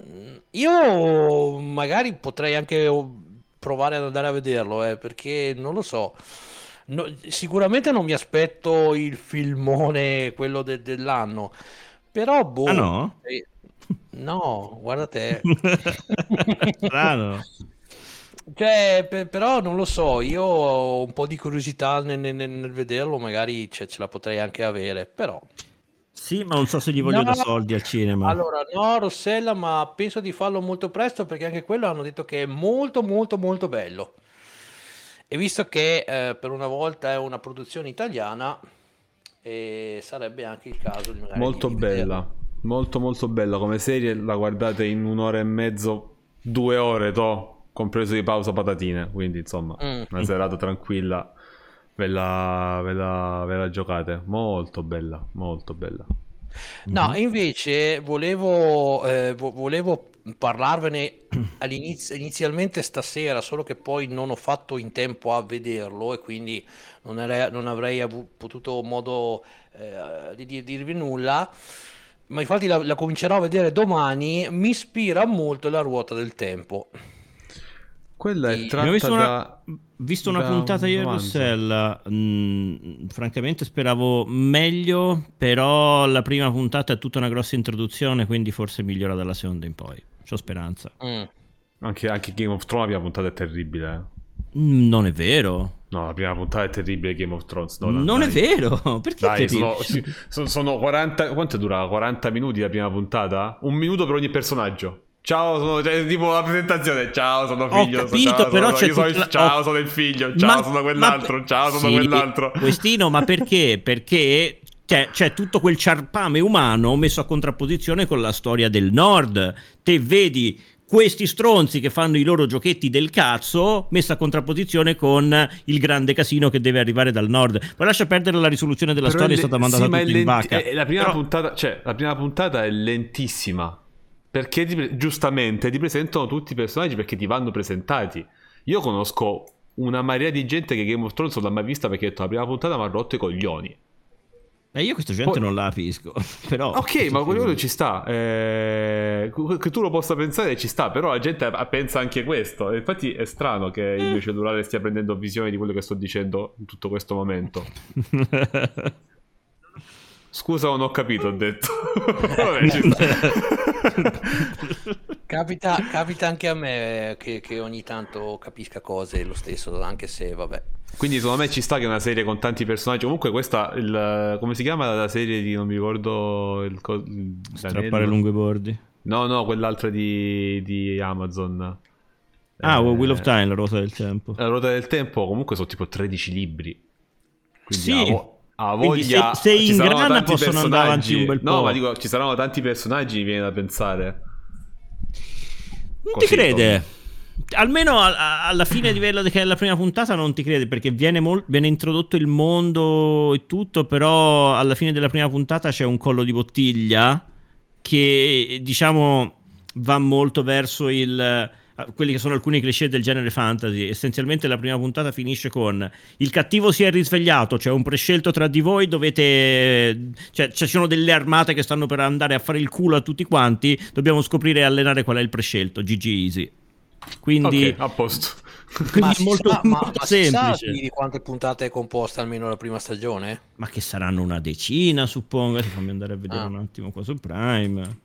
io magari potrei anche provare ad andare a vederlo, perché non lo so. Sicuramente non mi aspetto il filmone, quello dell'anno, però Ah boh, no? no, guarda te. Strano. Cioè, però non lo so, io ho un po' di curiosità nel vederlo, magari ce la potrei anche avere, però... Sì, ma non so se gli voglio No, da soldi al cinema. allora no, Rossella, ma penso di farlo molto presto perché anche quello hanno detto che è molto molto molto bello. E visto che per una volta è una produzione italiana, sarebbe anche il caso di magari Molto di vederlo. bella. Molto molto bella come serie. La guardate in un'ora e mezzo, 2 ore, compreso di pausa patatine. Quindi, insomma, Mm. una serata tranquilla. Ve la giocate. Molto bella, molto bella. No, Mhm. e invece volevo parlarvene inizialmente stasera, solo che poi non ho fatto in tempo a vederlo e quindi non avrei potuto modo di dirvi nulla. Ma infatti la comincerò a vedere domani. Mi ispira molto La ruota del tempo. Quella è Di... Abbiamo tratta visto una da puntata un io e romanzo. Rossella. Francamente speravo meglio, però la prima puntata è tutta una grossa introduzione, quindi forse migliora dalla seconda in poi. C'ho speranza. Mm. Anche Game of Thrones, la prima puntata è terribile. Non è vero. No, la prima puntata è terribile. Game of Thrones, Nolan, Non è dai. vero. Perché è Dai, terribile? sono 40. Quanto dura? 40 minuti la prima puntata? Un minuto per ogni personaggio. Ciao, cioè, tipo la presentazione. Ciao, sono Ho figlio. capito, però c'è Io sono tutta la... ciao, sono il figlio. Ma, Ciao, sono quell'altro. Ciao, sono sì, quell'altro. Questino, ma perché? Perché c'è tutto quel ciarpame umano messo a contrapposizione con la storia del Nord. Te vedi questi stronzi che fanno i loro giochetti del cazzo messa a contrapposizione con il grande casino che deve arrivare dal Nord. Poi lascia perdere la risoluzione della storia, è stata mandata tutta in vacca. La prima puntata è lentissima, perché giustamente ti presentano tutti i personaggi, perché ti vanno presentati. Io conosco una marea di gente che Game of Thrones non l'ha mai vista, perché la prima puntata mi ha rotto i coglioni. Io questa gente non la capisco, però... Ok, ma quello ci sta. Che tu lo possa pensare ci sta, però la gente pensa anche questo. Infatti è strano che il mio cellulare stia prendendo visione di quello che sto dicendo in tutto questo momento. Scusa, non ho capito, ho detto. Vabbè, ci sta. Capita anche a me che ogni tanto capisca cose lo stesso, anche se vabbè. Quindi secondo me ci sta che è una serie con tanti personaggi. Comunque questa, come si chiama la serie di, non mi ricordo Strappare lungo i bordi. No, quell'altra di Amazon. Wheel of Time, la ruota del tempo. La ruota del tempo comunque sono tipo 13 libri. Quindi sì. a voglia, se in grana possono andare avanti un bel po'. No, ma dico, ci saranno tanti personaggi, mi viene da pensare. Non ti crede? Almeno alla fine di quella che è la prima puntata non ti crede, perché viene introdotto il mondo e tutto, però alla fine della prima puntata c'è un collo di bottiglia che, diciamo, va molto verso quelli che sono alcuni cliché del genere fantasy. Essenzialmente la prima puntata finisce con: il cattivo si è risvegliato, c'è un prescelto tra di voi, ci sono delle armate che stanno per andare a fare il culo a tutti quanti, dobbiamo scoprire e allenare qual è il prescelto. GG easy. Quindi a posto. Ma molto semplice. Si sa di quante puntate è composta almeno la prima stagione? Ma che saranno una decina, suppongo. Fammi andare a vedere un attimo qua su Prime.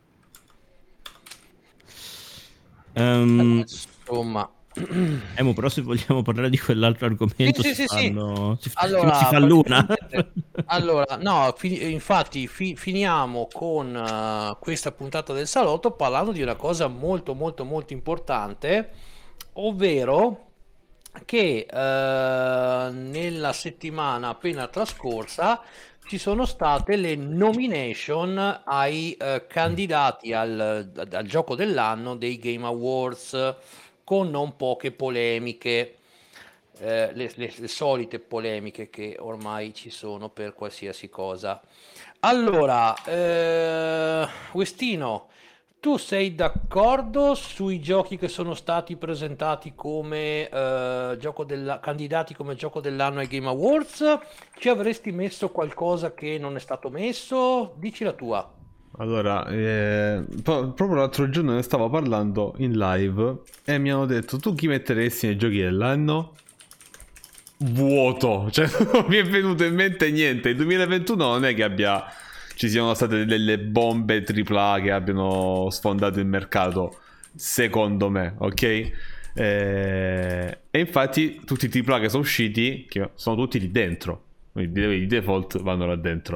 Insomma, però se vogliamo parlare di quell'altro argomento sì. Allora, si fa l'una. Allora, no, infatti finiamo con questa puntata del salotto parlando di una cosa molto molto molto importante, ovvero che nella settimana appena trascorsa ci sono state le nomination ai candidati al gioco dell'anno dei Game Awards, con non poche polemiche, le solite polemiche che ormai ci sono per qualsiasi cosa. Allora, Westino, tu sei d'accordo sui giochi che sono stati presentati come candidati come gioco dell'anno ai Game Awards? Ci avresti messo qualcosa che non è stato messo? Dici la tua. Allora, proprio l'altro giorno ne stavo parlando in live e mi hanno detto: tu chi metteresti nei giochi dell'anno? Vuoto, cioè non mi è venuto in mente niente. Il 2021 non è che ci siano state delle bombe AAA che abbiano sfondato il mercato, secondo me, ok? E infatti tutti i AAA che sono usciti, che sono tutti lì dentro, quindi di default vanno là dentro.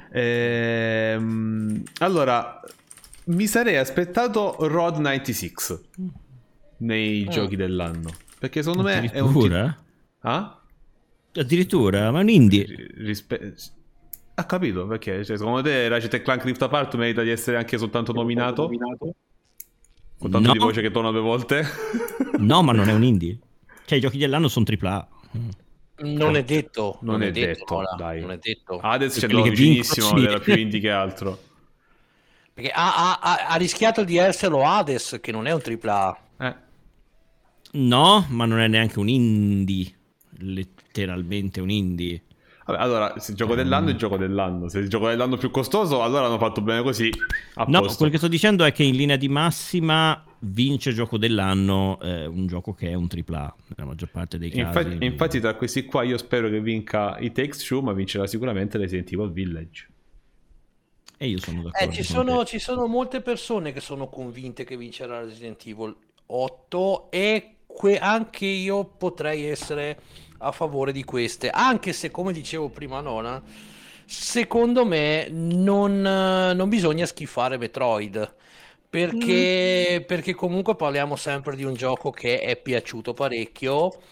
Allora, mi sarei aspettato Road 96 nei giochi dell'anno, perché secondo me è un addirittura, ma è un indie. Ha capito perché? Cioè, secondo te Ratchet & Clank Rift Apart merita di essere anche soltanto nominato? Con tanto di voce che torna 2 volte? No, ma non è un indie. Cioè, i giochi dell'anno sono AAA. Non è detto. Non è detto, dai. Non è detto. Hades c'è vicinissimo, era più indie che altro. Perché ha rischiato di esserlo Hades, che non è un AAA. No, ma non è neanche un indie. Letteralmente un indie. Vabbè, allora, se il gioco dell'anno è il gioco dell'anno. Se il gioco dell'anno più costoso, allora hanno fatto bene così. No, quello che sto dicendo è che in linea di massima vince gioco dell'anno un gioco che è un AAA nella maggior parte dei casi. Infatti tra questi qua io spero che vinca It Takes Two, ma vincerà sicuramente Resident Evil Village. E io sono d'accordo. Ci sono molte persone che sono convinte che vincerà Resident Evil 8 e anche io potrei essere a favore di queste, anche se, come dicevo prima Nona, secondo me non bisogna schifare Metroid, perché comunque parliamo sempre di un gioco che è piaciuto parecchio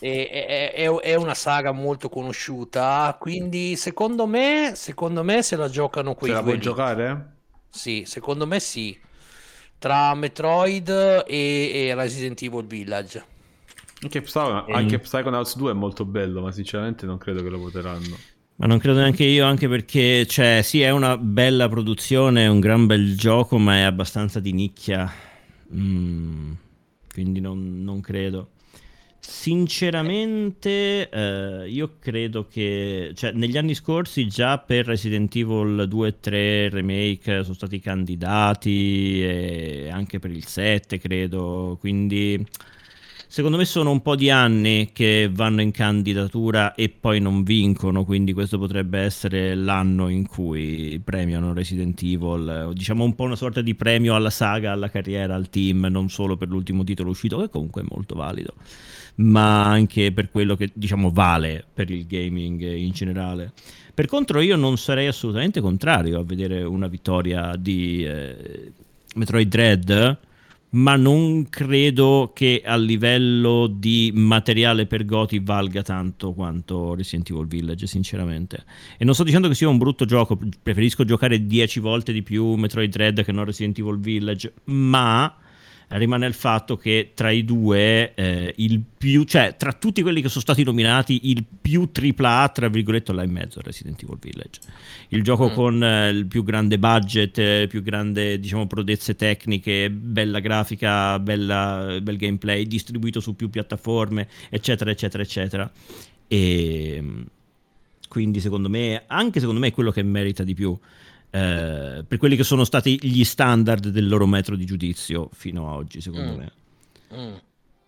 è una saga molto conosciuta, quindi secondo me se la giocano Se quei la due puoi lì. giocare? Sì, secondo me sì. Tra Metroid e Resident Evil Village. Anche Psychonauts 2 è molto bello, ma sinceramente non credo che lo voteranno. Ma non credo neanche io, anche perché, cioè, sì, è una bella produzione, è un gran bel gioco, ma è abbastanza di nicchia. Mm, quindi non credo. Sinceramente, io credo che, cioè, negli anni scorsi già per Resident Evil 2 e 3 remake sono stati candidati e anche per il 7, credo. Quindi, secondo me sono un po' di anni che vanno in candidatura e poi non vincono. Quindi, questo potrebbe essere l'anno in cui premiano Resident Evil, o diciamo un po' una sorta di premio alla saga, alla carriera, al team, non solo per l'ultimo titolo uscito, che comunque è molto valido, ma anche per quello che diciamo vale per il gaming in generale. Per contro, io non sarei assolutamente contrario a vedere una vittoria di Metroid Dread, ma non credo che a livello di materiale per Goti valga tanto quanto Resident Evil Village, sinceramente. E non sto dicendo che sia un brutto gioco, preferisco giocare 10 volte di più Metroid Dread che non Resident Evil Village, ma rimane il fatto che tra i due, il più, cioè tra tutti quelli che sono stati nominati, il più tripla A, tra virgolette, là in mezzo è Resident Evil Village. Il gioco Mm. con il più grande budget, più grande, diciamo, prodezze tecniche, bella grafica, bel gameplay, distribuito su più piattaforme, eccetera, eccetera, eccetera. E quindi secondo me, anche secondo me è quello che merita di più per quelli che sono stati gli standard del loro metro di giudizio fino a oggi, secondo Mm. me. Mm.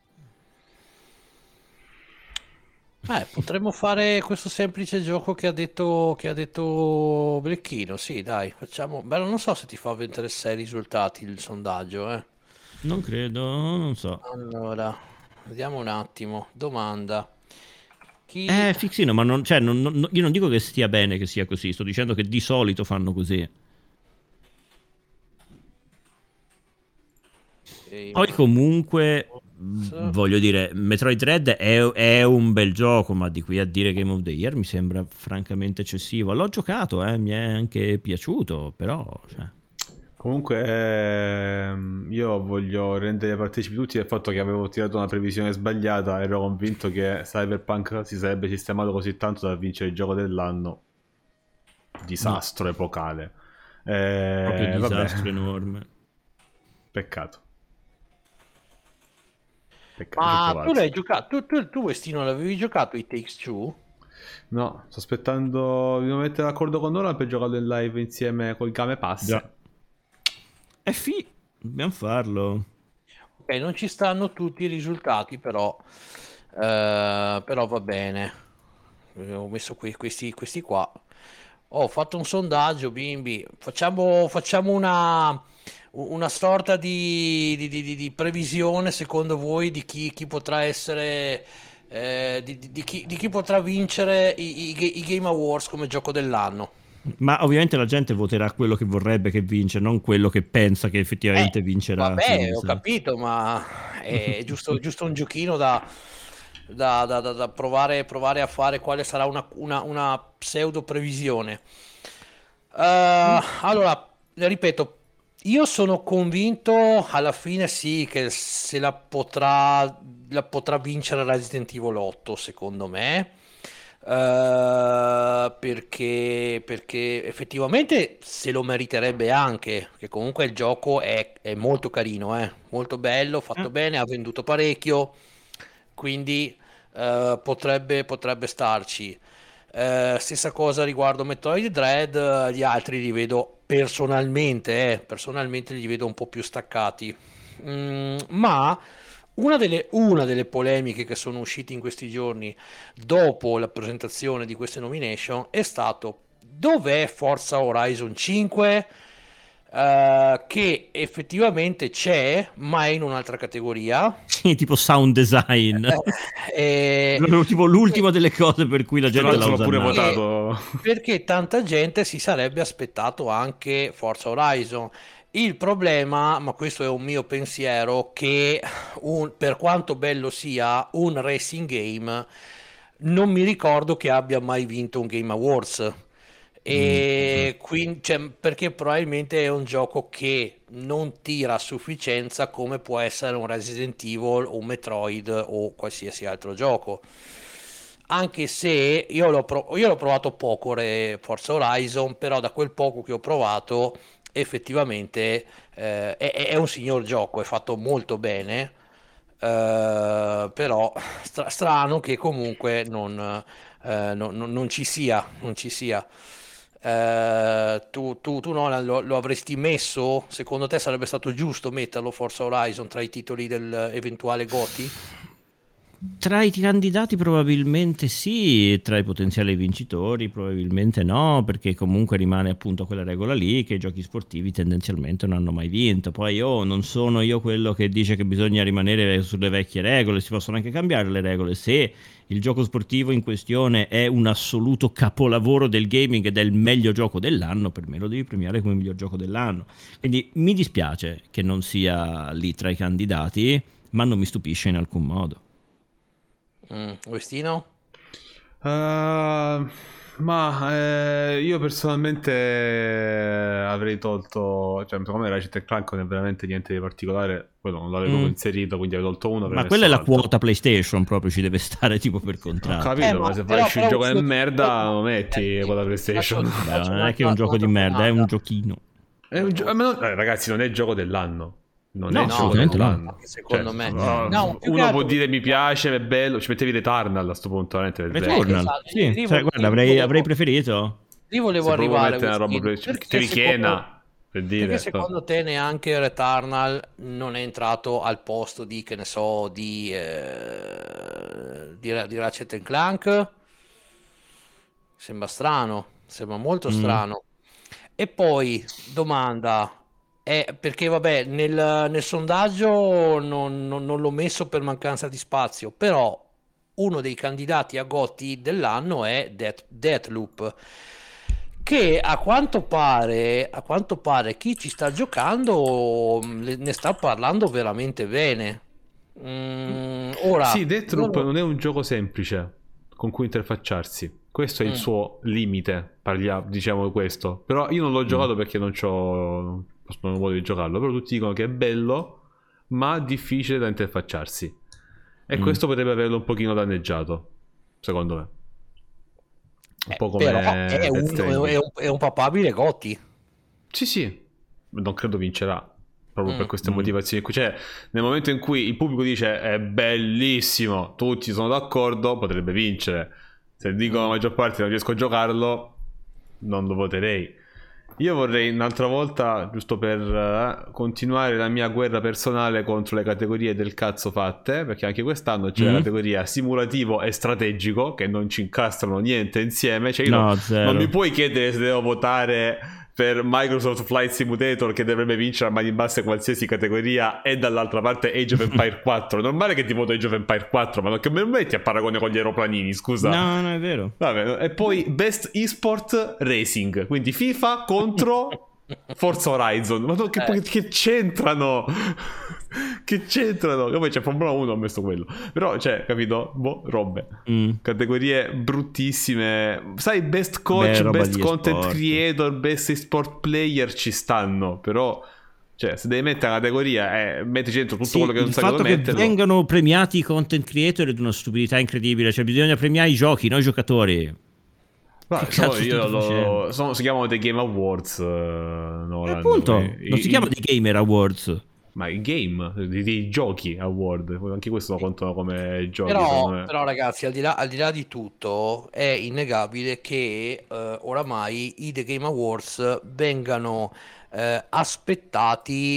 Potremmo fare questo semplice gioco che ha detto Brecchino. Sì, dai, facciamo. Beh, non so se ti fa interessare i risultati il sondaggio, eh. Non credo, non so. Allora, vediamo un attimo. Domanda. Chi... Fixino, ma non, cioè, io non dico che stia bene che sia così, sto dicendo che di solito fanno così. Poi Game comunque, Awards. voglio dire, Metroid Dread è un bel gioco, ma di qui a dire Game of the Year mi sembra francamente eccessivo. L'ho giocato, mi è anche piaciuto, però... Cioè... Comunque, io voglio rendere partecipi tutti del fatto che avevo tirato una previsione sbagliata. Ero convinto che Cyberpunk si sarebbe sistemato così tanto da vincere il gioco dell'anno. No, Disastro epocale. proprio disastro Vabbè, enorme. peccato. Peccato, Ma tutto tu pazzo. l'hai giocato, tu Westino l'avevi giocato i Takes Two? No, sto aspettando di non mettere d'accordo con Nolan per giocarlo in live insieme col Game Pass. Già. Dobbiamo farlo. Ok, non ci stanno tutti i risultati, però va bene. Ho messo questi qua. Ho fatto un sondaggio, bimbi. Facciamo una sorta di previsione, secondo voi, di chi potrà essere, di chi potrà vincere i Game Awards come gioco dell'anno. Ma ovviamente la gente voterà quello che vorrebbe che vince, non quello che pensa che effettivamente vincerà. Vabbè, Quindi, ho sai. capito, ma è giusto un giochino da provare a fare quale sarà una pseudo previsione. Allora, ripeto, io sono convinto alla fine sì che se la potrà vincere Resident Evil 8, secondo me. Perché effettivamente se lo meriterebbe anche, che comunque il gioco è molto carino, molto bello, fatto Eh, bene, ha venduto parecchio, quindi potrebbe starci. Stessa cosa riguardo Metroid Dread, gli altri li vedo personalmente li vedo un po' più staccati. Ma una delle polemiche che sono uscite in questi giorni dopo la presentazione di queste nomination è stato: dov'è Forza Horizon 5? Che effettivamente c'è, ma è in un'altra categoria. sì, tipo sound design. Eh, Tipo l'ultima delle cose per cui la Tra gente la l'altro l'ho pure osannato. perché, votato. perché tanta gente si sarebbe aspettato anche Forza Horizon Il problema, ma questo è un mio pensiero, che per quanto bello sia un racing game, non mi ricordo che abbia mai vinto un Game Awards. E quindi, perché probabilmente è un gioco che non tira a sufficienza come può essere un Resident Evil o un Metroid o qualsiasi altro gioco. Anche se io l'ho provato poco Forza Horizon, però da quel poco che ho provato effettivamente è un signor gioco, è fatto molto bene, però strano che comunque non ci sia, non ci sia. Tu Nolan, lo avresti messo? Secondo te sarebbe stato giusto metterlo Forza Horizon tra i titoli dell'eventuale GOTY? Tra i candidati probabilmente sì, tra i potenziali vincitori probabilmente no, perché comunque rimane appunto quella regola lì che i giochi sportivi tendenzialmente non hanno mai vinto. Poi non sono io quello che dice che bisogna rimanere sulle vecchie regole, si possono anche cambiare le regole. Se il gioco sportivo in questione è un assoluto capolavoro del gaming ed è il meglio gioco dell'anno, per me lo devi premiare come miglior gioco dell'anno. Quindi mi dispiace che non sia lì tra i candidati, ma non mi stupisce in alcun modo. Westino? Io personalmente avrei tolto, cioè secondo me Ratchet Clank non è veramente niente di particolare, quello non l'avevo inserito, quindi avrei tolto uno. Ma quella è la quota PlayStation, proprio ci deve stare tipo per Ho contratto. capito, ma se fai un gioco di merda lo metti con la PlayStation. Beh, non è che è un gioco di merda, è un giochino. Ragazzi, non è il gioco dell'anno. Non No, è il gioco assolutamente no. dell'anno. Secondo Cioè, me. No, più che uno altro- può dire mi piace, è bello, ci mettevi Returnal a sto punto, veramente. Returnal, esatto, sì, lì cioè, guarda, avrei preferito. Lì volevo Se proprio arrivare, mettere una roba Westino, ci mettevi Kena, per dire. perché secondo te neanche Returnal non è entrato al posto di, che ne so, di Ratchet Clank? Sembra strano, sembra molto strano. E poi, domanda, perché vabbè, nel sondaggio non l'ho messo per mancanza di spazio, però uno dei candidati a GOTY dell'anno è Deathloop, che a quanto pare chi ci sta giocando ne sta parlando veramente bene. Ora, Sì, Deathloop non è un gioco semplice con cui interfacciarsi. Questo è il suo limite, diciamo questo. Però io non l'ho giocato perché non ho modo di giocarlo. Però tutti dicono che è bello, ma difficile da interfacciarsi. E questo potrebbe averlo un pochino danneggiato, secondo me. Un po' come però Death Stranding. è un papabile GOTY. Sì, sì, non credo vincerà. Proprio per queste motivazioni qui. Cioè, nel momento in cui il pubblico dice è bellissimo, tutti sono d'accordo, potrebbe vincere. Se dico la maggior parte non riesco a giocarlo, non lo voterei. Io vorrei un'altra volta, giusto per continuare la mia guerra personale contro le categorie del cazzo fatte, perché anche quest'anno c'è la categoria simulativo e strategico, che non ci incastrano niente insieme. Cioè, io No, zero. non mi puoi chiedere se devo votare per Microsoft Flight Simulator, che dovrebbe vincere a mani basse qualsiasi categoria, e dall'altra parte Age of Empire 4. Normale che ti voto Age of Empire 4, ma non che me metti a paragone con gli aeroplanini, scusa. No, no, è vero. Vabbè, e poi Best Esport Racing, quindi FIFA contro Forza Horizon. Ma che c'entrano? Che c'entrano? Poi c'è Formula 1, ho messo quello. Però, cioè, capito? Boh, robe. Categorie bruttissime. Sai, Best Coach, Beh, roba Best di Content esport. Creator, Best Esport Player ci stanno. Però, cioè, se devi mettere una categoria, metti dentro tutto Sì, quello che non il sai fatto dove che metterlo. vengano premiati i content creator è di una stupidità incredibile. Cioè, bisogna premiare i giochi, non i giocatori. Ma, Che cazzo state facendo? si chiamano The Game Awards, Nolan. Appunto, non si chiama The Gamer Awards. Ma i game, dei giochi award, anche questo lo contano come giochi, secondo me. Però ragazzi, al di là di tutto, è innegabile che oramai i The Game Awards vengano aspettati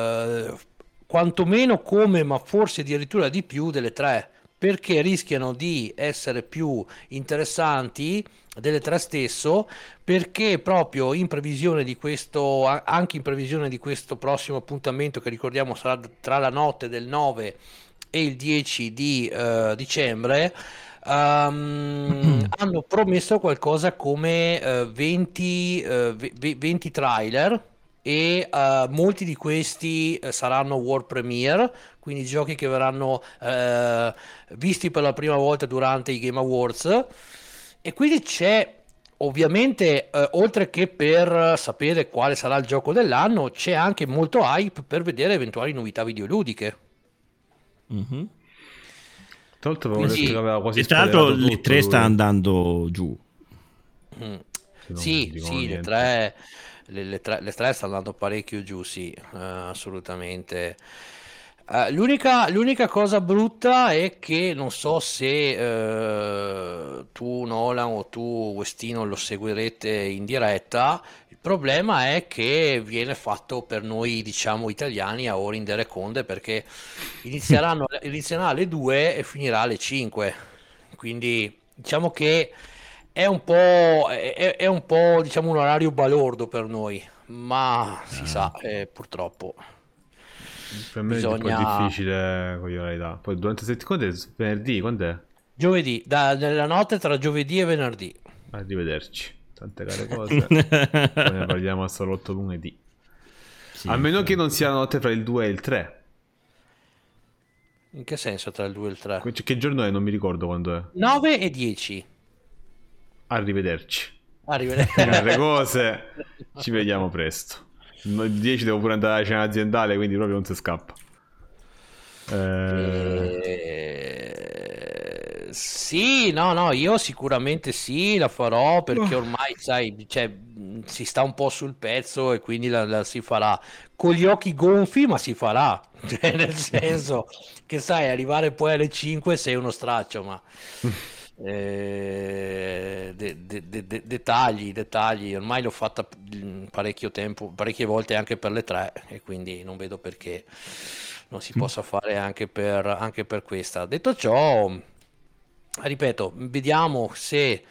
quantomeno come, ma forse addirittura di più delle tre, perché rischiano di essere più interessanti delle tre stesso, perché proprio in previsione di questo, anche in previsione di questo prossimo appuntamento che ricordiamo sarà tra la notte del 9 e il 10 di dicembre, hanno promesso qualcosa come 20 trailer e molti di questi saranno World Premiere, quindi giochi che verranno visti per la prima volta durante i Game Awards. E quindi c'è ovviamente, oltre che per sapere quale sarà il gioco dell'anno, c'è anche molto hype per vedere eventuali novità videoludiche. Mhm. Tra l'altro avevo detto che Quindi, aveva quasi E tra l'altro spoilerato le tutto 3 sta lui. andando giù. mm, Se non sì, dicono sì, niente. le tre stanno andando parecchio giù, sì, assolutamente. L'unica cosa brutta è che non so se tu Nolan o tu Westino lo seguirete in diretta. Il problema è che viene fatto per noi, diciamo, italiani a ore in conde perché inizierà alle 2 e finirà alle 5. Quindi diciamo che è un po', diciamo, un orario balordo per noi, ma si sa, purtroppo Per me è un po' bisogna. difficile con gli orari là. Poi durante la settimana, quando è? Venerdì, quando è? Giovedì, nella notte tra giovedì e venerdì. Arrivederci. Tante care cose. Poi ne parliamo al salotto lunedì. Sì, A meno che infatti. non sia la notte fra il 2 e il 3. In che senso tra il 2 e il 3? Che giorno è? Non mi ricordo quando è. 9 e 10. Arrivederci. Care Arrivederci. cose. Ci vediamo presto. Il 10 devo pure andare alla cena aziendale, quindi proprio non si scappa. Sì, no, no, io sicuramente sì, la farò perché ormai, sai, cioè, si sta un po' sul pezzo e quindi la si farà con gli occhi gonfi, ma si farà. Cioè, nel senso che, sai, arrivare poi alle 5 sei uno straccio, ma dettagli, dettagli. Ormai l'ho fatta parecchio tempo, parecchie volte anche per le 3 e quindi non vedo perché non si possa fare anche per questa. Detto ciò, ripeto, vediamo se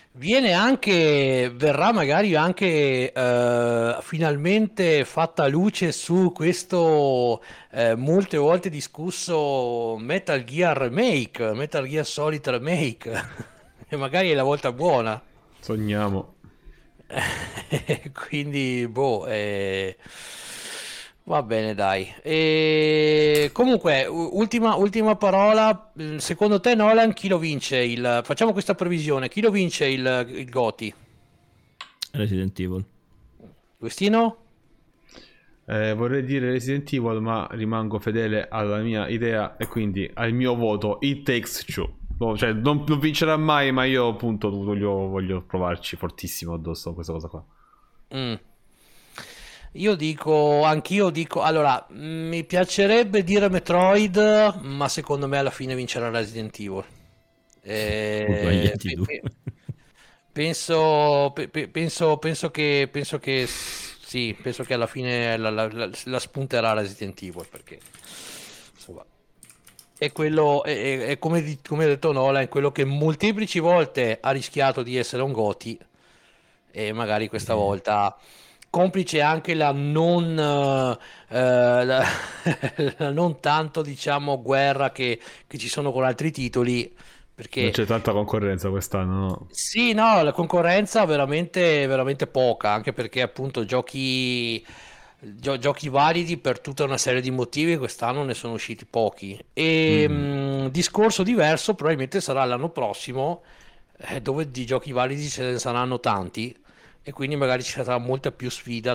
verrà magari anche finalmente fatta luce su questo molte volte discusso Metal Gear Remake, Metal Gear Solid Remake, e magari è la volta buona. Sogniamo. Quindi, boh, va bene, dai. E comunque, ultima parola. Secondo te, Nolan, chi lo vince? Facciamo questa previsione: chi lo vince il GOTY? Resident Evil. Questino? Vorrei dire Resident Evil, ma rimango fedele alla mia idea e quindi al mio voto It Takes Two. No, cioè, non vincerà mai, ma io appunto voglio provarci fortissimo addosso a questa cosa qua. Mm. Anch'io dico, allora, mi piacerebbe dire Metroid, ma secondo me alla fine vincerà Resident Evil. Eh, Sbagliati pe- tu. pe- penso che sì, penso che alla fine la spunterà Resident Evil perché insomma, è quello, è come ha detto Nola, è quello che molteplici volte ha rischiato di essere un GOTY e magari questa volta, complice anche la non tanto, diciamo, guerra che ci sono con altri titoli, Non perché c'è tanta concorrenza quest'anno, no? sì, no, la concorrenza veramente, veramente poca, anche perché appunto giochi validi per tutta una serie di motivi, quest'anno ne sono usciti pochi. E Mm. discorso diverso probabilmente sarà l'anno prossimo, dove di giochi validi ce ne saranno tanti e quindi magari ci sarà molta più sfida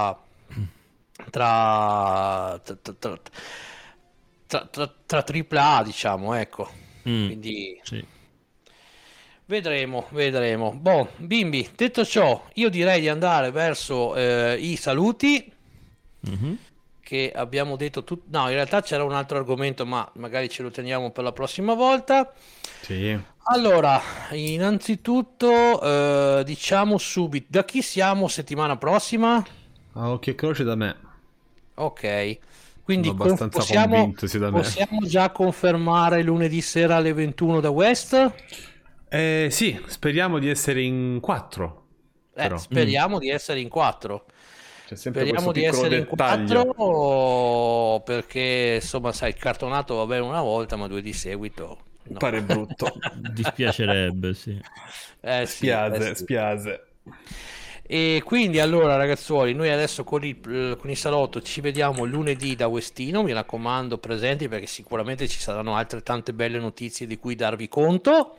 tra, tra, tra, tra, tra AAA, diciamo, ecco. Mm, Quindi sì. vedremo, vedremo. Boh, bimbi, detto ciò, io direi di andare verso i saluti Mhm. che abbiamo detto tutto. No, in realtà c'era un altro argomento, ma magari ce lo teniamo per la prossima volta. Sì. Allora, innanzitutto, diciamo subito, da chi siamo settimana prossima? A occhio e croce da me. Ok, Sono quindi abbastanza convinto sia da me. possiamo già confermare lunedì sera alle 21 da West? Sì, speriamo di essere in 4. Però Mm. Speriamo di essere in quattro. c'è sempre questo Speriamo di piccolo essere in dettaglio. quattro perché insomma, sai, il cartonato va bene una volta, ma due di seguito no. Pare brutto. Dispiacerebbe, sì. Eh sì, eh Spiace, sì. spiace. E quindi allora ragazzuoli, noi adesso con il salotto ci vediamo lunedì da Westino, mi raccomando presenti perché sicuramente ci saranno altre tante belle notizie di cui darvi conto.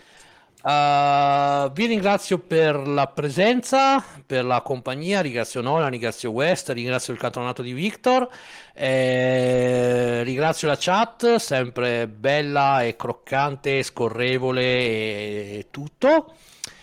Vi ringrazio per la presenza, per la compagnia, ringrazio Nolan, ringrazio West, ringrazio il cantonato di Victor, ringrazio la chat, sempre bella e croccante, scorrevole e tutto.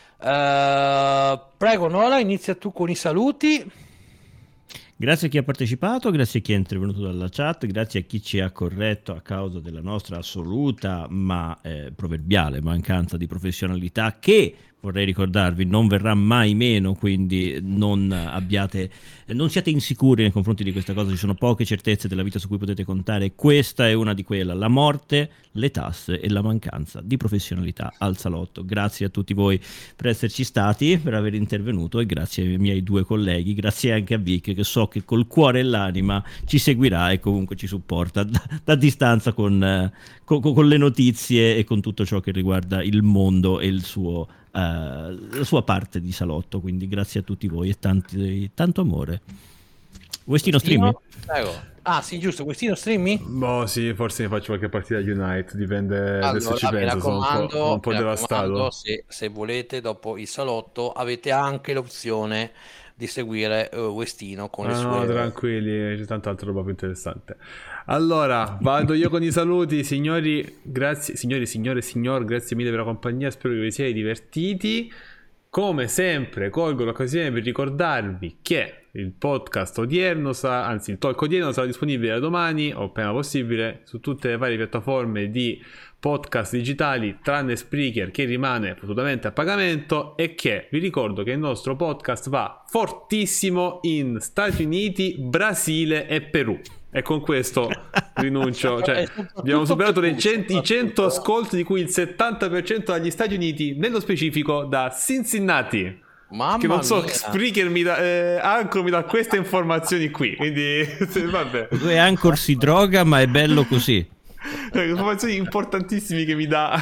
Prego Nolan, inizia tu con i saluti. Grazie a chi ha partecipato, grazie a chi è intervenuto dalla chat, grazie a chi ci ha corretto a causa della nostra assoluta ma proverbiale mancanza di professionalità che, vorrei ricordarvi, non verrà mai meno, quindi non siate insicuri nei confronti di questa cosa, ci sono poche certezze della vita su cui potete contare, questa è una di quelle, la morte, le tasse e la mancanza di professionalità al salotto. Grazie a tutti voi per esserci stati, per aver intervenuto e grazie ai miei due colleghi, grazie anche a Vic che so che col cuore e l'anima ci seguirà e comunque ci supporta da distanza con le notizie e con tutto ciò che riguarda il mondo e la sua parte di salotto, quindi grazie a tutti voi e tanto amore. Westino streami? Prego. Ah sì, giusto, Westino streami? Boh sì, forse mi faccio qualche partita Unite, dipende, adesso ci Allora, mi penso, sono un po' devastato. se volete dopo il salotto avete anche l'opzione di seguire Westino con le sue... No, tranquilli, c'è tanta altra roba più interessante. Allora, vado io con i saluti, signori, grazie, signor, grazie mille per la compagnia, spero che vi siate divertiti. Come sempre, colgo l'occasione per ricordarvi che il podcast odierno il talk odierno sarà disponibile da domani o appena possibile su tutte le varie piattaforme di podcast digitali tranne Spreaker che rimane assolutamente a pagamento e che vi ricordo che il nostro podcast va fortissimo in Stati Uniti, Brasile e Perù. E con questo rinuncio, cioè abbiamo superato i 100 ascolti di cui il 70% dagli Stati Uniti, nello specifico da Cincinnati. Mamma che non so, mia. Spreaker Anchor mi dà queste informazioni qui, quindi vabbè. Dove Anchor si droga ma è bello così. Informazioni importantissime che mi dà.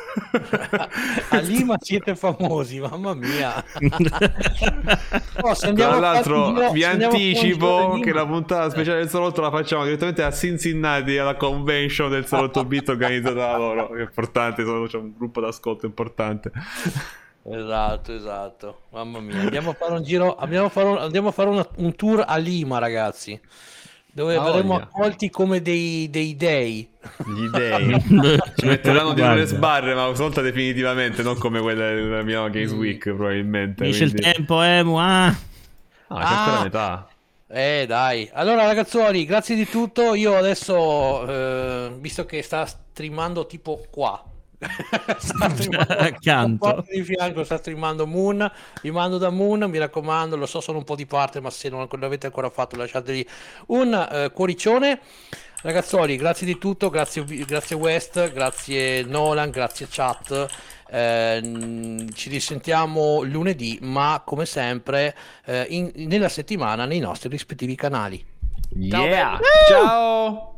A Lima siete famosi, mamma mia. Tra l'altro vi anticipo che la puntata speciale del salotto la facciamo direttamente a Cincinnati alla convention del salotto Beat organizzata da loro, che è importante, c'è un gruppo d'ascolto importante. Esatto, mamma mia, andiamo a fare un giro, andiamo a fare un tour a Lima, ragazzi, dove verremo accolti come dei dei. Gli dei ci metteranno dietro le sbarre, ma una volta definitivamente, non come quella del Milano Games Week probabilmente. Finisce il tempo, c'è ancora la metà. Dai, allora ragazzuoli, grazie di tutto. Io adesso visto che sta streamando tipo qua accanto di fianco, sta streamando Moon, vi mando da Moon, mi raccomando, lo so sono un po' di parte, ma se non l'avete ancora fatto lasciategli un cuoricione. Ragazzoli, grazie di tutto, grazie West, grazie Nolan, grazie chat. Ci risentiamo lunedì, ma come sempre nella settimana nei nostri rispettivi canali. Ciao.